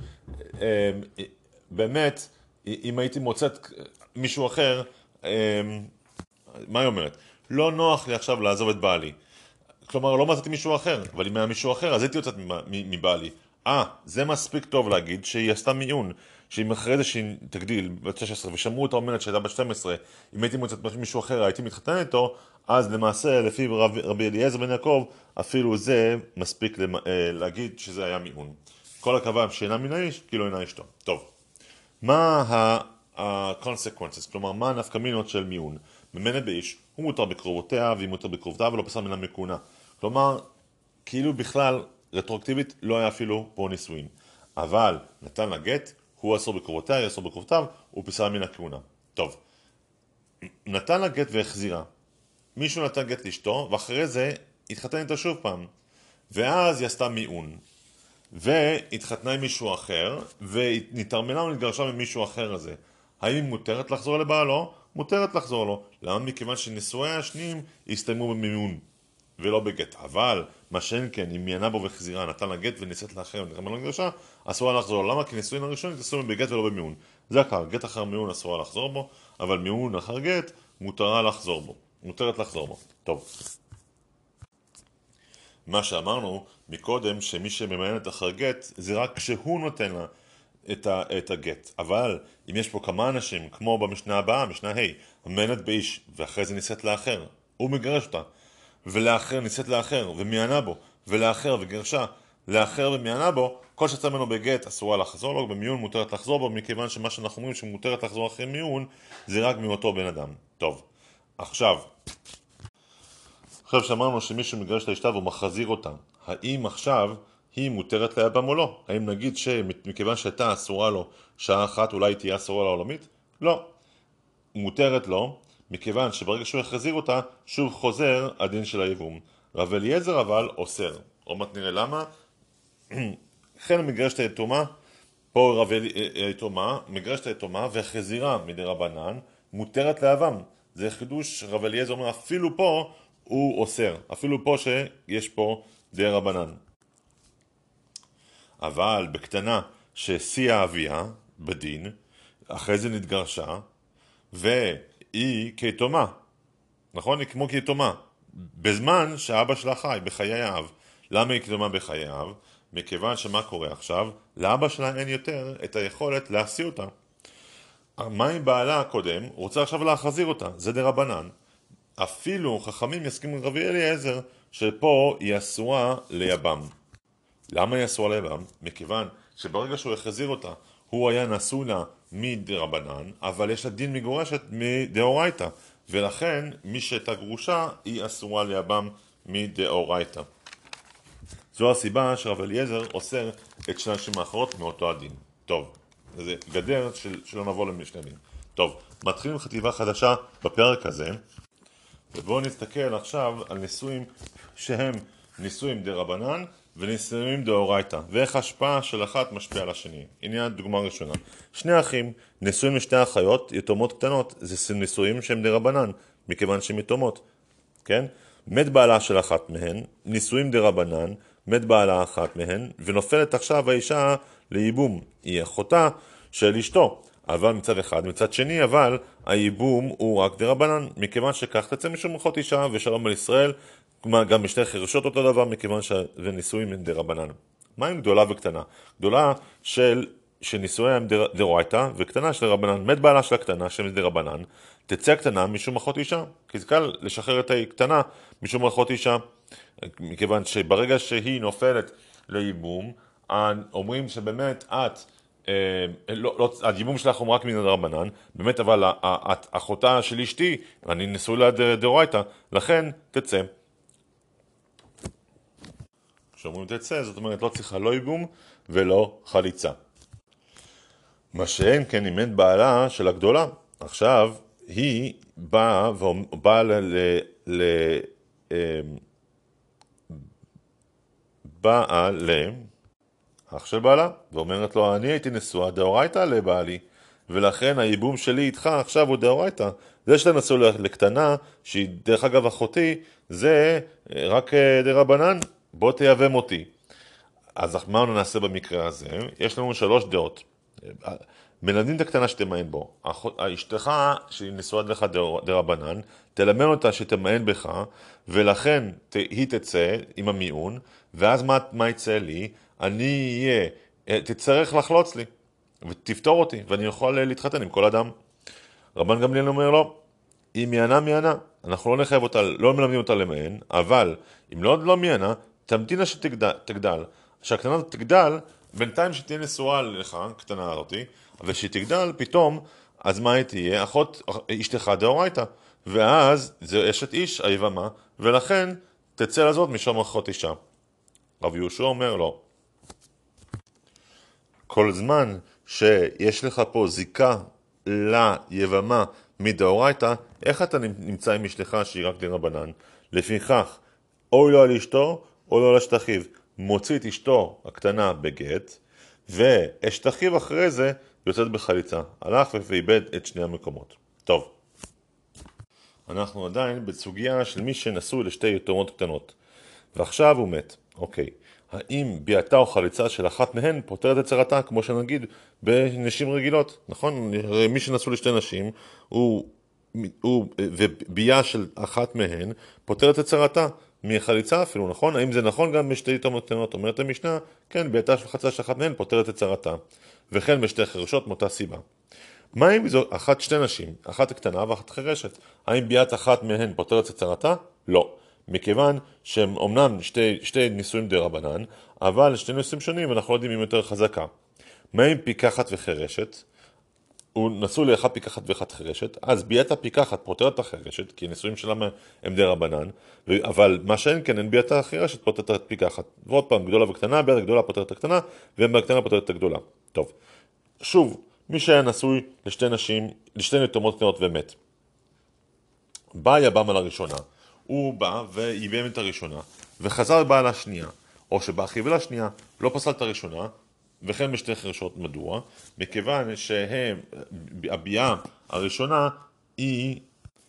באמת, אם הייתי מוצאת מישהו אחר, מה היא אומרת? לא נוח לי עכשיו לעזוב את בעלי. כלומר, לא מצאתי מישהו אחר, אבל אם היה מישהו אחר, אז הייתי יוצאת מבעלי. אה, זה מספיק טוב להגיד שהיא עשתה מיון, שאם אחרי זה שהיא תגדיל בת שש עשרה ושמעו אותה אומרת שהייתה בת שתים עשרה, אם הייתי מוצאת מישהו אחר, הייתי מתחתן איתו, אז למעשה, לפי רב, רבי אליעזר בן יעקב, אפילו זה מספיק למ, אה, להגיד שזה היה מיון. כל הכבוד שאינה מן האיש, כאילו אינה אשתו. טוב, מה ה-consequences, כלומר, מה הנפקמינות של מיון? ממנת באיש, הוא מותר בקרובותיה, והיא מותר בקרובותיו, ולא פסל מן מכהונה. כלומר, כאילו בכלל, רטרואקטיבית, לא היה אפילו פה נישואין. אבל נתן לה גט, הוא אסור בקרובותיה, היא אסור בקרובותיו, הוא פסל מן הכהונה. טוב, נתן לה גט והחזירה. מישהו נתן גט לאשתו, ואחרי זה התחתן איתה שוב פעם. ואז היא עשתה מיון. והתחתנה עם מישהו אחר, ונתרמלה ונתגרשה ממישהו אחר הזה. האם מותרת לחזור לבעלו? מותרת לחזור לו. למה? מכיוון שנישואי השניים הסתיימו במיון, ולא בגט. אבל, מה שאין כן, אם מיינה בו וחזירה, נתן לה גט ונישאת לאחר ונתרמלה ונתגרשה, אסורה לחזור לו. למה? כי נישואין הראשונים התעשו בגט ולא במיון. זה הכלל, גט אחר מיון אסורה לחזור בו, אבל מיון אחר גט מותרה לחזור בו. מותרת לחזור בו. טוב. מה שאמרנו מקודם, שמי שממיינת אחר גט, זה רק כשהוא נותן לה את, ה, את הגט. אבל אם יש פה כמה אנשים, כמו במשנה הבאה, משנה ה', הממיינת באיש, ואחרי זה נישאת לאחר, הוא מגרש אותה, ולאחר נישאת לאחר, ומיינה בו, ולאחר וגרשה, לאחר ומיינה בו, כל שיצא ממנו בגט אסורה לחזור לו, במיון מותרת לחזור בו, מכיוון שמה שאנחנו אומרים שמותרת לחזור אחרי מיון, זה רק מאותו בן אדם. טוב, עכשיו, עכשיו שאמרנו שמישהו מגרש את האשתה והוא מחזיר אותה, האם עכשיו היא מותרת ליבם או לא? האם נגיד שמכיוון שהייתה אסורה לו שעה אחת אולי תהיה אסורה לעולמית? לא. מותרת לו, מכיוון שברגע שהוא יחזיר אותה, שוב חוזר הדין של היבום. רב אליעזר אבל אוסר. עוד מעט נראה למה. לכן מגרש את היתומה, פה רב היתומה, מגרש את היתומה והחזירה מדי רבנן, מותרת ליבם. זה חידוש, רב אליעזר אומר, אפילו פה הוא אוסר, אפילו פה שיש פה די רבנן. אבל בקטנה שהסיעה אביה בדין, אחרי זה נתגרשה, והיא כיתומה, נכון? היא כמו כיתומה, בזמן שהאבא שלה חי, בחיי האב. למה היא כיתומה בחיי האב? מכיוון שמה קורה עכשיו? לאבא שלה אין יותר את היכולת להשיא אותה. מה עם בעלה הקודם? הוא רוצה עכשיו להחזיר אותה, זה די רבנן. אפילו חכמים יסכימו עם רבי אליעזר שפה היא אסורה ליבם. למה היא אסורה ליבם? מכיוון שברגע שהוא יחזיר אותה, הוא היה נשוי לה מדרבנן, אבל יש לה דין מגורשת מדאורייתא, ולכן מי שהייתה גרושה היא אסורה ליבם מדאורייתא. זו הסיבה שרב אליעזר אוסר את שני הנשים האחרות מאותו הדין. טוב, זה גדר של, שלא נבוא למשנה דין. טוב, מתחילים חטיבה חדשה בפרק הזה, ובואו נסתכל עכשיו על נישואים שהם נישואים דרבנן ונישואים דאורייתא, ואיך השפעה של אחת משפיעה על השני. הנה הדוגמה הראשונה. שני אחים, נישואים לשתי אחיות, יתומות קטנות, זה נישואים שהם דרבנן, מכיוון שהם יתומות, כן? מת בעלה של אחת מהן, נישואים דרבנן, מת בעלה אחת מהן, ונופלת עכשיו האישה לייבום, היא אחותה של אשתו. אבל מצד אחד, מצד שני, אבל הייבום הוא רק דרבנן, מכיוון שכך תצא משום אחות אישה ושלום על ישראל, גם בשתי חירשות אותו דבר, מכיוון שנישואים הם דרבנן. מה עם גדולה וקטנה? גדולה של שנישואיה הם דאורייתא, וקטנה של רבנן. מת בעלה של הקטנה, שהם דרבנן, תצא הקטנה משום אחות אישה, כי זה קל לשחרר את הקטנה משום אחות אישה, מכיוון שברגע שהיא נופלת לייבום, אומרים שבאמת את, לא, לא, הייבום שלך הוא רק מן הדרבנן, באמת, אבל את אחותה של אשתי, אני נשוי לה דאורייתא, לכן תצא. כשאומרים תצא, זאת אומרת לא צריכה לא ייבום ולא חליצה. מה שאין כן אם אין בעלה של הגדולה. עכשיו היא באה ובאה ל... ל... באה לאח של בעלה ואומרת לו, אני הייתי נשואה דאורייתא לבעלי, ולכן הייבום שלי איתך עכשיו הוא דאורייתא. זה שאתה נשוי לקטנה, שהיא דרך אגב אחותי, זה רק דרבנן, בוא תייבם אותי. אז מה נעשה במקרה הזה? יש לנו שלוש דעות. מלמדים את הקטנה שתמען בו. האשתך שהיא נשואה לך דרבנן, תלמד אותה שתמען בך, ולכן היא תצא עם המיעון, ואז מה, מה יצא לי? אני אהיה, תצטרך לחלוץ לי, ותפתור אותי, ואני יכול להתחתן עם כל אדם. רבן גמליאל אומר לו, היא מיינה מיינה, אנחנו לא נחייב אותה, לא מלמדים אותה למען, אבל אם לא, לא מיינה, תמתינה שתגדל. כשהקטנה תגדל, בינתיים שתהיה נשואה לך, קטנה אותי, ושתגדל פתאום, אז מה היא תהיה? אחות אשתך דאורייתא, ואז זה אשת איש היבמה, ולכן תצא לזאת משום אחות אישה. רב יהושע אומר לו, כל זמן שיש לך פה זיקה ליבמה מדאורייתא, איך אתה נמצא עם אשתך שהיא רק דרבנן? לפיכך, או לא על אשתו, או לא על אשת אחיו. מוציא את אשתו הקטנה בגט, ואשת אחיו אחרי זה יוצאת בחליצה. הלך ואיבד את שני המקומות. טוב. אנחנו עדיין בסוגיה של מי שנשוי לשתי יתומות קטנות. ועכשיו הוא מת. אוקיי. האם ביאתה או חליצה של אחת מהן פותרת את צרתה, כמו שנגיד בנשים רגילות, נכון? מי שנשוי לשתי נשים, הוא, הוא, וביאה של אחת מהן פותרת את צרתה, מחליצה אפילו, נכון? האם זה נכון גם בשתי יתומות קטנות? אומרת המשנה, כן, ביאתה של חליצה של אחת מהן פותרת את צרתה, וכן בשתי חרשות מאותה סיבה. מה אם זו אחת שתי נשים, אחת קטנה ואחת חרשת? האם ביאת אחת מהן פותרת את צרתה? לא. מכיוון שהם אומנם שתי, שתי נישואים דרבנן, אבל שתי נישואים שונים אנחנו לא יודעים אם יותר חזקה. מה אם פיקחת וחרשת? הוא נשוי לאחת פיקחת ואחת חרשת, אז ביאת הפיקחת פותרת את החרשת, כי נישואים שלהם הם דרבנן, אבל מה שאין כן, אין ביאת החרשת פותרת את פיקחת. ועוד פעם, גדולה וקטנה, ביאת הגדולה פותרת את הקטנה, והקטנה פותרת את הגדולה. טוב, שוב, מי שהיה נשוי לשתי נשים, לשתי יתומות קטנות ומת. בא היבם על הראשונה. הוא בא וייבם את הראשונה, וחזר בא על השנייה, או שבא חיבל השנייה, לא פסל את הראשונה, וכן בשתי חרשות. מדוע? מכיוון שהם, הביאה הראשונה היא,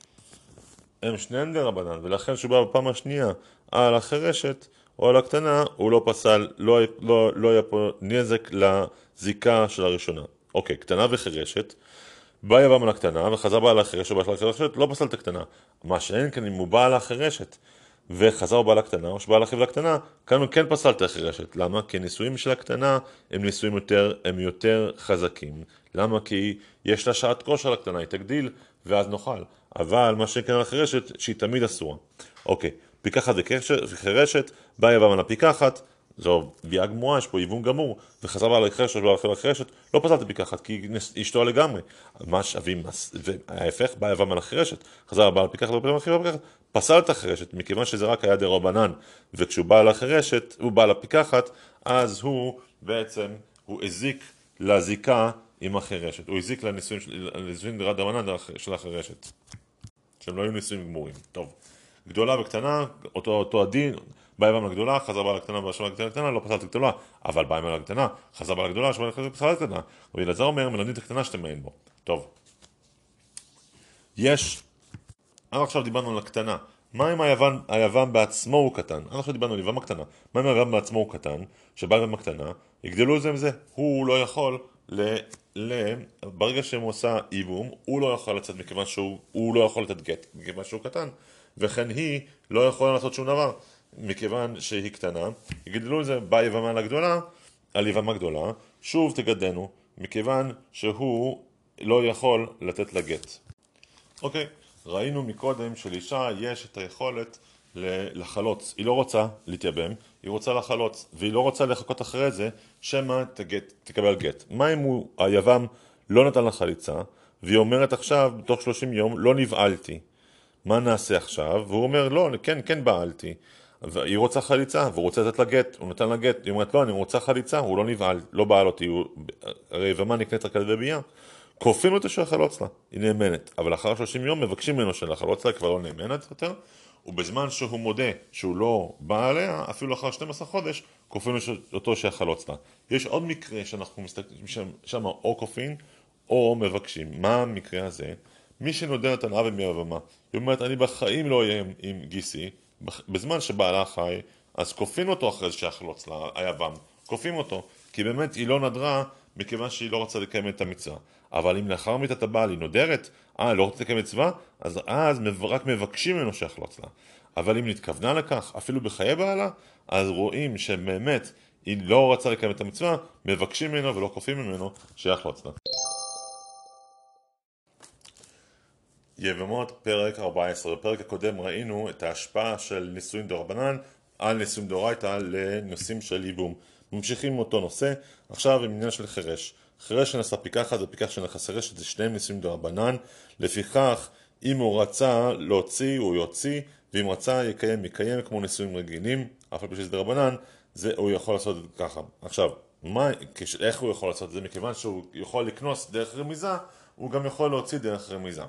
הם שניהם דרבנן, ולכן שהוא בא בפעם השנייה על החרשת או על הקטנה, הוא לא פסל, לא, לא, לא היה פה נזק לזיקה של הראשונה. אוקיי, קטנה וחרשת, בא יבם על הקטנה וחזר בא על החרשת, ובא על החרשת, לא פסל את הקטנה. מה שאין כאן, אם הוא בא על החרשת וחזר בא על הקטנה, או שבא על החיב לקטנה, כאן הוא כן פסל את החרשת. למה? כי נישואים של הקטנה הם נישואים יותר, הם יותר חזקים. למה? כי יש לה שעת כושר לקטנה, היא תגדיל ואז נאכל. אבל מה שכן על החרשת, שהיא תמיד אסורה. אוקיי, פיקחת וחרשת, בא יבם על הפיקחת, זו ביאה גמורה, יש פה ייבום גמור, וחזר בעל החרשת ובעל החרשת, לא פסלת פיקחת, כי היא אשתו לגמרי. מה שווים, וההפך, בא יבם על החרשת, חזר בעל פיקחת ובעל החרשת, פסל את החרשת, מכיוון שזה רק היה דרבנן, וכשהוא בא על החרשת, הוא בא לפיקחת, אז הוא בעצם, הוא הזיק לזיקה עם החרשת, הוא הזיק לנישואים דרבנן של החרשת, שהם לא היו נישואים גמורים. טוב, גדולה וקטנה, אותו, אותו הדין, בא יבם לגדולה, חזר בא לקטנה, ובא יבם לקטנה, לא פסלת גדולה, אבל בא יבם לקטנה, חזר בא לגדולה, שבא יבם פסלת קטנה. רבי אלעזר אומר, מלמדים את הקטנה שתמען בו. טוב. יש, עד עכשיו דיברנו על הקטנה. מה אם היבם, היבם בעצמו הוא קטן? עד עכשיו דיברנו על יבם הקטנה. מה אם היבם בעצמו הוא קטן, שבא יבם הקטנה, יגדלו זה עם זה. הוא לא יכול ל... ל... ברגע שהם עושה איבום, הוא לא יכול לצאת מכיוון שהוא, הוא לא יכול לתת גט, מכיוון שהוא קטן. וכן היא לא יכולה לעשות שום דבר. מכיוון שהיא קטנה, יגדלו לזה, בא יבמה לגדולה, על יבמה גדולה, שוב תגדנו, מכיוון שהוא לא יכול לתת לגט. אוקיי, ראינו מקודם שלאישה יש את היכולת לחלוץ, היא לא רוצה להתייבם, היא רוצה לחלוץ, והיא לא רוצה לחכות אחרי זה, שמה תגט, תקבל גט. מה אם הוא, היבם לא נתן לה חליצה, והיא אומרת עכשיו, בתוך שלושים יום, לא נבעלתי. מה נעשה עכשיו? והוא אומר, לא, כן, כן בעלתי. והיא רוצה חליצה, והוא רוצה לתת לה גט, הוא נתן לה גט, היא אומרת, לא, אני רוצה חליצה, הוא לא נבעל, לא בעל אותי, הוא... הרי ומה נקנית רק על ידי ביאה? כופים אותו שיחלוץ לה, היא נאמנת, אבל אחר שלושים יום מבקשים ממנו שלחלוץ לה, כבר לא נאמנת יותר, ובזמן שהוא מודה שהוא לא בא עליה, אפילו אחר שנים עשר חודש, כופים אותו שיחלוץ לה. יש עוד מקרה שאנחנו מסתכלים שם, שם או כופין, או מבקשים. מה המקרה הזה? מי שנודרת על אבי מהבמה, היא אומרת, אני בחיים לא אהיה עם, עם גיסי, בזמן שבעלה חי, אז כופים אותו אחרי זה שיחלוץ לה, היבם, כופים אותו, כי באמת היא לא נדרה מכיוון שהיא לא רוצה לקיים את המצווה. אבל אם לאחר מיתת הבעל היא נודרת, אה, לא רוצה לקיים מצווה, אז אז רק מבקשים ממנו שיחלוץ לה. אבל אם נתכוונה לכך, אפילו בחיי בעלה, אז רואים שבאמת היא לא רצה לקיים את המצווה, מבקשים ממנו ולא כופים ממנו שיחלוץ לה. יבמות פרק ארבע עשרה. בפרק הקודם ראינו את ההשפעה של נישואין דרבנן על נישואין דאורייתא לנושאים של ייבום. ממשיכים עם אותו נושא, עכשיו עם עניין של חירש. חירש שנשא פיקחת ופיקח שנשא חירשת, זה שניהם נישואין דרבנן. לפיכך, אם הוא רצה להוציא, הוא יוציא, ואם רצה יקיים, יקיים כמו נישואין רגילים, אף על פי שזה דרבנן, זה הוא יכול לעשות את זה ככה. עכשיו, מה, איך הוא יכול לעשות את זה? מכיוון שהוא יכול לקנוס דרך רמיזה, הוא גם יכול להוציא דרך רמיזה.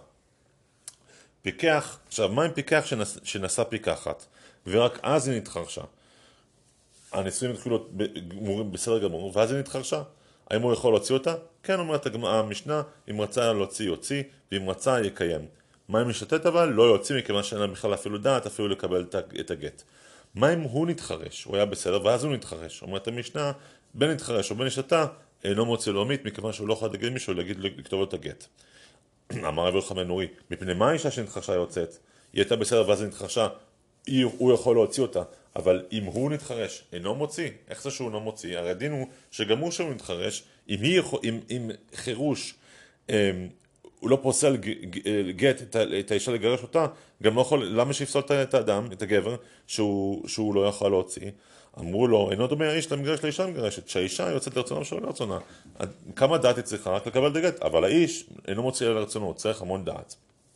פיקח, עכשיו מה עם פיקח שנס, שנשא פיקחת ורק אז היא נתחרשה? הנישואים התחילו גמורים בסדר גמור ואז היא נתחרשה, האם הוא יכול להוציא אותה? כן, אומרת המשנה, אם רצה להוציא יוציא ואם רצה יקיים. מה אם משתת אבל? לא יוציא מכיוון שאין לה בכלל אפילו דעת אפילו לקבל את הגט. מה אם הוא נתחרש? הוא היה בסדר ואז הוא נתחרש, אומרת המשנה, בין נתחרש או בין נשתה אינו מוציא לו עמית מכיוון שהוא לא יכול להגיד מישהו להגיד לכתוב לו את הגט. אמר רבי יוחנן בן נורי, מפני מה האישה שנתחרשה יוצאת? היא הייתה בסדר ואז היא נתחרשה, הוא יכול להוציא אותה, אבל אם הוא נתחרש, אינו מוציא, איך זה שהוא לא מוציא? הרי הדין הוא שגם הוא שהוא נתחרש, אם, היא יכול, אם, אם חירוש um, הוא לא פוסל גט את, את האישה לגרש אותה, גם לא יכול, למה שיפסול את האדם, את הגבר, שהוא, שהוא לא יכול להוציא? אמרו לו, אינו דומה האיש למגרש לאישה מגרשת, שהאישה יוצאת לרצונה שלא לרצונה. כמה דעת היא צריכה? רק לקבל דגת, אבל האיש אינו מוציא לרצונו, הוא צריך המון דעת.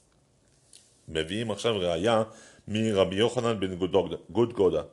מביאים עכשיו ראיה מרבי יוחנן בן גודגודה.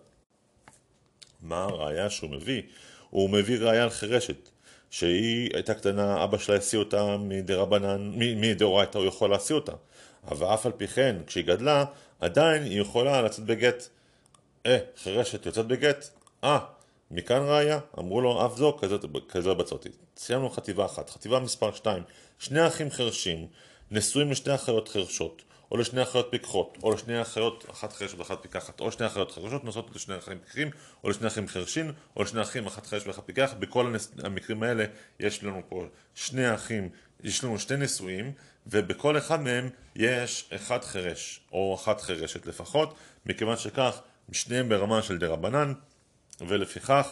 מה הראיה שהוא מביא? הוא מביא ראיה על חירשת, שהיא הייתה קטנה, אבא שלה השיא אותה מדרבנן, מדאורייתא הוא יכול להשיא אותה. אבל אף על פי כן, כשהיא גדלה, עדיין היא יכולה לצאת בגט. אה, חירשת יוצאת בגט? אה, מכאן ראיה? אמרו לו, אף זו כזו בצותי. סיימנו חטיבה אחת. חטיבה מספר שתיים. שני אחים חרשים נשואים לשתי אחיות חרשות, או לשני אחיות פיקחות, או לשני אחיות, אחת חרשת ואחת פיקחת, או שני אחיות חרשות נשואות לשני אחים פיקחים, או לשני אחים חרשים, או לשני אחים, אחת חרש ואחת פיקח. בכל הנס... המקרים האלה יש לנו פה שני אחים, יש לנו שתי נשואים, ובכל אחד מהם יש אחד חרש, או אחת חרשת לפחות, מכיוון שכך שניהם ברמה של דרבנן, ולפיכך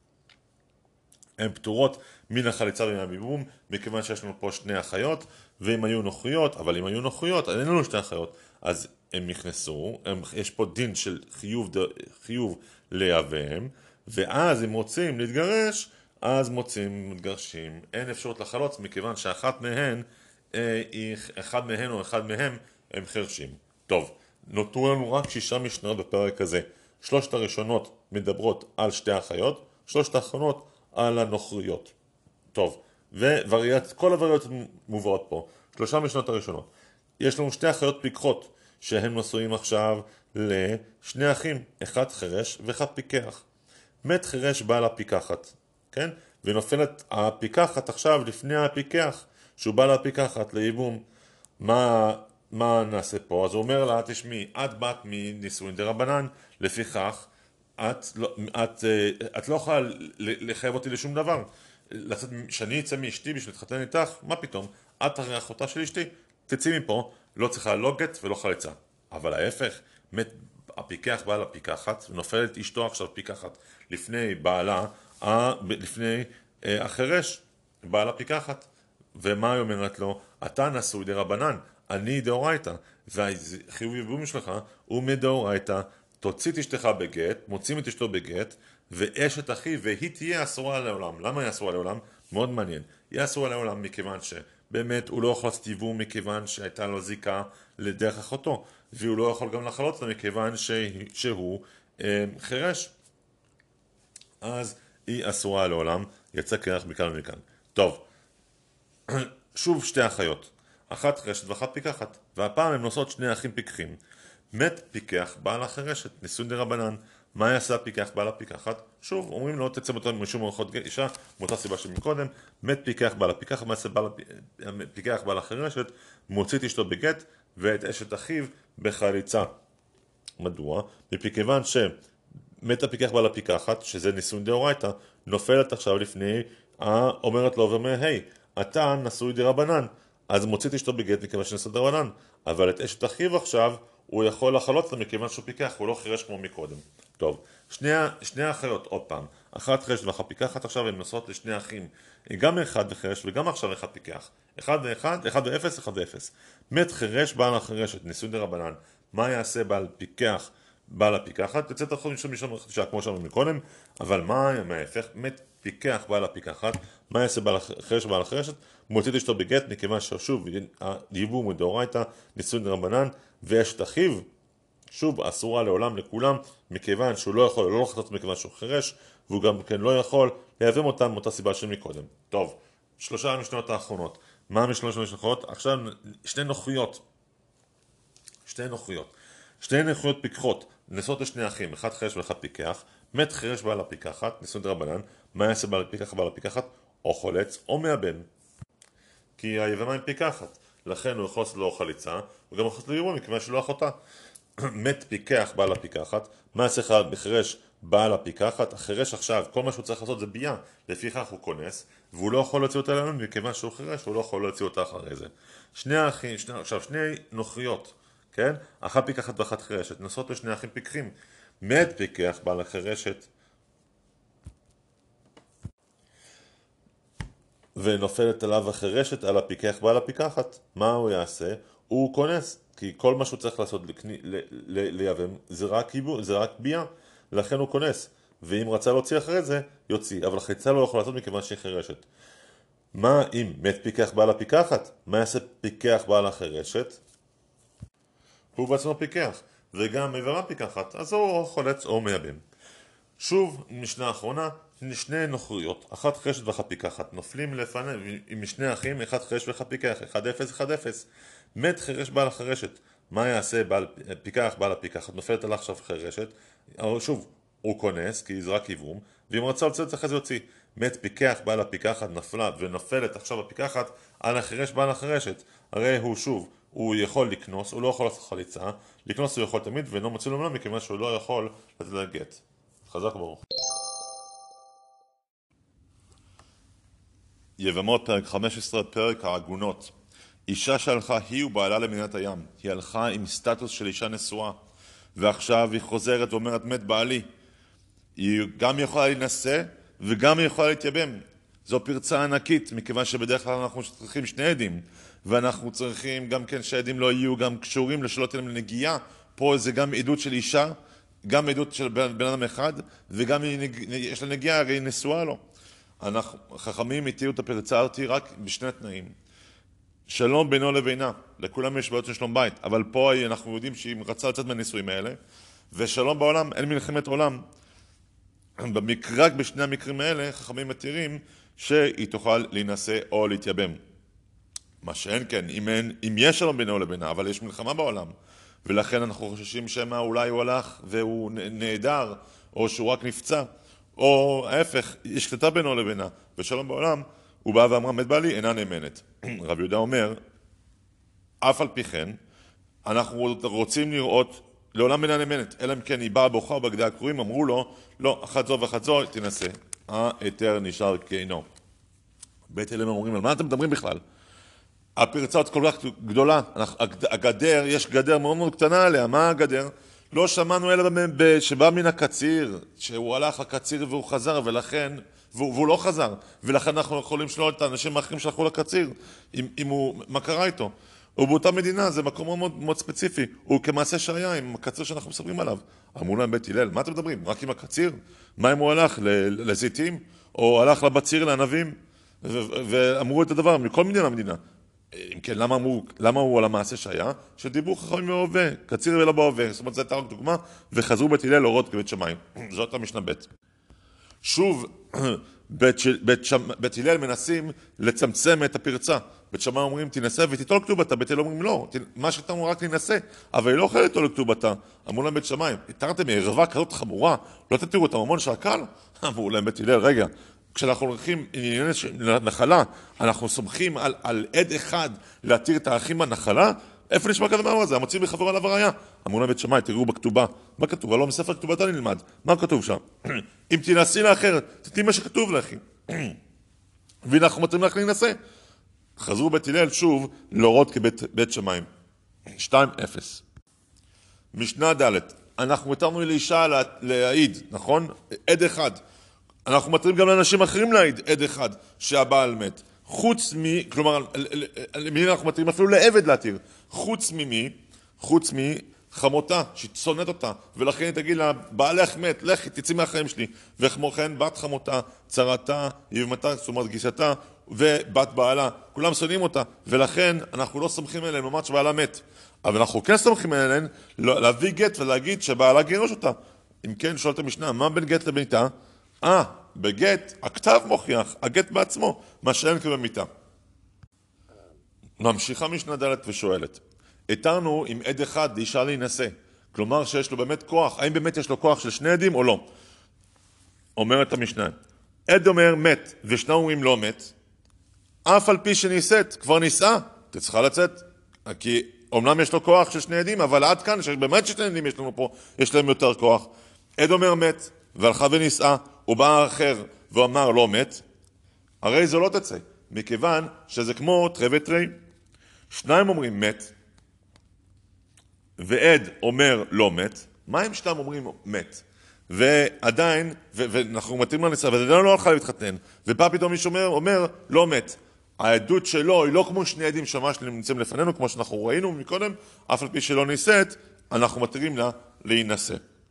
הן פטורות מן החליצה ומן הביבום, מכיוון שיש לנו פה שני אחיות, ואם היו נוחיות, אבל אם היו נוחיות, אין לנו שתי אחיות, אז הם נכנסו, הם, יש פה דין של חיוב, חיוב לאביהם, ואז אם רוצים להתגרש, אז מוצאים מתגרשים. אין אפשרות לחלוץ, מכיוון שאחת מהן, אה, אחד מהן או אחד מהם, הם חרשים. טוב, נותרו לנו רק שישה משנות בפרק הזה. שלושת הראשונות מדברות על שתי אחיות, שלושת האחרונות על הנוכריות. טוב, וכל הווריאציות מובאות פה. שלושה משנות הראשונות. יש לנו שתי אחיות פיקחות, שהם נשואים עכשיו לשני אחים, אחד חרש ואחד פיקח. מת חרש בא לפיקחת, כן? ונופלת הפיקחת עכשיו לפני הפיקח, שהוא בא לפיקחת לייבום. מה... מה נעשה פה? אז הוא אומר לה, תשמעי, את בת מנישואין דרבנן, לפיכך, את לא, את, את לא יכולה לחייב אותי לשום דבר. לצאת, שאני אצא מאשתי בשביל להתחתן איתך, מה פתאום? את הרי אחותה של אשתי, תצאי מפה, לא צריכה לא גט ולא חליצה. אבל ההפך, מת הפיקח בא לפיקחת, ונופלת אשתו עכשיו פיקחת לפני בעלה, לפני החרש, בעלה פיקחת. ומה היא אומרת לו? אתה נשוי דרבנן, אני דאורייתא, והחיוב ייבום שלך הוא מדאורייתא, תוציא את אשתך בגט, מוצאים את אשתו בגט, ואשת אחי, והיא תהיה אסורה לעולם. למה היא אסורה לעולם? מאוד מעניין. היא אסורה לעולם מכיוון שבאמת הוא לא יכול לעשות ייבום מכיוון שהייתה לו זיקה לדרך אחותו, והוא לא יכול גם לחלוץ לה מכיוון ש... שהוא אה, חרש. אז היא אסורה לעולם, יצא קרח מכאן ומכאן. טוב, שוב שתי אחיות, אחת חרשת ואחת פיקחת, והפעם הם נושאות שני אחים פיקחים. מת פיקח בעל החרשת, נישואין דרבנן. מה יעשה הפיקח בעל הפיקחת? שוב, אומרים לו, תצא אותו משום אורחות אישה, מאותה סיבה שמקודם. מת פיקח בעל הפיקחת, מה יעשה בעל הפיקח בעל החרשת? מוציא את אשתו בגט ואת אשת אחיו בחליצה. מדוע? מכיוון שמת הפיקח בעל הפיקחת, שזה נישואין דאורייתא, נופלת עכשיו לפני אומרת לו ואומר, היי, אתה נשוי דרבנן, אז מוציא את אשתו בגט מכיוון שנשוי דרבנן, אבל את אשת אחיו עכשיו הוא יכול לחלות אותה מכיוון שהוא פיקח, הוא לא חירש כמו מקודם. טוב, שני, שני האחיות עוד פעם, אחת חירשת ואחת פיקחת, עכשיו הן נוסעות לשני אחים, גם אחד וחירש וגם עכשיו אחד פיקח, אחד ואחד, אחד ואפס, אחד ואפס. מת חירש בעל החירשת, נשוי דרבנן, מה יעשה בעל פיקח בעל הפיקחת? יוצאת החוב משום משום חדשה כמו שאמרנו מקודם, אבל מה ההפך? מת פיקח בעל הפיקחת, מה יעשה בעל החירש בעל החירשת? מוציא את אשתו בגט מכיוון ששוב היבוא מדאורייתא נשוי דרבנן, ואשת אחיו שוב אסורה לעולם לכולם מכיוון שהוא לא יכול לא לחטות מכיוון שהוא חירש, והוא גם כן לא יכול להיבם אותם מאותה סיבה של מקודם. טוב, שלושה המשנות האחרונות. מה המשנות האחרונות? עכשיו שני נוחיות שתי נוחיות שתי נוחיות פיקחות, נשואות לשני אחים, אחד חירש ואחד פיקח, מת חירש בעל הפיקחת, נשוי דרבנן, מה יעשה בעל הפיקח בעל הפיקחת? או חולץ או מאבן, כי היבמה היא פיקחת, לכן הוא יכול לעשות לו חליצה, הוא גם יכול לעשות לו יבום מכיוון שלא אחותה. מת פיקח בעל הפיקחת, מה יעשה חירש בעל הפיקחת? החירש עכשיו, כל מה שהוא צריך לעשות זה בייה, לפיכך הוא כונס, והוא לא יכול להוציא אותה לעולם מכיוון שהוא חירש, הוא לא יכול להוציא אותה אחרי זה. שני אחים, שני, עכשיו שני נוחיות, כן? אחת פיקחת ואחת חירשת, נשואות לשני אחים פיקחים, מת פיקח בעל החירשת, ונופלת עליו החירשת על הפיקח בעל הפיקחת, מה הוא יעשה? הוא כונס, כי כל מה שהוא צריך לעשות ליבם זה רק היבום, זה רק בייה, לכן הוא כונס, ואם רצה להוציא אחרי זה, יוציא, אבל חליצה לא יכול לעשות מכיוון שהיא חירשת. מה אם מת פיקח בעל הפיקחת? מה יעשה פיקח בעל החירשת? הוא בעצמו פיקח, וגם מבמה פיקחת, אז הוא חולץ או מייבם. שוב, משנה האחרונה, שני נוחריות, אחת חירשת ואחת פיקחת, נופלים לפניהם עם שני אחים, אחד חירש ואחד פיקח, אחד אפס, אחד אפס. מת חירש בעל החירשת, מה יעשה בעל פיקח בעל הפיקחת? נופלת עליו עכשיו חירשת, שוב, הוא כונס, כי זה רק היבום, ואם רצה לצאת אחרי זה יוציא. מת פיקח בעל הפיקחת, נפלה ונופלת עכשיו הפיקחת על החירש בעל החירשת, הרי הוא שוב, הוא יכול לקנוס, הוא לא יכול לעשות חליצה, לקנוס הוא יכול תמיד ואינו מוציא לו מלא מכיוון שהוא לא יכול לתת לה גט. חזק ברוך. יבמות פרק חמש עשרה, פרק העגונות. אישה שהלכה היא ובעלה למדינת הים, היא הלכה עם סטטוס של אישה נשואה, ועכשיו היא חוזרת ואומרת מת בעלי. היא גם יכולה להינשא וגם היא יכולה להתייבם. זו פרצה ענקית, מכיוון שבדרך כלל אנחנו צריכים שני עדים, ואנחנו צריכים גם כן שהעדים לא יהיו גם קשורים לשלוט להם לנגיעה. פה זה גם עדות של אישה, גם עדות של בן, בן אדם אחד, וגם יש לה נגיעה, הרי היא נשואה לו. אנחנו, חכמים התירו את הפרצה הזאת רק בשני תנאים. שלום בינו לבינה, לכולם יש בעיות של שלום בית, אבל פה אנחנו יודעים שהיא רצה לצאת מהנישואים האלה, ושלום בעולם, אין מלחמת עולם. במקרה, רק בשני המקרים האלה, חכמים מתירים שהיא תוכל להינשא או להתייבם. מה שאין כן, אם, אין, אם יש שלום בינו לבינה, אבל יש מלחמה בעולם, ולכן אנחנו חוששים שמה אולי הוא הלך והוא נהדר, או שהוא רק נפצע, או ההפך, יש קטטה בינו לבינה, ושלום בעולם, הוא בא ואמרה, מת בעלי, אינה נאמנת. רב יהודה אומר, אף על פי כן, אנחנו רוצים לראות, לעולם אינה נאמנת, אלא אם כן היא באה בוכה בגדי הקרואים, אמרו לו, לא, אחת זו ואחת זו, תנסה. היתר נשאר כעינו. בית הלל אומרים, על מה אתם מדברים בכלל? הפרצה כל כך גדולה, הגדר, יש גדר מאוד מאוד קטנה עליה, מה הגדר? לא שמענו אלא שבא מן הקציר, שהוא הלך לקציר והוא חזר, ולכן, והוא, והוא לא חזר, ולכן אנחנו יכולים לשאול את האנשים האחרים שהלכו לקציר, אם, אם הוא, מה קרה איתו? הוא באותה מדינה, זה מקום מאוד, מאוד ספציפי, הוא כמעשה שהיה עם הקציר שאנחנו מספרים עליו. אמרו להם בית הלל, מה אתם מדברים? רק עם הקציר? מה אם הוא הלך לזיתים? או הלך לבציר לענבים? ואמרו את הדבר מכל מדינה למדינה. אם כן, למה, אמרו, למה הוא על המעשה שהיה? שדיברו חכמים בהווה, קציר ולא בהווה. זאת אומרת, זו הייתה רק דוגמה, וחזרו בית הלל להורות כבית שמיים. זאת המשנה בית. שוב, בית, בית, בית הלל מנסים לצמצם את הפרצה. בית שמיים אומרים, תנסה ותיטול כתובתה. בית הלל אומרים, לא, מה שאתה אומר רק להינשא, אבל היא לא יכולה ליטול כתובתה. אמרו להם בית שמיים, התרתם מערבה כזאת חמורה, לא תתירו את הממון של הקל? אמרו להם בית הלל, רגע, כשאנחנו הולכים לענייני נחלה, אנחנו סומכים על, על עד אחד להתיר את האחים בנחלה? איפה נשמע כזה מאמר הזה? המוצאים מחבר עליו הראיה. אמרו להם בית שמאי, תראו בכתובה. מה כתוב? לא מספר כתובתה נלמד. מה כתוב שם? אם תנסי לאחרת, תתני מה שכתוב לכי. ואנחנו מתאים לך להינשא. חזרו בית הלל שוב להורות כבית בית שמיים. שתיים אפס. משנה ד' אנחנו מתארנו לאישה להעיד, נכון? עד אחד. אנחנו מתארים גם לאנשים אחרים להעיד עד אחד שהבעל מת. חוץ מ... כלומר, למי אנחנו מתארים אפילו לעבד להתיר. חוץ ממי? חוץ מחמותה, שהיא צונאת אותה. ולכן היא תגיד לה, בעלך מת, לכי, תצאי מהחיים שלי. וכמו כן, בת חמותה, צרתה, יבמתה, זאת אומרת גיסתה, ובת בעלה. כולם שונאים אותה. ולכן אנחנו לא סומכים עליהם, לומר שבעלה מת. אבל אנחנו כן סומכים עליהם להביא גט ולהגיד שבעלה גירוש אותה. אם כן, שואלת המשנה, מה בין גט לביתה? אה, בגט, הכתב מוכיח, הגט בעצמו, מה שאין כבמיתה. ממשיכה משנה ד' ושואלת, התרנו עם עד אחד אישה להינשא, כלומר שיש לו באמת כוח, האם באמת יש לו כוח של שני עדים או לא? אומרת המשנה, עד אומר מת ושני אומרים לא מת, אף על פי שנישאת, כבר נישאה, תצריכה לצאת, כי אומנם יש לו כוח של שני עדים, אבל עד כאן, שבאמת שני עדים יש לנו פה, יש להם יותר כוח. עד אומר מת, והלכה ונישאה, הוא בא אחר ואמר לא מת, הרי זו לא תצא, מכיוון שזה כמו תרי ותרי. שניים אומרים מת, ועד אומר לא מת, מה אם שניים אומרים מת? ועדיין, ו- ואנחנו מתאים לנישאה, ועדיין לא הלכה להתחתן, ובא פתאום מישהו אומר, אומר לא מת. העדות שלו היא לא כמו שני עדים שממש נמצאים לפנינו, כמו שאנחנו ראינו מקודם, אף על פי שלא נישאת, אנחנו מתירים לה להינשא.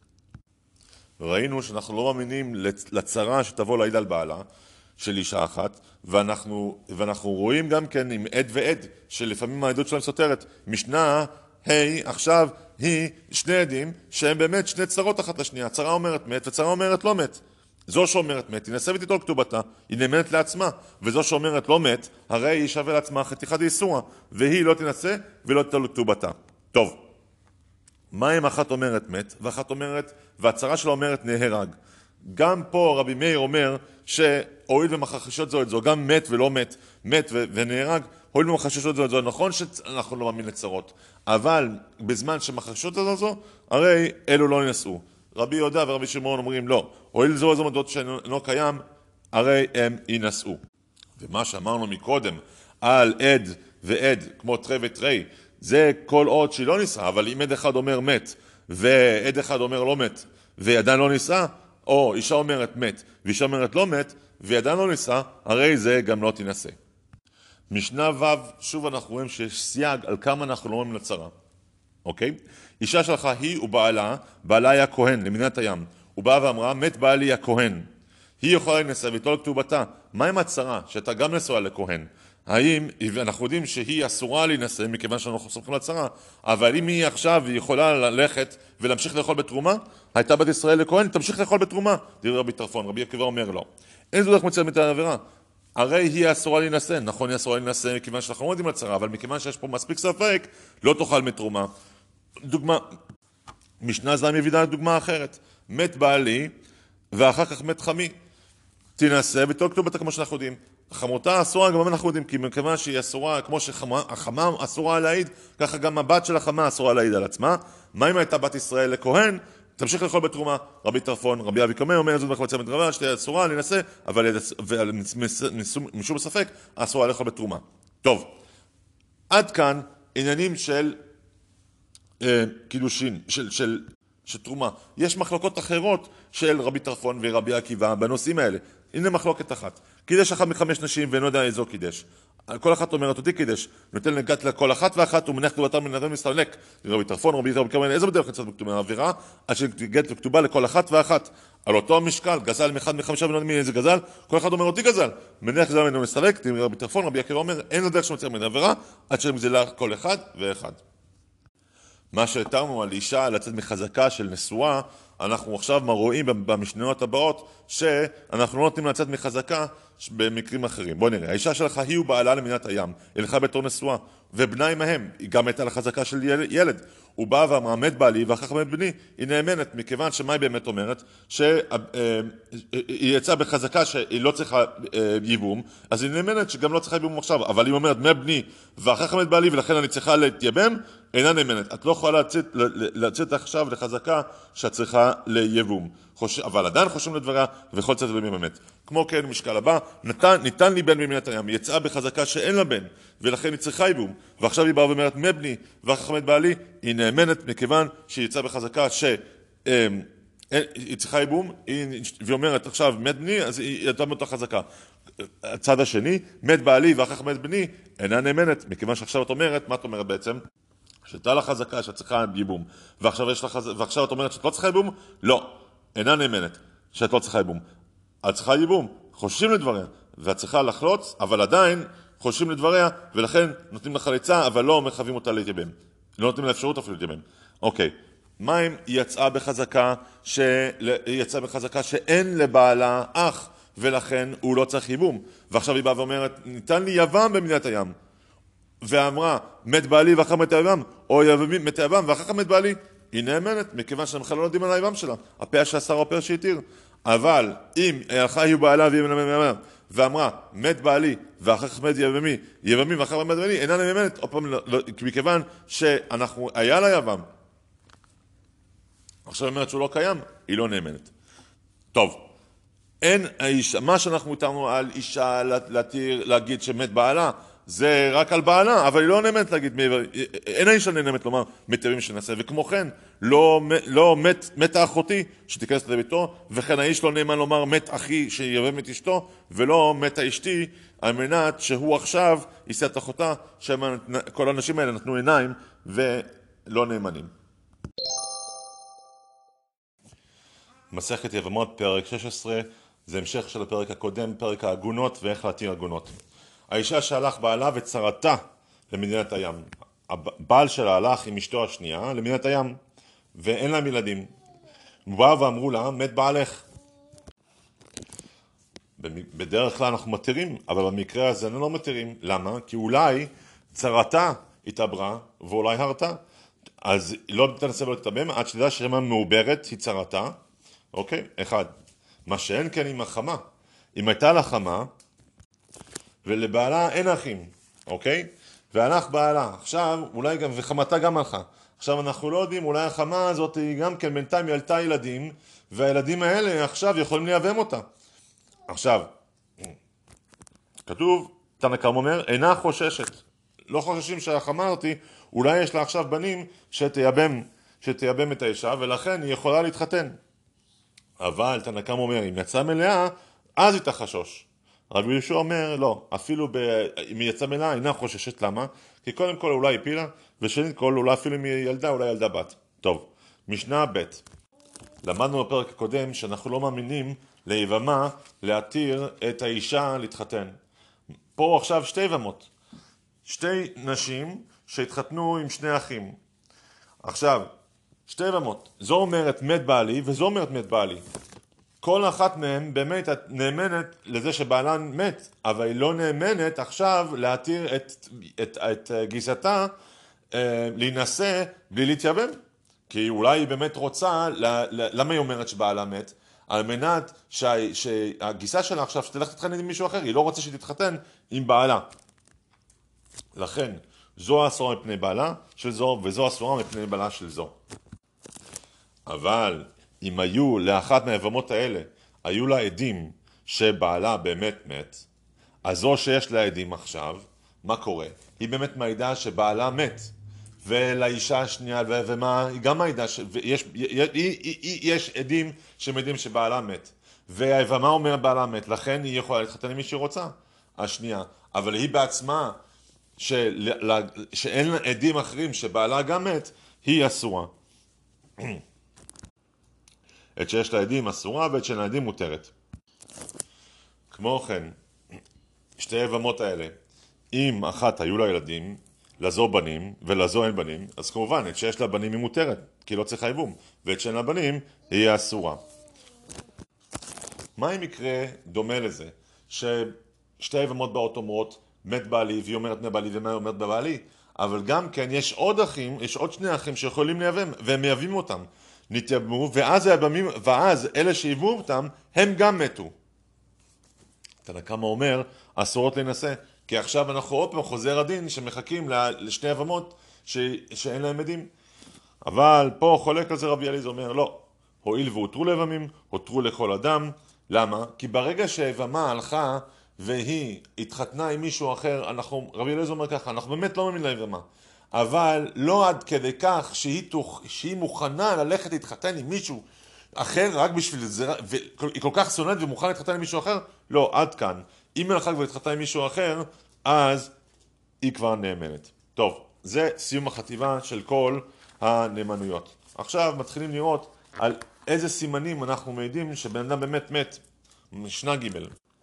ראינו שאנחנו לא מאמינים לצרה שתבוא להעיד על בעלה של אישה אחת, ואנחנו, ואנחנו רואים גם כן עם עד ועד, שלפעמים העדות שלהם סותרת. משנה, היי, עכשיו היא שני עדים שהם באמת שני צרות אחת לשנייה. צרה אומרת מת וצרה אומרת לא מת. זו שאומרת מת, היא נסבת איתו לכתובתה, היא נאמנת לעצמה, וזו שאומרת לא מת, הרי היא שווה לעצמה חתיכת איסורה, והיא לא תנסה ולא תיתן לכתובתה. טוב, מה אם אחת אומרת מת, ואחת אומרת, והצרה שלה אומרת נהרג? גם פה רבי מאיר אומר שהואיל ומחששות זו את זו, גם מת ולא מת, מת ו- ונהרג, הואיל ומחששות זו את זו, נכון שאנחנו לא מאמין לצרות, אבל בזמן שמחששות זו זו, הרי אלו לא נסעו. רבי יהודה ורבי שמעון אומרים לא, הואיל זו איזו מדות שאינו קיים, הרי הם ינסעו. ומה שאמרנו מקודם על עד ועד, כמו תרי ותרי, זה כל עוד שהיא לא נישאה, אבל אם עד אחד אומר מת, ועד אחד אומר לא מת, ועדיין לא נישאה, או אישה אומרת מת, ואישה אומרת לא מת, ועדיין לא נישאה, הרי זה גם לא תינשא. משנה ו', שוב אנחנו רואים שיש סייג על כמה אנחנו לא אומרים לצרה. אוקיי? אישה שלך היא ובעלה, בעלה היה כהן למדינת הים. הוא בא ואמרה, מת בעלי הכהן. היא יכולה להינשא ואיתו לכתובתה. מה עם הצרה שאתה גם נשואה לכהן? האם, אנחנו יודעים שהיא אסורה להינשא מכיוון שאנחנו סומכים לצרה, אבל אם היא עכשיו יכולה ללכת ולהמשיך לאכול בתרומה, הייתה בת ישראל לכהן, תמשיך לאכול בתרומה. דברי רבי טרפון, רבי עקיבא אומר לו, אין זו דרך מצל מת העבירה. הרי היא אסורה להינשא, נכון היא אסורה להינשא מכיוון שאנחנו לא יודעים לצרה, אבל מכיוון שיש פה מספיק ספק, לא תאכל מתרומה. דוגמה, משנה ז' מביאה דוגמה אחרת. מת בעלי ואחר כך מת חמי. תינשא ותו לכתובתה כמו שאנחנו יודעים. חמותה אסורה גם אנחנו יודעים, כי מכיוון שהיא אסורה, כמו שהחמה אסורה להעיד, ככה גם הבת של החמה אסורה להעיד על עצמה. מה אם הייתה בת ישראל לכהן? תמשיך לאכול בתרומה. רבי טרפון, רבי אבי קמא אומר, זאת מחלצה מדרבה, שתהיה אסורה להינשא, אבל משום ספק אסורה לאכול בתרומה. טוב, עד כאן עניינים של קידושין, של, של, של תרומה. יש מחלוקות אחרות של רבי טרפון ורבי עקיבא בנושאים האלה. הנה מחלוקת אחת. קידש אחת מחמש נשים ואינו יודע איזו קידש. כל אחת אומרת אותי קידש, נותן לגת לכל אחת ואחת ומניח כתובתה מנהל מסתלק. רבי טרפון, רבי רבי קמא, איזה בדרך קצת בכתובה העבירה, עד שגת וכתובה לכל אחת ואחת. על אותו המשקל, גזל מאחד מחמישה ולא יודע מי איזה גזל, כל אחד אומר אותי גזל. מניח גזל מנהל מסתלק, רבי טרפון, רבי עקיבא אומר, אין לו דרך שמצא מן העבירה, עד שגזלה כל אחד ואחד. מה שהתרנו על אישה לצאת מחזקה של נשואה, אנחנו עכשיו רואים במשניות הבאות שאנחנו לא נותנים לצאת מחזקה במקרים אחרים. בוא נראה, האישה שלך היא ובעלה למדינת הים, היא לך בתור נשואה, ובנה עמהם, היא גם הייתה לחזקה של ילד. הוא בא ואמרה, מת בעלי ואחר כך מת בני, היא נאמנת, מכיוון שמה היא באמת אומרת? שהיא יצאה בחזקה שהיא לא צריכה ייבום, אז היא נאמנת שגם לא צריכה ייבום עכשיו, אבל היא אומרת, מת בני ואחר כך מת בעלי ולכן אני צריכה להתייבם, אינה נאמנת. את לא יכולה לצאת, לצאת עכשיו לחזקה שאת צריכה לייבום. חוש... אבל עדיין חושבים לדבריה, וכל צד בן באמת. כמו כן, משקל הבא, ניתן, ניתן לי בן במדינת הים, יצאה בחזקה שאין לה בן, ולכן היא צריכה ייבום. ועכשיו היא באה ואומרת, מה בני, ואחר מת בעלי, היא נאמנת מכיוון שהיא יצאה בחזקה ש... היא צריכה ייבום, והיא אומרת עכשיו מת בני, אז היא ידעה מאותה חזקה. הצד השני, מת בעלי ואחר מת בני, אינה נאמנת, מכיוון שעכשיו את אומרת, מה את אומרת בעצם? שהייתה לה חזקה שאת צריכה ייבום, ועכשיו, יש לה חז... ועכשיו את אומרת שאת לא צריכה ייבום? לא, אינה נאמנת, שאת לא צריכה ייבום. את צריכה ייבום, חוששים לדבריה, ואת צריכה לחלוץ, אבל עדיין חוששים לדבריה, ולכן נותנים לה חליצה, אבל לא מחייבים אותה להתייבם. לא נותנים לה אפשרות אפילו להתייבם. אוקיי. מה אם היא יצאה בחזקה, ש... היא יצאה בחזקה שאין לבעלה אח, ולכן הוא לא צריך ייבום. ועכשיו היא באה ואומרת, ניתן לי יבם במדינת הים. ואמרה, מת בעלי ואחר מת היבם, או יבמים מת היבם ואחר מת בעלי. היא נאמנת, מכיוון שהם בכלל לא יודעים על היבם שלה. הפה שאסר או הפה שהתיר. אבל אם הלכה היא בעלה והיא נאמנת, ואמרה, מת בעלי ואחר מת יבמי, יבמים ואחר מת בעלי, אינה נאמנת, או פעם, לא, מכיוון שאנחנו, היה לה יבם. עכשיו אומרת שהוא לא קיים, היא לא נאמנת. טוב, אין האישה, מה שאנחנו מותרנו על אישה להתיר, להגיד שמת בעלה, זה רק על בעלה, אבל היא לא נאמנת להגיד, אין האישה נאמנת לומר מתירים שנעשה, וכמו כן, לא, לא מת, מת האחותי שתיכנס לביתו, וכן האיש לא נאמן לומר מת אחי שיבם את אשתו, ולא מת האשתי, על מנת שהוא עכשיו יישא את אחותה, שכל האנשים האלה נתנו עיניים ולא נאמנים. מסכת יבמות, פרק שש עשרה, זה המשך של הפרק הקודם, פרק העגונות ואיך להתיר עגונות. האישה שהלך בעלה וצרתה למדינת הים. הבעל שלה הלך עם אשתו השנייה למדינת הים, ואין להם ילדים. באו ואמרו לה, מת בעלך. בדרך כלל אנחנו מתירים, אבל במקרה הזה אנחנו לא מתירים. למה? כי אולי צרתה התעברה ואולי הרתה. אז לא תנסה ולא תתאבם, עד שתדע שמה מעוברת היא צרתה. אוקיי, אחד. מה שאין כן עם החמה. אם הייתה לה חמה, ולבעלה אין אחים, אוקיי? והלך בעלה. עכשיו, אולי גם, וחמתה גם הלכה. עכשיו אנחנו לא יודעים, אולי החמה הזאת היא גם כן בינתיים ילתה ילדים, והילדים האלה עכשיו יכולים לייבם אותה. עכשיו, כתוב, תנא קמא אומר, אינה חוששת. לא חוששים שהחמה הזאת, אולי יש לה עכשיו בנים שתייבם, שתייבם את האישה, ולכן היא יכולה להתחתן. אבל תנא קמא אומר, אם יצאה מלאה, אז היא תחשוש. רבי יהושע אומר, לא, אפילו ב... אם היא יצאה מלאה, אינה חוששת. למה? כי קודם כל אולי הפילה, ושנית כל אולי אפילו אם היא ילדה, אולי ילדה בת. טוב, משנה ב' למדנו בפרק הקודם שאנחנו לא מאמינים ליבמה להתיר את האישה להתחתן. פה עכשיו שתי יבמות. שתי נשים שהתחתנו עם שני אחים. עכשיו, שתי יבמות. זו אומרת מת בעלי וזו אומרת מת בעלי. כל אחת מהן באמת נאמנת לזה שבעלה מת, אבל היא לא נאמנת עכשיו להתיר את, את, את גיסתה אה, להינשא בלי להתייבם. כי אולי היא באמת רוצה, למה היא אומרת שבעלה מת? על מנת שה, שהגיסה שלה עכשיו שתלך להתחתן עם מישהו אחר, היא לא רוצה שתתחתן עם בעלה. לכן, זו אסורה מפני בעלה של זו, וזו אסורה מפני בעלה של זו. אבל אם היו לאחת מהיבמות האלה, היו לה עדים שבעלה באמת מת, אז זו שיש לה עדים עכשיו, מה קורה? היא באמת מעידה שבעלה מת, ולאישה השנייה, ומה, היא גם מעידה, ויש, יש עדים שמעידים שבעלה מת, והיבמה אומרת בעלה מת, לכן היא יכולה להתחתן עם מי שהיא רוצה, השנייה, אבל היא בעצמה, של, שאין לה עדים אחרים שבעלה גם מת, היא אסורה. את שיש לה עדים אסורה ואת שאין לה עדים מותרת. כמו כן, שתי יבמות האלה, אם אחת היו לה ילדים, לזו בנים ולזו אין בנים, אז כמובן את שיש לה בנים היא מותרת, כי לא צריכה ייבום, ואת שאין לה בנים היא אסורה. מה אם מקרה דומה לזה, ששתי יבמות באות אומרות, מת בעלי, והיא אומרת מת בעלי ומה אומרת בבעלי, אבל גם כן יש עוד אחים, יש עוד שני אחים שיכולים לייבם, והם מייבמים אותם. נתייבמו, ואז היבמים, ואז אלה שייבמו אותם, הם גם מתו. תנא קמא אומר, אסורות להינשא, כי עכשיו אנחנו עוד פעם חוזר הדין שמחכים לשני יבמות ש... שאין להם עדים. אבל פה חולק על זה רבי אליעזר אומר, לא, הואיל והותרו לבמים, הותרו לכל אדם. למה? כי ברגע שהיבמה הלכה והיא התחתנה עם מישהו אחר, אנחנו, רבי אליעזר אומר ככה, אנחנו באמת לא מאמינים ליבמה. אבל לא עד כדי כך שהיא, תוך, שהיא מוכנה ללכת להתחתן עם מישהו אחר רק בשביל זה, והיא כל כך שונאת ומוכנה להתחתן עם מישהו אחר, לא, עד כאן. אם היא הלכה ולהתחתן עם מישהו אחר, אז היא כבר נאמנת. טוב, זה סיום החטיבה של כל הנאמנויות. עכשיו מתחילים לראות על איזה סימנים אנחנו מעידים שבן אדם באמת מת. משנה ג'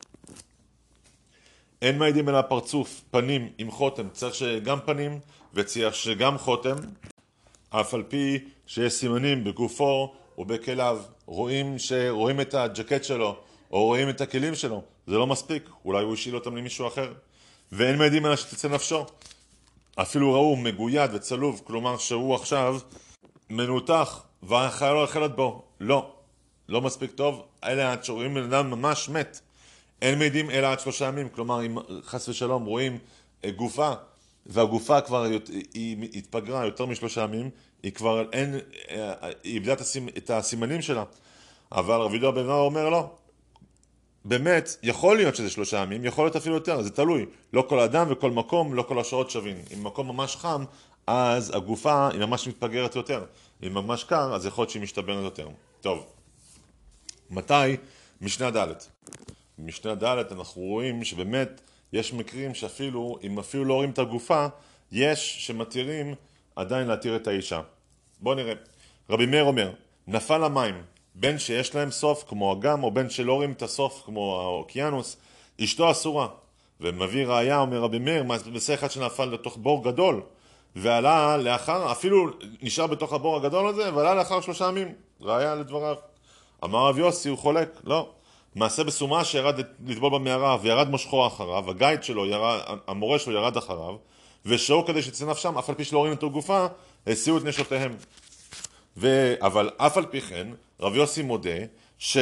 אין מעידים אלא פרצוף, פנים עם חותם, צריך שגם פנים וצריך שגם חותם, אף על פי שיש סימנים בגופו ובכליו. רואים שרואים את הג'קט שלו או רואים את הכלים שלו, זה לא מספיק, אולי הוא השאיל אותם למישהו אחר. ואין מעידים אלא שתצא נפשו, אפילו ראו מגויד וצלוב, כלומר שהוא עכשיו מנותח והחיה לא החלת בו, לא, לא מספיק טוב, אלה עד שרואים בן אדם ממש מת. אין מעידים אלא עד שלושה ימים, כלומר אם חס ושלום רואים גופה והגופה כבר היא התפגרה יותר משלושה ימים, היא כבר אין, היא איבדה את הסימנים שלה. אבל רבי יהודה בן נוח אומר לא, באמת יכול להיות שזה שלושה ימים, יכול להיות אפילו יותר, זה תלוי, לא כל אדם וכל מקום, לא כל השעות שווים. אם מקום ממש חם, אז הגופה היא ממש מתפגרת יותר, אם ממש קר, אז יכול להיות שהיא משתברת יותר. טוב, מתי? משנה ד'. במשנה ד' אנחנו רואים שבאמת יש מקרים שאפילו, אם אפילו לא רואים את הגופה, יש שמתירים עדיין להתיר את האישה. בואו נראה. רבי מאיר אומר, נפל המים, בין שיש להם סוף כמו אגם, או בין שלא רואים את הסוף כמו האוקיינוס, אשתו אסורה. ומביא ראיה, אומר רבי מאיר, מעשה אחד שנפל לתוך בור גדול, ועלה לאחר, אפילו נשאר בתוך הבור הגדול הזה, ועלה לאחר שלושה ימים. ראיה לדבריו. אמר רב יוסי, הוא חולק, לא. מעשה בסומה שירד לטבול במערה וירד מושכו אחריו, הגייד שלו, ירד, המורה שלו ירד אחריו, ושאו כדי שתצא נפשם, אף על פי שלא רואים את הגופה, הסיעו את נשותיהם. ו... אבל אף על פי כן, רב יוסי מודה ש...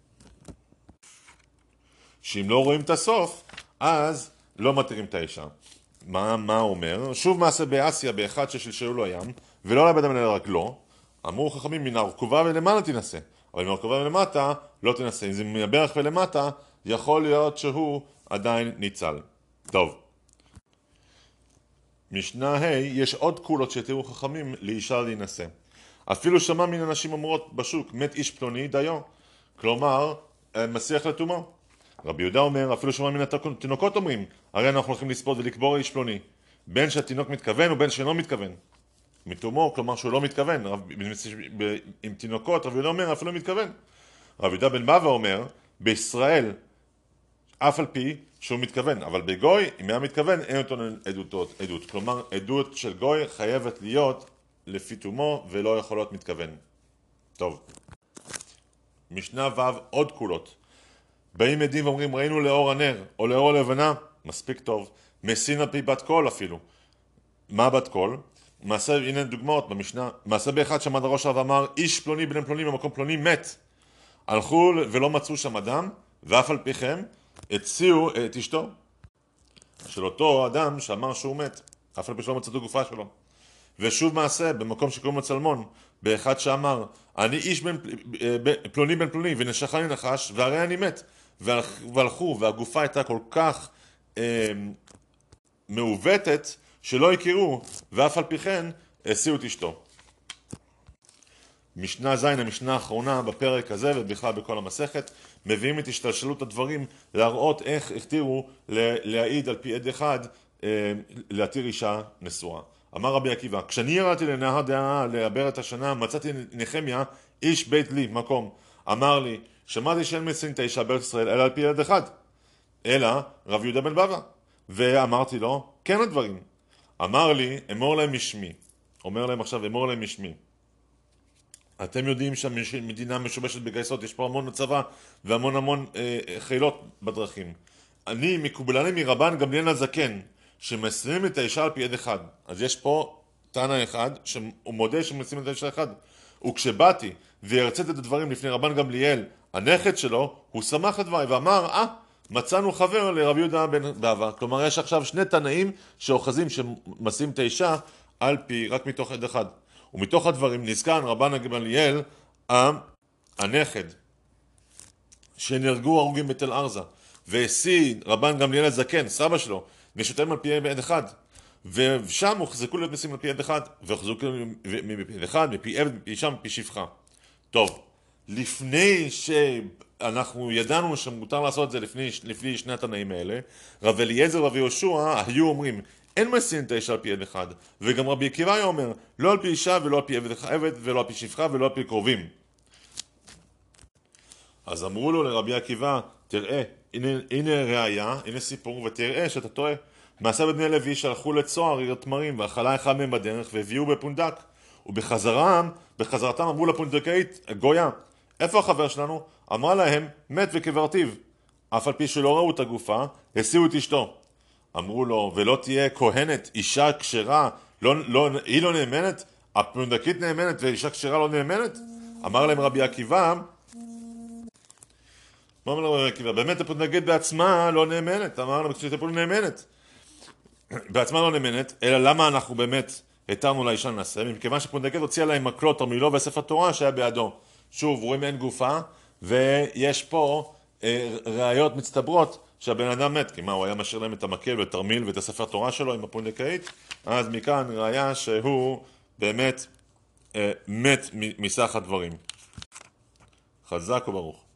שאם לא רואים את הסוף, אז לא מתירים את האישה. מה, מה אומר? שוב מעשה באסיה, באחד ששלשלו לו הים, ולא לאבד אדם אלא רגלו, אמרו חכמים מן הרכובה ולמעלה תנסה. אבל אם הרכובה ולמטה, לא תנסה. אם זה מהברך ולמטה, יכול להיות שהוא עדיין ניצל. טוב. משנה ה' יש עוד קולות שתראו חכמים לאישה להינשא. אפילו שמע מן אנשים אומרות בשוק, מת איש פלוני דיו. כלומר, מסיח לטומאה. רבי יהודה אומר, אפילו שמע מן התינוקות אומרים, הרי אנחנו הולכים לספוד ולקבור איש פלוני. בין שהתינוק מתכוון ובין שאינו מתכוון. מתומו, כלומר שהוא לא מתכוון. עם תינוקות, רבי יהודה אומר, אפילו לא מתכוון. רבי יהודה בן בבא אומר, בישראל, אף על פי שהוא מתכוון, אבל בגוי, אם היה מתכוון, אין אותו עדות, עדות. כלומר, עדות של גוי חייבת להיות לפי תומו ולא יכול להיות מתכוון. טוב. משנה ו' עוד קולות. באים עדים ואומרים, ראינו לאור הנר, או לאור הלבנה, מספיק טוב. מסין על פי בת קול אפילו. מה בת קול? מעשה, הנה דוגמאות במשנה, מעשה באחד שעמד הראש עליו ואמר, איש פלוני בן פלוני במקום פלוני מת. הלכו ולא מצאו שם אדם, ואף על פי כן הציעו את אשתו של אותו אדם שאמר שהוא מת, אף על פי שלא מצאו גופה שלו. ושוב מעשה במקום שקוראים לו צלמון, באחד שאמר, אני איש בן, פלוני בן פלוני ונשכני נחש והרי אני מת. והלכו והגופה הייתה כל כך אה, מעוותת שלא הכירו, ואף על פי כן הסיעו את אשתו. משנה ז' המשנה האחרונה בפרק הזה ובכלל בכל המסכת, מביאים את השתלשלות הדברים להראות איך הכתירו להעיד על פי עד אחד להתיר אישה נשואה. אמר רבי עקיבא, כשאני ירדתי לנהר דעה לעבר את השנה, מצאתי נחמיה איש בית לי מקום. אמר לי, שמעתי שאין מצאין את האישה בארץ ישראל אלא על פי עד אחד, אלא רב יהודה בן בבא. ואמרתי לו, כן הדברים. אמר לי, אמור להם משמי. אומר להם עכשיו, אמור להם משמי. אתם יודעים שהמדינה משובשת בגייסות, יש פה המון צבא והמון המון אה, חילות בדרכים. אני מקובלני מרבן גמליאל הזקן, שמסרים את האישה על פי עד אחד. אז יש פה תנא אחד, שהוא מודה שמסרים את האישה אחד. וכשבאתי והרציתי את הדברים לפני רבן גמליאל, הנכד שלו, הוא שמח לדברי ואמר, אה, מצאנו חבר לרבי יהודה בן בבא. כלומר, יש עכשיו שני תנאים שאוחזים שמסרים את האישה על פי, רק מתוך עד אחד. ומתוך הדברים נזכר רבן גמליאל הנכד, שנהרגו הרוגים בתל ארזה, והשיא רבן גמליאל הזקן, סבא שלו, נשותיהם על פי עד אחד, ושם הוחזקו להיות נשיאים על פי עד אחד, והוחזקו מפי עד אחד, מפי עבד, מפי אישה, מפי שפחה. טוב, לפני שאנחנו ידענו שמותר לעשות את זה לפני, לפני שני התנאים האלה, רב אליעזר ורבי יהושע היו אומרים, אין משיאים את האישה על פי עד אחד, וגם רבי עקיבא היה אומר, לא על פי אישה ולא על פי עבד, עבד ולא על פי שפחה ולא על פי קרובים. אז אמרו לו לרבי עקיבא, תראה, הנה, הנה ראיה, הנה סיפור, ותראה שאתה טועה. מעשה בני לוי שהלכו לצוהר עיר תמרים, ואכלה אחד מהם בדרך, והביאו בפונדק. ובחזרם, בחזרתם אמרו לפונדקאית, גויה, איפה החבר שלנו? אמרה להם, מת וקברתיו. אף על פי שלא ראו את הגופה, הסיעו את אשתו. אמרו לו, ולא תהיה כהנת, אישה כשרה, לא, לא, היא לא נאמנת? הפונדקית נאמנת ואישה כשרה לא נאמנת? אמר להם רבי עקיבא, מה אומר רבי עקיבא? באמת הפונדקית בעצמה לא נאמנת. אמר להם, כשתפול נאמנת. בעצמה לא נאמנת, אלא למה אנחנו באמת התרנו לאישה לנשא? מכיוון שפונדקית הוציאה להם מקלות, תרמילו וספר תורה שהיה בידו. שוב, רואים אין גופה, ויש פה אה, ראיות מצטברות שהבן אדם מת, כי מה, הוא היה משאיר להם את המקל ותרמיל ואת הספר תורה שלו עם הפונדקאית, אז מכאן ראיה שהוא באמת אה, מת מסך הדברים. חזק וברוך.